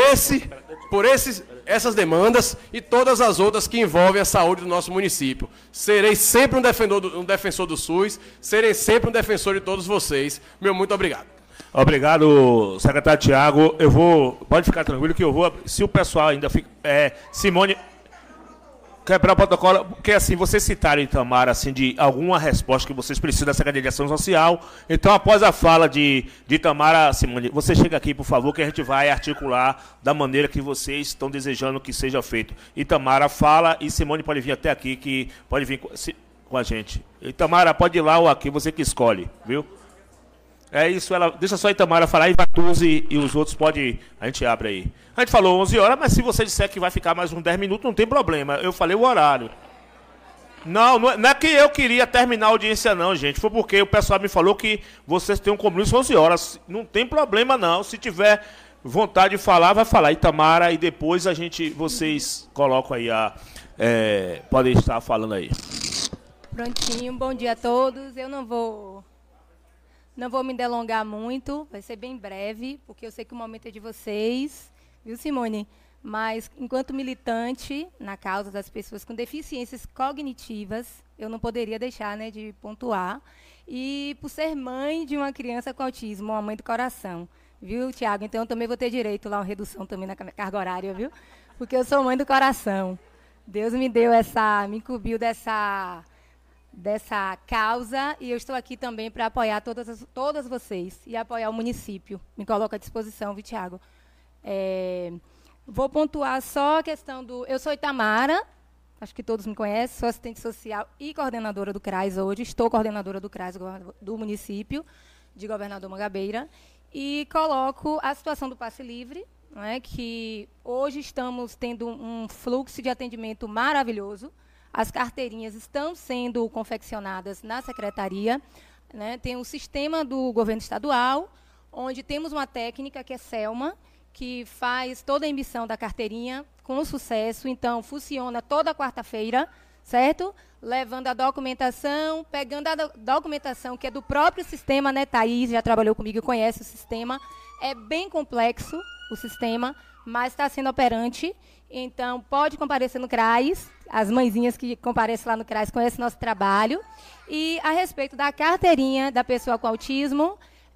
essas demandas e todas as outras que envolvem a saúde do nosso município. Serei sempre um defensor do SUS, serei sempre um defensor de todos vocês. Meu muito obrigado. Obrigado, secretário Tiago. Pode ficar tranquilo que eu vou, se o pessoal ainda fica... Simone... Quebrar o protocolo, porque assim, vocês citaram, Itamara, assim, de alguma resposta que vocês precisam da Secretaria de Ação Social. Então, após a fala de Itamara, Simone, você chega aqui, por favor, que a gente vai articular da maneira que vocês estão desejando que seja feito. Itamara fala e Simone pode vir até aqui, que pode vir com a gente. Itamara, pode ir lá ou aqui, você que escolhe, viu? É isso, deixa só a Itamara falar e Vatuzi e os outros a gente abre aí. A gente falou 11 horas, mas se você disser que vai ficar mais uns 10 minutos, não tem problema. Eu falei o horário. Não é que eu queria terminar a audiência não, gente. Foi porque o pessoal me falou que vocês têm um compromisso 11 horas. Não tem problema não. Se tiver vontade de falar, vai falar. Itamara, e depois vocês colocam aí podem estar falando aí. Prontinho, bom dia a todos. Eu não vou me delongar muito, vai ser bem breve, porque eu sei que o momento é de vocês, viu, Simone? Mas, enquanto militante na causa das pessoas com deficiências cognitivas, eu não poderia deixar, né, de pontuar. E por ser mãe de uma criança com autismo, uma mãe do coração, viu, Tiago? Então, eu também vou ter direito lá, uma redução também na carga horária, viu? Porque eu sou mãe do coração. Deus me deu me incumbiu dessa causa, e eu estou aqui também para apoiar todas vocês e apoiar o município. Me coloco à disposição, viu, Tiago? Vou pontuar só a questão do... Eu sou Itamara, acho que todos me conhecem, sou assistente social e coordenadora do CRAS hoje, estou coordenadora do CRAS do município de Governador Mangabeira, e coloco a situação do passe livre, não é, que hoje estamos tendo um fluxo de atendimento maravilhoso. As carteirinhas estão sendo confeccionadas na secretaria, né? Tem um sistema do governo estadual, onde temos uma técnica, que é Selma, que faz toda a emissão da carteirinha com sucesso. Então, funciona toda quarta-feira, certo? Levando a documentação, pegando a documentação que é do próprio sistema, né? Thaís já trabalhou comigo e conhece o sistema. É bem complexo o sistema, mas está sendo operante. Então, pode comparecer no CRAS. As mãezinhas que comparecem lá no CRAS conhecem nosso trabalho. E, a respeito da carteirinha da pessoa com autismo,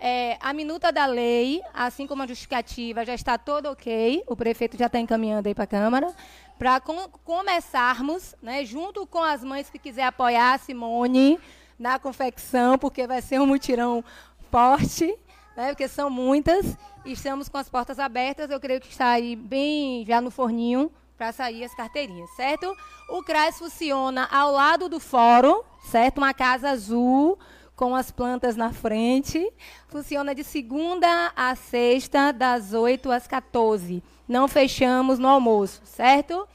a minuta da lei, assim como a justificativa, já está toda ok. O prefeito já está encaminhando aí para a Câmara, para começarmos, né, junto com as mães que quiser apoiar a Simone na confecção, porque vai ser um mutirão forte, né, porque são muitas. Estamos com as portas abertas, eu creio que está aí bem já no forninho para sair as carteirinhas, certo? O CRAS funciona ao lado do fórum, certo? Uma casa azul, com as plantas na frente. Funciona de segunda a sexta, das 8 às 14. Não fechamos no almoço, certo?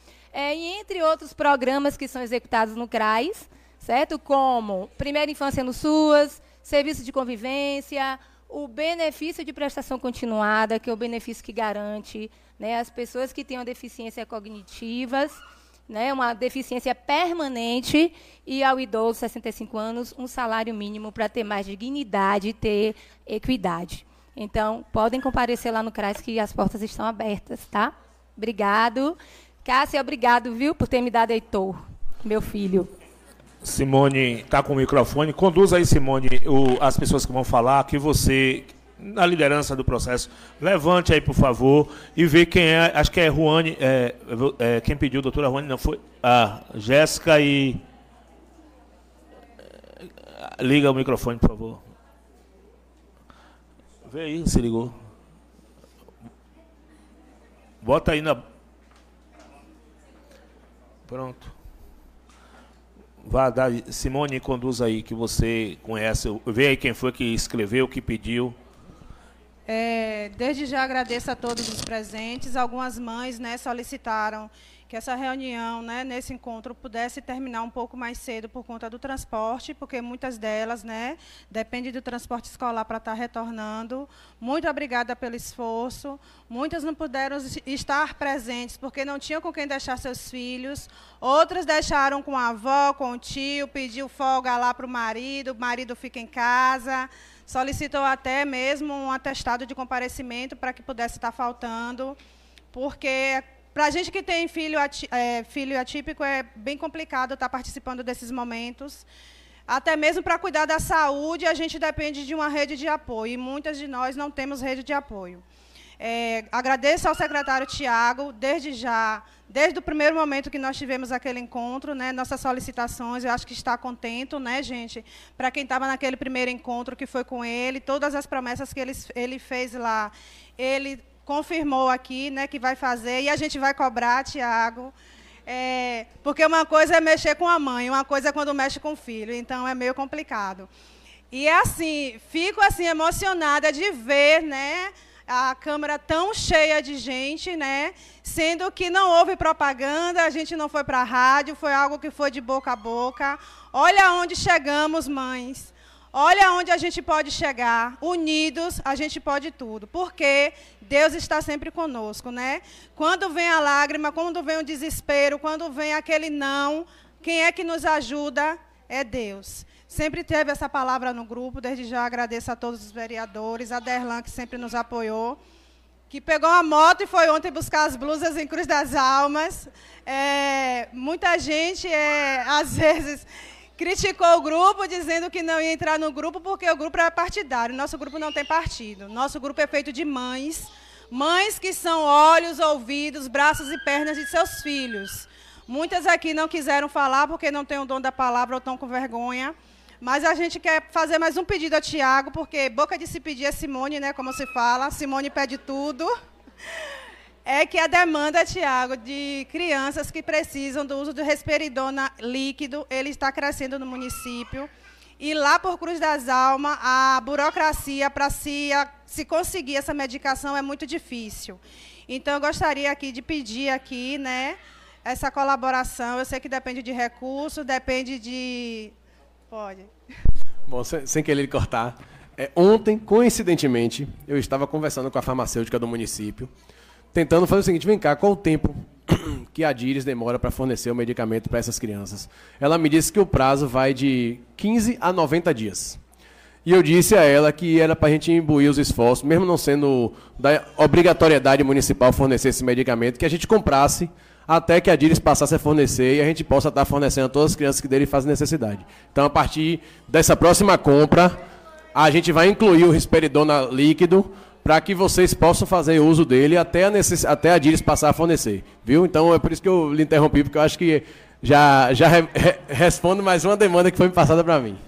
E entre outros programas que são executados no CRAS, certo? Como Primeira Infância no SUAS, Serviço de Convivência, o benefício de prestação continuada, que é o benefício que garante, né, as pessoas que tenham deficiência cognitivas, né, uma deficiência permanente, e ao idoso, 65 anos, um salário mínimo para ter mais dignidade e ter equidade. Então, podem comparecer lá no CRAS, que as portas estão abertas, tá? Obrigado. Cássia, obrigado, viu, por ter me dado Heitor, meu filho. Simone está com o microfone. Conduz aí, Simone, as pessoas que vão falar, que você, na liderança do processo, levante aí, por favor, e vê quem é. Acho que é Ruane, quem pediu, doutora Ruane, não foi? Jéssica e... Liga o microfone, por favor. Vê aí, se ligou. Bota aí na... Pronto. Vá dar, Simone, conduz aí, que você conhece. Vê aí quem foi que escreveu, que pediu. Desde já agradeço a todos os presentes. Algumas mães, né, solicitaram que essa reunião, né, nesse encontro, pudesse terminar um pouco mais cedo por conta do transporte, porque muitas delas, né, dependem do transporte escolar para estar retornando. Muito obrigada pelo esforço. Muitas não puderam estar presentes porque não tinham com quem deixar seus filhos. Outras deixaram com a avó, com o tio, pediu folga lá para o marido fica em casa. Solicitou até mesmo um atestado de comparecimento para que pudesse estar faltando, porque... Para a gente que tem filho atípico, é bem complicado estar participando desses momentos. Até mesmo para cuidar da saúde, a gente depende de uma rede de apoio, e muitas de nós não temos rede de apoio. Agradeço ao secretário Tiago, desde o primeiro momento que nós tivemos aquele encontro, né, nossas solicitações, eu acho que está contento, né, gente? Para quem estava naquele primeiro encontro que foi com ele, todas as promessas que ele fez lá, ele confirmou aqui, né, que vai fazer, e a gente vai cobrar, Tiago, porque uma coisa é mexer com a mãe, uma coisa é quando mexe com o filho, então é meio complicado. E assim, fico assim emocionada de ver, né, a Câmara tão cheia de gente, né, sendo que não houve propaganda, a gente não foi para a rádio, foi algo que foi de boca a boca. Olha onde chegamos, mães. Olha onde a gente pode chegar. Unidos, a gente pode tudo. Porque Deus está sempre conosco, né? Quando vem a lágrima, quando vem o desespero, quando vem aquele não, quem é que nos ajuda? é Deus. Sempre teve essa palavra no grupo, desde já agradeço a todos os vereadores, a Derlan, que sempre nos apoiou, que pegou a moto e foi ontem buscar as blusas em Cruz das Almas. Muita gente, às vezes, criticou o grupo, dizendo que não ia entrar no grupo porque o grupo era partidário. Nosso grupo não tem partido. Nosso grupo é feito de mães, mães que são olhos, ouvidos, braços e pernas de seus filhos. Muitas aqui não quiseram falar porque não têm o dom da palavra ou estão com vergonha. Mas a gente quer fazer mais um pedido a Tiago, porque boca de se pedir é Simone, né, como se fala. Simone pede tudo. É que a demanda, Tiago, de crianças que precisam do uso do risperidona líquido, ele está crescendo no município. E lá por Cruz das Almas, a burocracia para se conseguir essa medicação é muito difícil. Então, eu gostaria aqui de pedir aqui, né, essa colaboração. Eu sei que depende de recurso, depende de... Pode. Bom, sem querer cortar, ontem, coincidentemente, eu estava conversando com a farmacêutica do município, tentando fazer o seguinte: vem cá, qual o tempo que a Adires demora para fornecer o medicamento para essas crianças? Ela me disse que o prazo vai de 15 a 90 dias. E eu disse a ela que era para a gente imbuir os esforços, mesmo não sendo da obrigatoriedade municipal fornecer esse medicamento, que a gente comprasse até que a Adires passasse a fornecer e a gente possa estar fornecendo a todas as crianças que dele fazem necessidade. Então, a partir dessa próxima compra, a gente vai incluir o risperidona líquido para que vocês possam fazer uso dele até a Adires passar a fornecer. Viu? Então, é por isso que eu lhe interrompi, porque eu acho que já respondo mais uma demanda que foi passada para mim.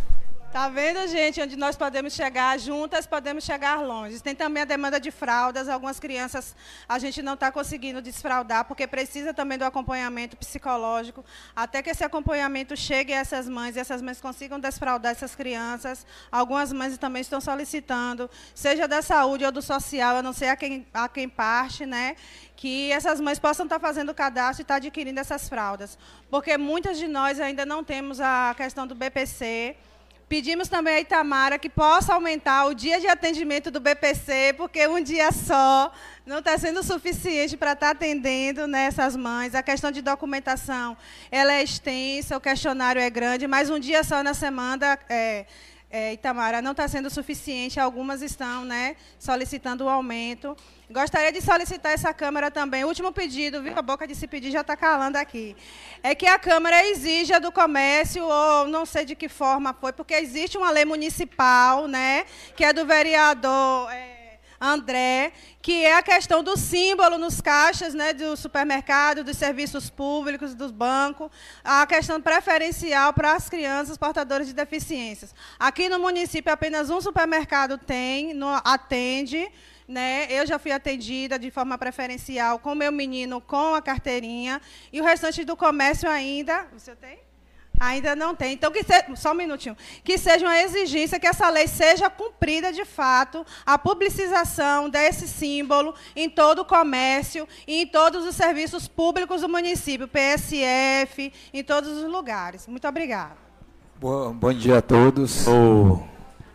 Tá vendo, gente, onde nós podemos chegar juntas, podemos chegar longe. Tem também a demanda de fraldas. Algumas crianças a gente não está conseguindo desfraldar, porque precisa também do acompanhamento psicológico, até que esse acompanhamento chegue a essas mães, e essas mães consigam desfraldar essas crianças. Algumas mães também estão solicitando, seja da saúde ou do social, eu não sei a quem parte, né, que essas mães possam estar fazendo o cadastro e estar adquirindo essas fraldas. Porque muitas de nós ainda não temos a questão do BPC. Pedimos também a Itamara que possa aumentar o dia de atendimento do BPC, porque um dia só não está sendo suficiente para estar atendendo, né, essas mães. A questão de documentação ela é extensa, o questionário é grande, mas um dia só na semana, Itamara, não está sendo suficiente. Algumas estão, né, solicitando o aumento. Gostaria de solicitar essa Câmara também. O último pedido, viu? A boca de se pedir já está calando aqui. É que a Câmara exija do comércio, ou não sei de que forma foi, porque existe uma lei municipal, né, que é do vereador André, que é a questão do símbolo nos caixas, né, do supermercado, dos serviços públicos, dos bancos, a questão preferencial para as crianças portadoras de deficiências. Aqui no município, apenas um supermercado atende, né? Eu já fui atendida de forma preferencial com o meu menino com a carteirinha, e o restante do comércio ainda... Você tem? Ainda não tem. Então, só um minutinho. Que seja uma exigência que essa lei seja cumprida de fato, a publicização desse símbolo em todo o comércio e em todos os serviços públicos do município, PSF, em todos os lugares. Muito obrigada. Bom dia a todos. Vou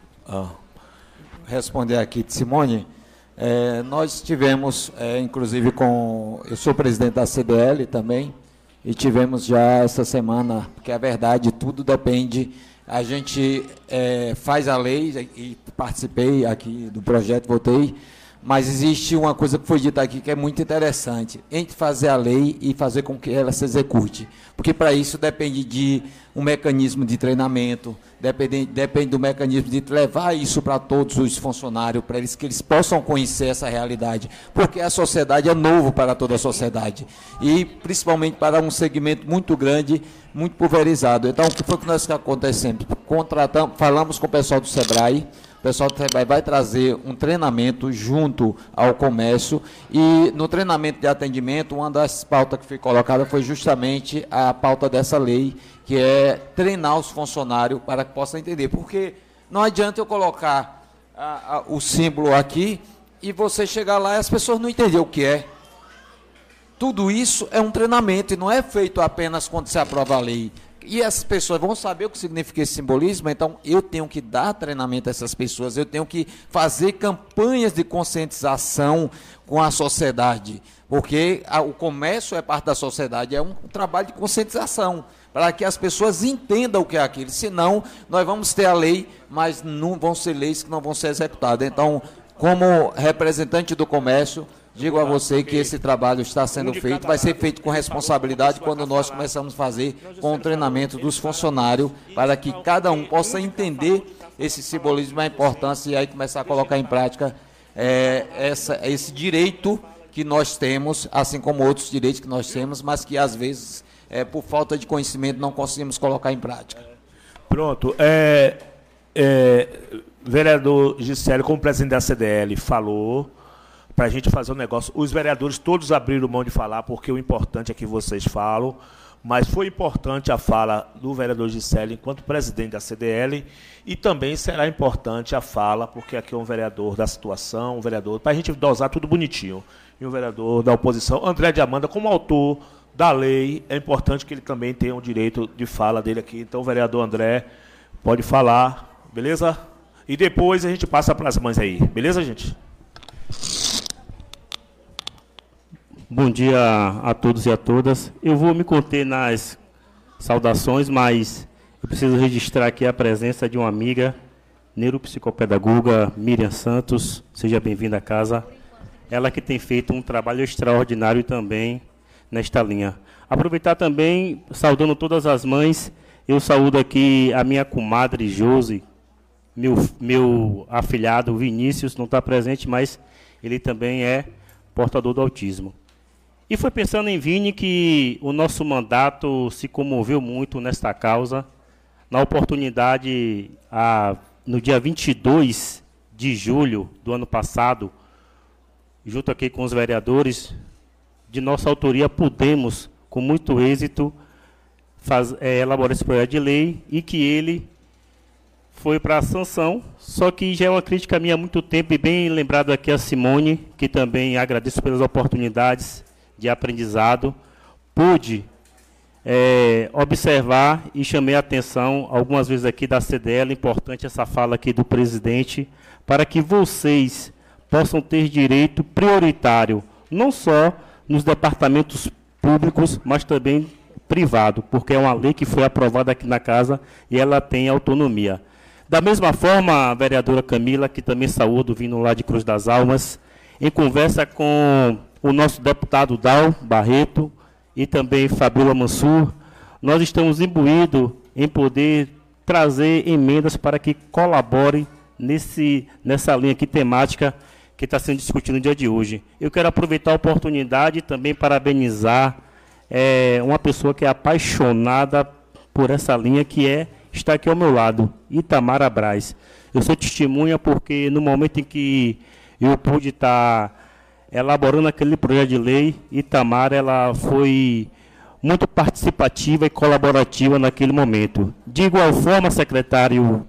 responder aqui de Simone. Nós tivemos, inclusive, eu sou presidente da CDL também, e tivemos já essa semana, porque a verdade, tudo depende, a gente faz a lei, e participei aqui do projeto, votei, mas existe uma coisa que foi dita aqui que é muito interessante, entre fazer a lei e fazer com que ela se execute, porque para isso depende de um mecanismo de treinamento, depende do mecanismo de levar isso para todos os funcionários, para que eles possam conhecer essa realidade, porque a sociedade é novo para toda a sociedade, e principalmente para um segmento muito grande, muito pulverizado. Então, o que foi que nós acontecemos? Falamos com o pessoal do SEBRAE, o pessoal do SEBRAE vai trazer um treinamento junto ao comércio, e no treinamento de atendimento, uma das pautas que foi colocada foi justamente a pauta dessa lei, que é treinar os funcionários para que possam entender. Porque não adianta eu colocar o símbolo aqui e você chegar lá e as pessoas não entenderem o que é. Tudo isso é um treinamento e não é feito apenas quando se aprova a lei. E as pessoas vão saber o que significa esse simbolismo, então eu tenho que dar treinamento a essas pessoas, eu tenho que fazer campanhas de conscientização com a sociedade, porque o comércio é parte da sociedade, é um trabalho de conscientização, para que as pessoas entendam o que é aquilo. Senão, nós vamos ter a lei, mas não vão ser leis que não vão ser executadas. Então, como representante do comércio, digo a você que esse trabalho está sendo feito, vai ser feito com responsabilidade quando nós começamos a fazer com o treinamento dos funcionários, para que cada um possa entender esse simbolismo, a importância, e aí começar a colocar em prática esse direito que nós temos, assim como outros direitos que nós temos, mas que às vezes, por falta de conhecimento, não conseguimos colocar em prática. Pronto. Vereador Gisele, como presidente da CDL, falou para a gente fazer um negócio. Os vereadores todos abriram mão de falar, porque o importante é que vocês falam, mas foi importante a fala do vereador Gisele enquanto presidente da CDL, e também será importante a fala, porque aqui é um vereador da situação, um vereador, para a gente dosar tudo bonitinho, e um vereador da oposição, André de Amanda, como autor da lei, é importante que ele também tenha o direito de fala dele aqui. Então, vereador André, pode falar, beleza? E depois a gente passa para as mães aí, beleza, gente? Bom dia a todos e a todas. Eu vou me conter nas saudações, mas eu preciso registrar aqui a presença de uma amiga, neuropsicopedagoga Miriam Santos. Seja bem-vinda à casa. Ela que tem feito um trabalho extraordinário também nesta linha. Aproveitar também, saudando todas as mães, eu saúdo aqui a minha comadre Josi, meu afilhado Vinícius, não está presente, mas ele também é portador do autismo. E foi pensando em Vini que o nosso mandato se comoveu muito nesta causa. Na oportunidade, no dia 22 de julho do ano passado, junto aqui com os vereadores, de nossa autoria, pudemos, com muito êxito, elaborar esse projeto de lei, e que ele foi para a sanção, só que já é uma crítica minha há muito tempo, e bem lembrado aqui a Simone, que também agradeço pelas oportunidades de aprendizado, pude observar e chamei a atenção algumas vezes aqui da CDL, importante essa fala aqui do presidente, para que vocês possam ter direito prioritário, não só nos departamentos públicos, mas também privado, porque é uma lei que foi aprovada aqui na casa e ela tem autonomia. Da mesma forma, a vereadora Camila, que também saúdo, vindo lá de Cruz das Almas, em conversa com o nosso deputado Dal Barreto e também Fabiola Mansur, nós estamos imbuídos em poder trazer emendas para que colabore nessa linha aqui temática que está sendo discutida no dia de hoje. Eu quero aproveitar a oportunidade e também parabenizar uma pessoa que é apaixonada por essa linha, que está aqui ao meu lado, Itamara Braz. Eu sou testemunha porque no momento em que eu pude estar elaborando aquele projeto de lei, Itamara ela foi muito participativa e colaborativa naquele momento. De igual forma, secretário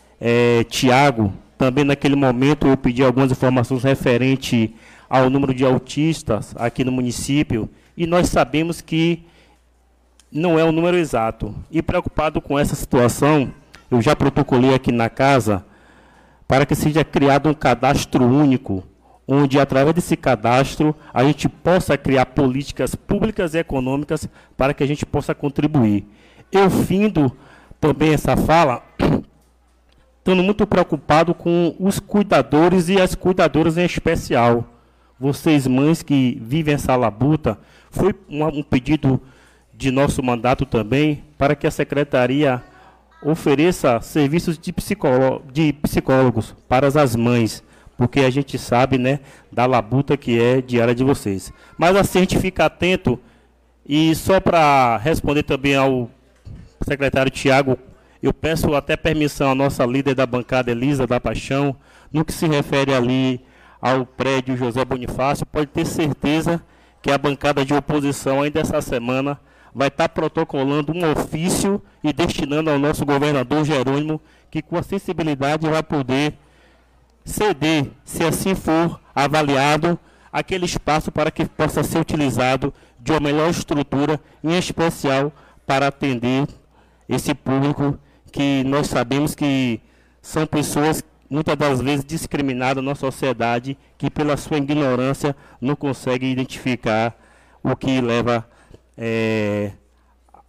Tiago, também naquele momento eu pedi algumas informações referente ao número de autistas aqui no município, e nós sabemos que não é o número exato. E preocupado com essa situação, eu já protocolei aqui na casa para que seja criado um cadastro único, onde, através desse cadastro, a gente possa criar políticas públicas e econômicas para que a gente possa contribuir. Eu findo também essa fala, estando muito preocupado com os cuidadores e as cuidadoras em especial. Vocês, mães que vivem essa labuta, foi um pedido de nosso mandato também, para que a Secretaria ofereça serviços de psicólogos para as mães, porque a gente sabe, né, da labuta que é diária de vocês. Mas assim a gente fica atento, e só para responder também ao secretário Tiago, eu peço até permissão à nossa líder da bancada, Elisa da Paixão, no que se refere ali ao prédio José Bonifácio, pode ter certeza que a bancada de oposição ainda essa semana vai estar protocolando um ofício e destinando ao nosso governador Jerônimo, que com a sensibilidade vai poder ceder, se assim for avaliado, aquele espaço para que possa ser utilizado de uma melhor estrutura, em especial para atender esse público que nós sabemos que são pessoas, muitas das vezes, discriminadas na sociedade, que pela sua ignorância não conseguem identificar o que leva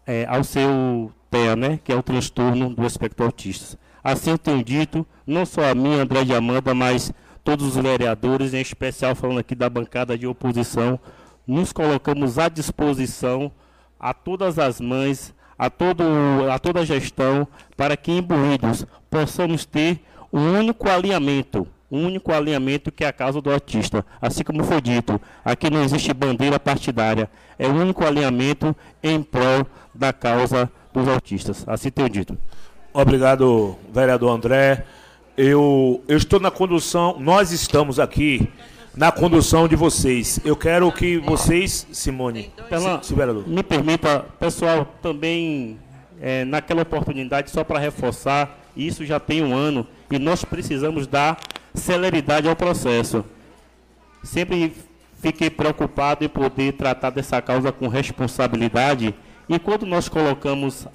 ao seu TEA, né, que é o transtorno do espectro autista. Assim eu tenho dito, não só a mim, André de Amanda, mas todos os vereadores, em especial falando aqui da bancada de oposição, nos colocamos à disposição a todas as mães, a toda a gestão, para que em Buídos possamos ter um único alinhamento que é a causa do autista. Assim como foi dito, aqui não existe bandeira partidária, é o único alinhamento em prol da causa dos autistas. Assim tenho dito. Obrigado, vereador André. Eu estou na condução, nós estamos aqui na condução de vocês. Eu quero que vocês, Simone, vereador. Me permita, pessoal, também naquela oportunidade, só para reforçar, isso já tem 1 ano, e nós precisamos dar celeridade ao processo. Sempre fiquei preocupado em poder tratar dessa causa com responsabilidade, e quando nós colocamos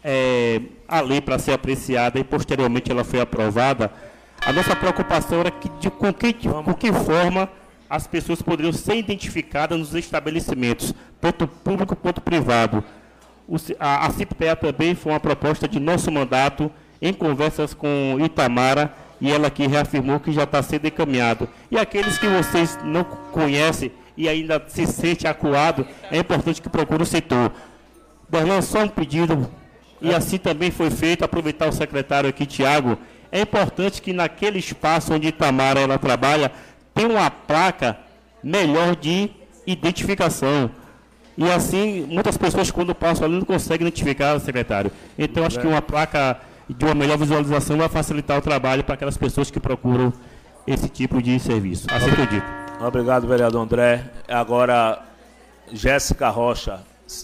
a lei para ser apreciada e posteriormente ela foi aprovada, a nossa preocupação era com que forma as pessoas poderiam ser identificadas nos estabelecimentos, tanto público quanto privado. A CIPTEA também foi uma proposta de nosso mandato, em conversas com Itamara, e ela aqui reafirmou que já está sendo encaminhado. E aqueles que vocês não conhecem e ainda se sentem acuados, é importante que procurem o setor. Darlan, só um pedido, e assim também foi feito, aproveitar o secretário aqui, Tiago, é importante que naquele espaço onde Itamara ela trabalha, tenha uma placa melhor de identificação. E assim, muitas pessoas quando passam ali não conseguem identificar o secretário. Então, acho que uma placa de uma melhor visualização vai facilitar o trabalho para aquelas pessoas que procuram esse tipo de serviço. Assim que eu digo. Obrigado, vereador André. Agora, Jéssica Rocha.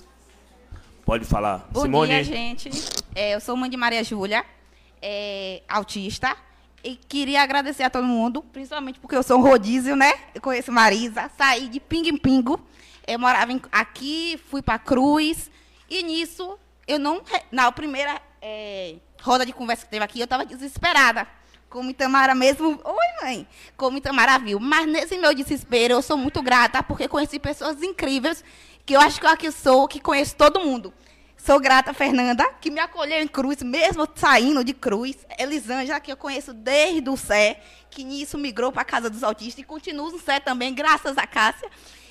Pode falar. Bom Simone. dia, gente. Eu sou mãe de Maria Júlia, autista, e queria agradecer a todo mundo, principalmente porque eu sou um rodízio, né? Eu conheço Marisa, saí de Pingo em Pingo, eu morava aqui, fui para Cruz, e nisso, na primeira roda de conversa que teve aqui, eu estava desesperada, como Itamara mesmo, oi mãe, como Itamara viu, mas nesse meu desespero, eu sou muito grata, porque conheci pessoas incríveis, que eu acho que eu aqui sou, que conheço todo mundo. Sou grata a Fernanda, que me acolheu em Cruz, mesmo saindo de Cruz. Elisângela, que eu conheço desde o Sé, que nisso migrou para a Casa dos Autistas e continua no Sé também, graças a Cássia.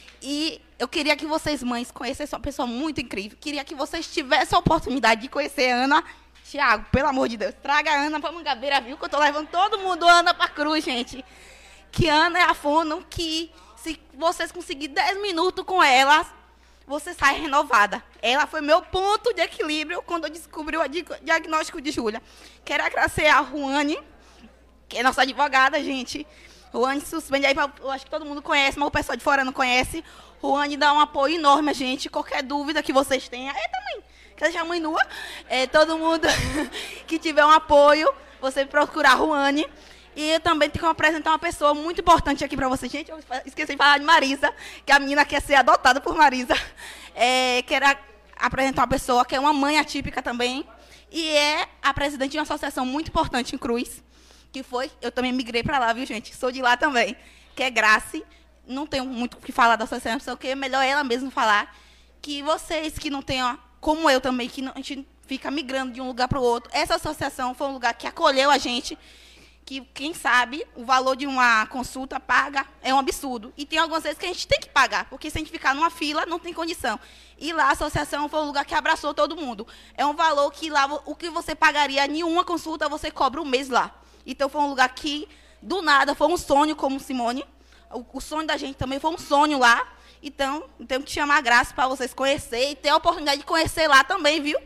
E eu queria que vocês, mães, conhecessem uma pessoa muito incrível. Queria que vocês tivessem a oportunidade de conhecer a Ana. Tiago, pelo amor de Deus, traga a Ana para Mangabeira, viu? Que eu estou levando todo mundo Ana para Cruz, gente. Que Ana é a fono que, se vocês conseguirem 10 minutos com ela, você sai renovada. Ela foi meu ponto de equilíbrio quando eu descobri o diagnóstico de Júlia. Quero agradecer a Ruane, que é nossa advogada, gente. Ruane suspende aí, eu acho que todo mundo conhece, mas o pessoal de fora não conhece. Ruane dá um apoio enorme a gente. Qualquer dúvida que vocês tenham. Também, quer deixar a mãe nua? Todo mundo que tiver um apoio, você procurar a Ruane. E eu também tenho que apresentar uma pessoa muito importante aqui para vocês. Gente, eu esqueci de falar de Marisa, que a menina quer ser adotada por Marisa. Quero apresentar uma pessoa que é uma mãe atípica também. E é a presidente de uma associação muito importante em Cruz, que foi, eu também migrei para lá, viu, gente? Sou de lá também, que é Grace. Não tenho muito o que falar da associação, porque é melhor ela mesma falar. Que vocês que não tenham, como eu também, que a gente fica migrando de um lugar para o outro, essa associação foi um lugar que acolheu a gente, que, quem sabe, o valor de uma consulta paga é um absurdo. E tem algumas vezes que a gente tem que pagar, porque se a gente ficar numa fila, não tem condição. E lá a associação foi um lugar que abraçou todo mundo. É um valor que lá, o que você pagaria em uma consulta, você cobra um mês lá. Então foi um lugar que, do nada, foi um sonho, como Simone. O sonho da gente também foi um sonho lá. Então, tenho que chamar a Graça para vocês conhecerem e ter a oportunidade de conhecer lá também, viu?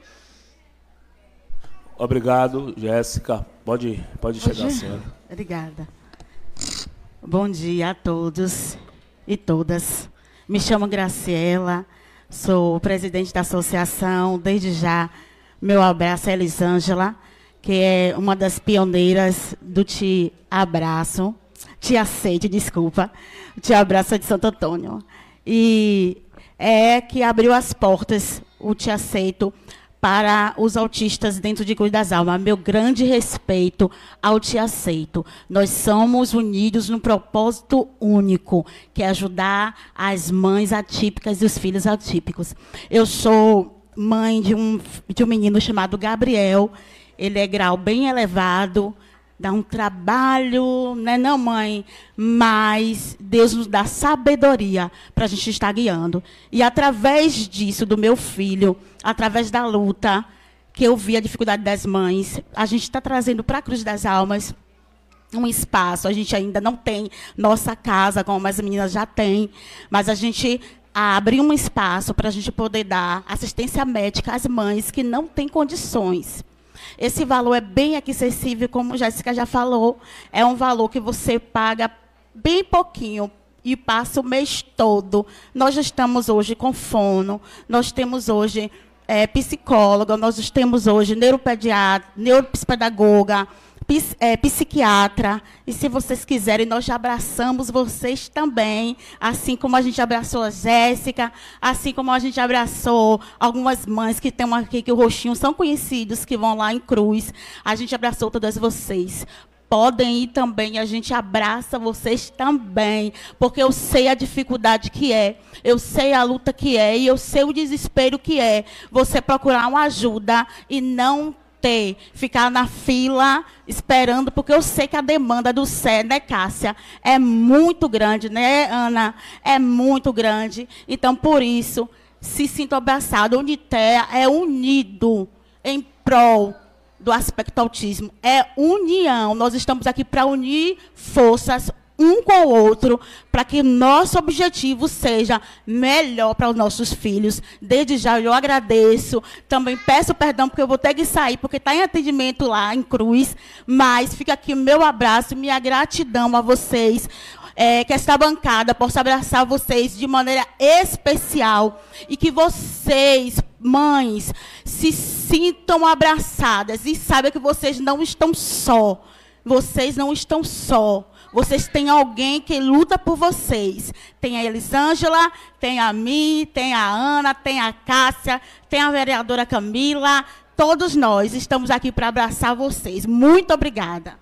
Obrigado, Jéssica. Pode chegar, senhora. Obrigada. Bom dia a todos e todas. Me chamo Graciela, sou presidente da associação. Desde já, meu abraço a Elisângela, que é uma das pioneiras do Te Abraço. Te Aceite, desculpa. O Te Abraço de Santo Antônio. E é que abriu as portas, o Te Aceito, para os autistas dentro de Cruz das Almas. Meu grande respeito ao Te Aceito. Nós somos unidos num propósito único, que é ajudar as mães atípicas e os filhos atípicos. Eu sou mãe de um menino chamado Gabriel. Ele é grau bem elevado, dá um trabalho, né, não, mãe? Mas Deus nos dá sabedoria para a gente estar guiando. E através disso, do meu filho, através da luta, que eu vi a dificuldade das mães, a gente está trazendo para a Cruz das Almas um espaço. A gente ainda não tem nossa casa, como as meninas já têm, mas a gente abre um espaço para a gente poder dar assistência médica às mães que não têm condições. Esse valor é bem acessível, como a Jéssica já falou, é um valor que você paga bem pouquinho e passa o mês todo. Nós já estamos hoje com fono, nós temos hoje psicóloga, nós temos hoje neuropediatra, neuropsicopedagoga, psiquiatra, e se vocês quiserem, nós já abraçamos vocês também, assim como a gente abraçou a Jéssica, assim como a gente abraçou algumas mães que estão aqui, que o rostinho são conhecidos, que vão lá em Cruz, a gente abraçou todas vocês. Podem ir também, a gente abraça vocês também, porque eu sei a dificuldade que é, eu sei a luta que é, e eu sei o desespero que é você procurar uma ajuda e não ficar na fila esperando, porque eu sei que a demanda do SED, né, Cássia, é muito grande, né, Ana? É muito grande. Então, por isso, se sinto abraçado. O Unitea é unido em prol do aspecto autismo. É união. Nós estamos aqui para unir forças um com o outro, para que nosso objetivo seja melhor para os nossos filhos. Desde já eu agradeço, também peço perdão porque eu vou ter que sair, porque está em atendimento lá em Cruz, mas fica aqui o meu abraço, minha gratidão a vocês, que esta bancada possa abraçar vocês de maneira especial, e que vocês, mães, se sintam abraçadas e saibam que vocês não estão só. Vocês não estão só. Vocês têm alguém que luta por vocês. Tem a Elisângela, tem a mim, tem a Ana, tem a Cássia, tem a vereadora Camila. Todos nós estamos aqui para abraçar vocês. Muito obrigada.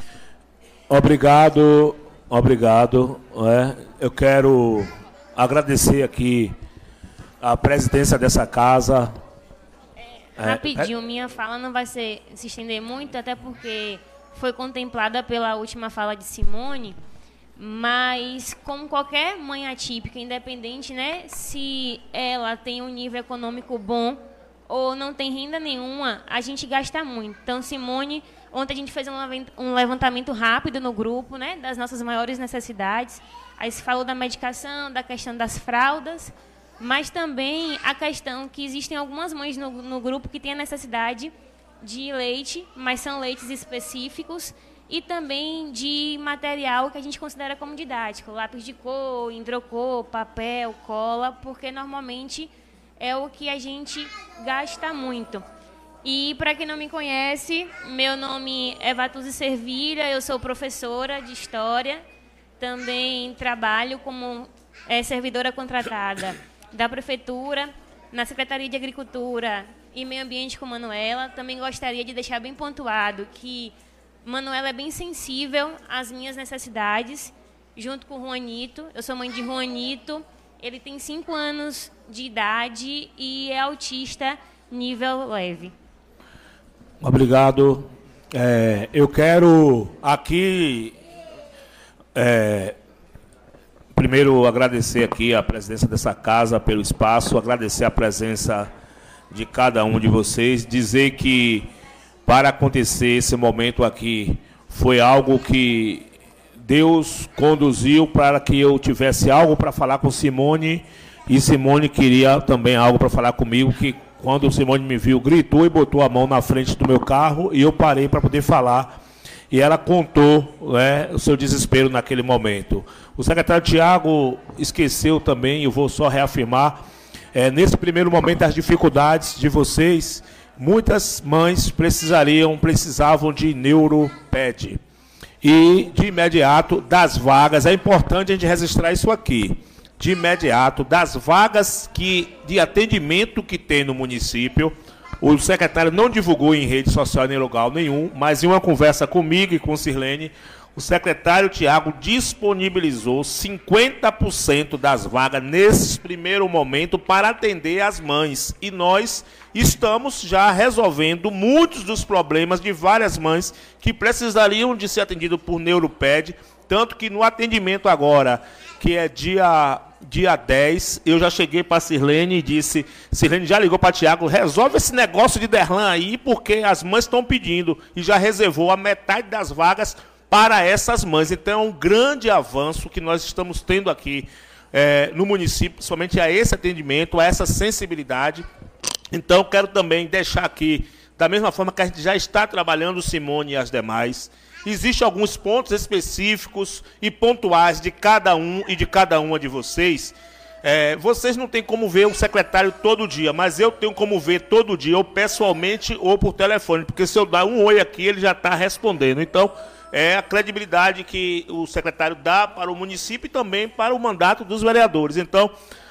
Obrigado, obrigado. Eu quero agradecer aqui a presidência dessa casa. Rapidinho, minha fala não vai se estender muito, até porque foi contemplada pela última fala de Simone, mas como qualquer mãe atípica, independente, né, se ela tem um nível econômico bom ou não tem renda nenhuma, a gente gasta muito. Então, Simone, ontem a gente fez um levantamento rápido no grupo, né, das nossas maiores necessidades. Aí se falou da medicação, da questão das fraldas, mas também a questão que existem algumas mães no grupo que têm a necessidade de leite, mas são leites específicos, e também de material que a gente considera como didático, lápis de cor, hidrocor, papel, cola, porque normalmente é o que a gente gasta muito. E para quem não me conhece, meu nome é Vatuzi Servilha, eu sou professora de História, também trabalho como servidora contratada da Prefeitura, na Secretaria de Agricultura e Meio Ambiente com Manuela. Também gostaria de deixar bem pontuado que Manuela é bem sensível às minhas necessidades, junto com o Juanito. Eu sou mãe de Juanito, ele tem 5 anos de idade e é autista nível leve. Obrigado. Eu quero aqui, primeiro, agradecer aqui a presidência dessa casa pelo espaço, agradecer a presença de cada um de vocês, dizer que para acontecer esse momento aqui foi algo que Deus conduziu para que eu tivesse algo para falar com Simone, e Simone queria também algo para falar comigo, que quando Simone me viu, gritou e botou a mão na frente do meu carro e eu parei para poder falar, e ela contou, né, o seu desespero naquele momento. O secretário Tiago esqueceu também, eu vou só reafirmar, nesse primeiro momento, as dificuldades de vocês, muitas mães precisavam de neuroped. E, de imediato, das vagas, é importante a gente registrar isso aqui, de imediato, das vagas de atendimento que tem no município, o secretário não divulgou em rede social nem local nenhum, mas em uma conversa comigo e com Sirlene, o secretário Tiago disponibilizou 50% das vagas nesse primeiro momento para atender as mães. E nós estamos já resolvendo muitos dos problemas de várias mães que precisariam de ser atendidas por Neuroped, tanto que no atendimento agora, que é dia 10, eu já cheguei para a Sirlene e disse, Sirlene já ligou para Tiago, resolve esse negócio de Derlan aí, porque as mães estão pedindo, e já reservou a metade das vagas para essas mães. Então é um grande avanço que nós estamos tendo aqui no município, principalmente a esse atendimento, a essa sensibilidade. Então quero também deixar aqui, da mesma forma que a gente já está trabalhando, Simone e as demais, existem alguns pontos específicos e pontuais de cada um e de cada uma de vocês. Vocês não têm como ver o secretário todo dia, mas eu tenho como ver todo dia, ou pessoalmente ou por telefone, porque se eu dar um oi aqui, ele já está respondendo. Então, é a credibilidade que o secretário dá para o município e também para o mandato dos vereadores. Então,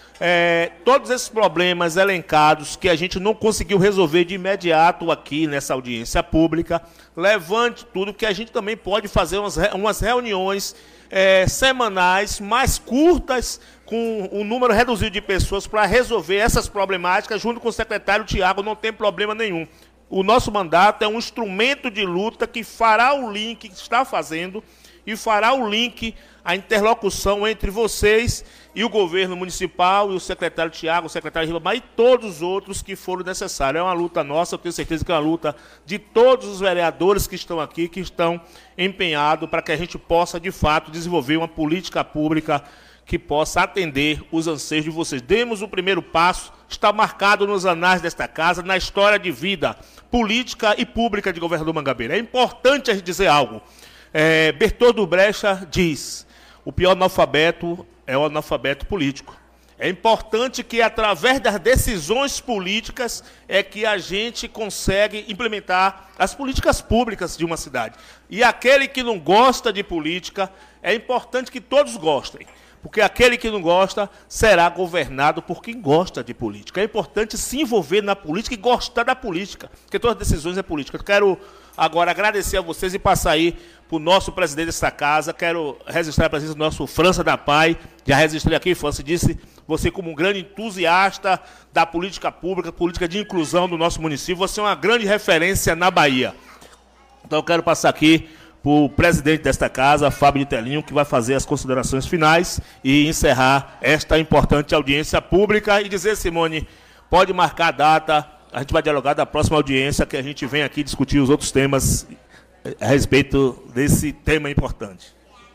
todos esses problemas elencados que a gente não conseguiu resolver de imediato aqui nessa audiência pública, levante tudo, que a gente também pode fazer umas reuniões semanais mais curtas, com um número reduzido de pessoas para resolver essas problemáticas junto com o secretário Tiago, não tem problema nenhum. O nosso mandato é um instrumento de luta que fará o link, que está fazendo, e fará o link, a interlocução entre vocês e o governo municipal, e o secretário Tiago, o secretário Ribamar e todos os outros que foram necessários. É uma luta nossa, eu tenho certeza que é uma luta de todos os vereadores que estão aqui, que estão empenhados para que a gente possa, de fato, desenvolver uma política pública que possa atender os anseios de vocês. Demos o primeiro passo, está marcado nos anais desta casa, na história de vida política e pública de governador Mangabeira. É importante a gente dizer algo. Bertoldo Brecht diz, o pior analfabeto é o analfabeto político. É importante que, através das decisões políticas, que a gente consegue implementar as políticas públicas de uma cidade. E aquele que não gosta de política, é importante que todos gostem. Porque aquele que não gosta será governado por quem gosta de política. É importante se envolver na política e gostar da política, porque todas as decisões é política. Eu quero agora agradecer a vocês e passar aí para o nosso presidente dessa casa. Quero registrar a presença do nosso França da Pai. Já registrei aqui, França, disse você como um grande entusiasta da política pública, política de inclusão do nosso município. Você é uma grande referência na Bahia. Então eu quero passar aqui para o presidente desta casa, Fábio de Telinho, que vai fazer as considerações finais e encerrar esta importante audiência pública. E dizer, Simone, pode marcar a data, a gente vai dialogar da próxima audiência, que a gente vem aqui discutir os outros temas a respeito desse tema importante.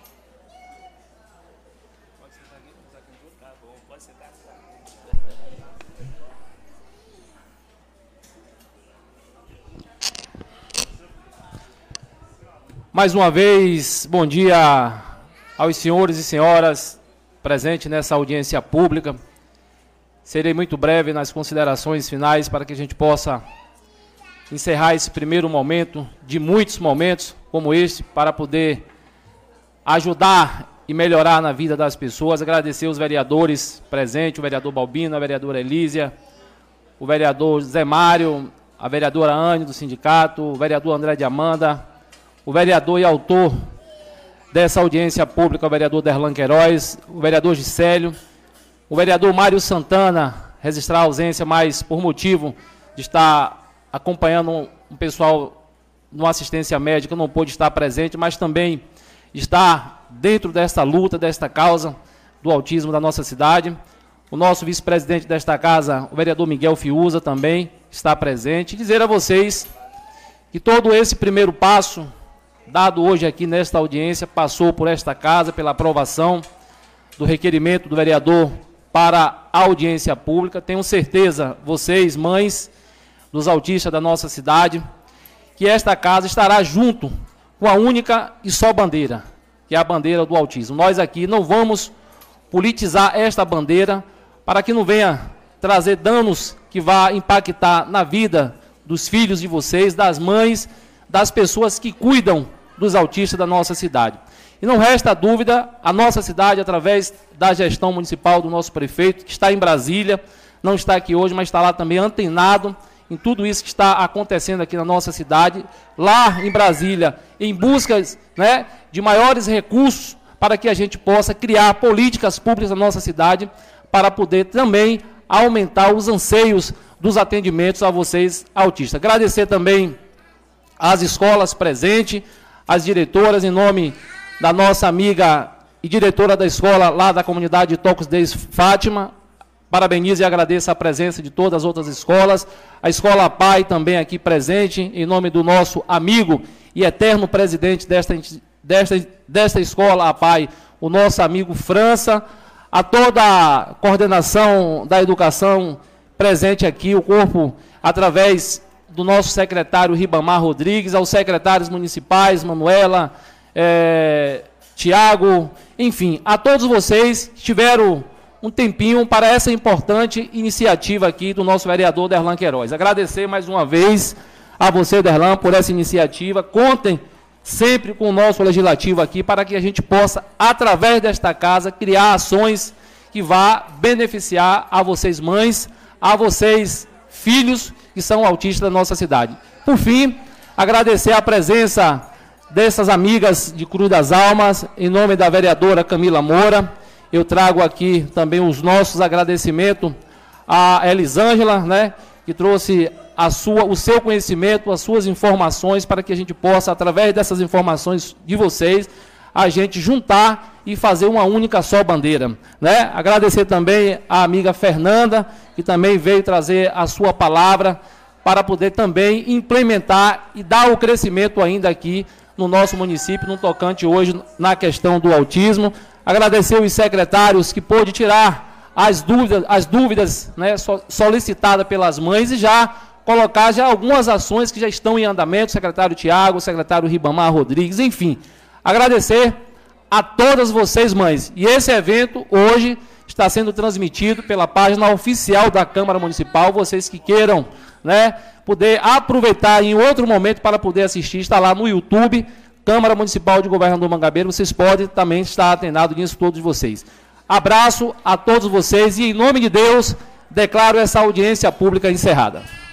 Mais uma vez, bom dia aos senhores e senhoras presentes nessa audiência pública. Serei muito breve nas considerações finais para que a gente possa encerrar esse primeiro momento, de muitos momentos como este, para poder ajudar e melhorar na vida das pessoas. Agradecer os vereadores presentes, o vereador Balbino, a vereadora Elísia, o vereador Zé Mário, a vereadora Anne do sindicato, o vereador André de Amanda, o vereador e autor dessa audiência pública, o vereador Derlan Queiroz, o vereador Gisélio, o vereador Mário Santana, registrar a ausência, mas por motivo de estar acompanhando um pessoal numa assistência médica, não pôde estar presente, mas também está dentro desta luta, desta causa do autismo da nossa cidade. O nosso vice-presidente desta casa, o vereador Miguel Fiuza, também está presente. E dizer a vocês que todo esse primeiro passo dado hoje aqui nesta audiência, passou por esta casa, pela aprovação do requerimento do vereador para a audiência pública. Tenho certeza, vocês, mães dos autistas da nossa cidade, que esta casa estará junto com a única e só bandeira, que é a bandeira do autismo. Nós aqui não vamos politizar esta bandeira para que não venha trazer danos que vá impactar na vida dos filhos de vocês, das mães, das pessoas que cuidam dos autistas da nossa cidade. E não resta dúvida, a nossa cidade, através da gestão municipal do nosso prefeito, que está em Brasília, não está aqui hoje, mas está lá também antenado em tudo isso que está acontecendo aqui na nossa cidade, lá em Brasília, em busca, né, de maiores recursos para que a gente possa criar políticas públicas na nossa cidade, para poder também aumentar os anseios dos atendimentos a vocês autistas. Agradecer também às escolas presentes, às diretoras, em nome da nossa amiga e diretora da escola lá da comunidade de Tocos de Fátima. Parabenizo e agradeço a presença de todas as outras escolas. A Escola Pai também aqui presente, em nome do nosso amigo e eterno presidente desta escola, a Pai, o nosso amigo França. A toda a coordenação da educação presente aqui, o corpo, através do nosso secretário Ribamar Rodrigues, aos secretários municipais, Manuela, Tiago, enfim, a todos vocês que tiveram um tempinho para essa importante iniciativa aqui do nosso vereador Derlan Queiroz. Agradecer mais uma vez a você, Derlan, por essa iniciativa. Contem sempre com o nosso legislativo aqui para que a gente possa, através desta casa, criar ações que vá beneficiar a vocês mães, a vocês filhos que são autistas da nossa cidade. Por fim, agradecer a presença dessas amigas de Cruz das Almas, em nome da vereadora Camila Moura. Eu trago aqui também os nossos agradecimentos à Elisângela, né, que trouxe o seu conhecimento, as suas informações, para que a gente possa, através dessas informações de vocês, a gente juntar e fazer uma única só bandeira, né? Agradecer também à amiga Fernanda, que também veio trazer a sua palavra, para poder também implementar e dar o crescimento ainda aqui no nosso município, no tocante hoje na questão do autismo. Agradecer os secretários que pôde tirar as dúvidas, né, solicitadas pelas mães, e já colocar algumas ações que já estão em andamento, o secretário Tiago, o secretário Ribamar Rodrigues, enfim. Agradecer a todas vocês, mães. E esse evento hoje está sendo transmitido pela página oficial da Câmara Municipal. Vocês que queiram, né, poder aproveitar em outro momento para poder assistir, está lá no YouTube, Câmara Municipal de Governador Mangabeira. Vocês podem também estar atendidos nisso, todos vocês. Abraço a todos vocês e, em nome de Deus, declaro essa audiência pública encerrada.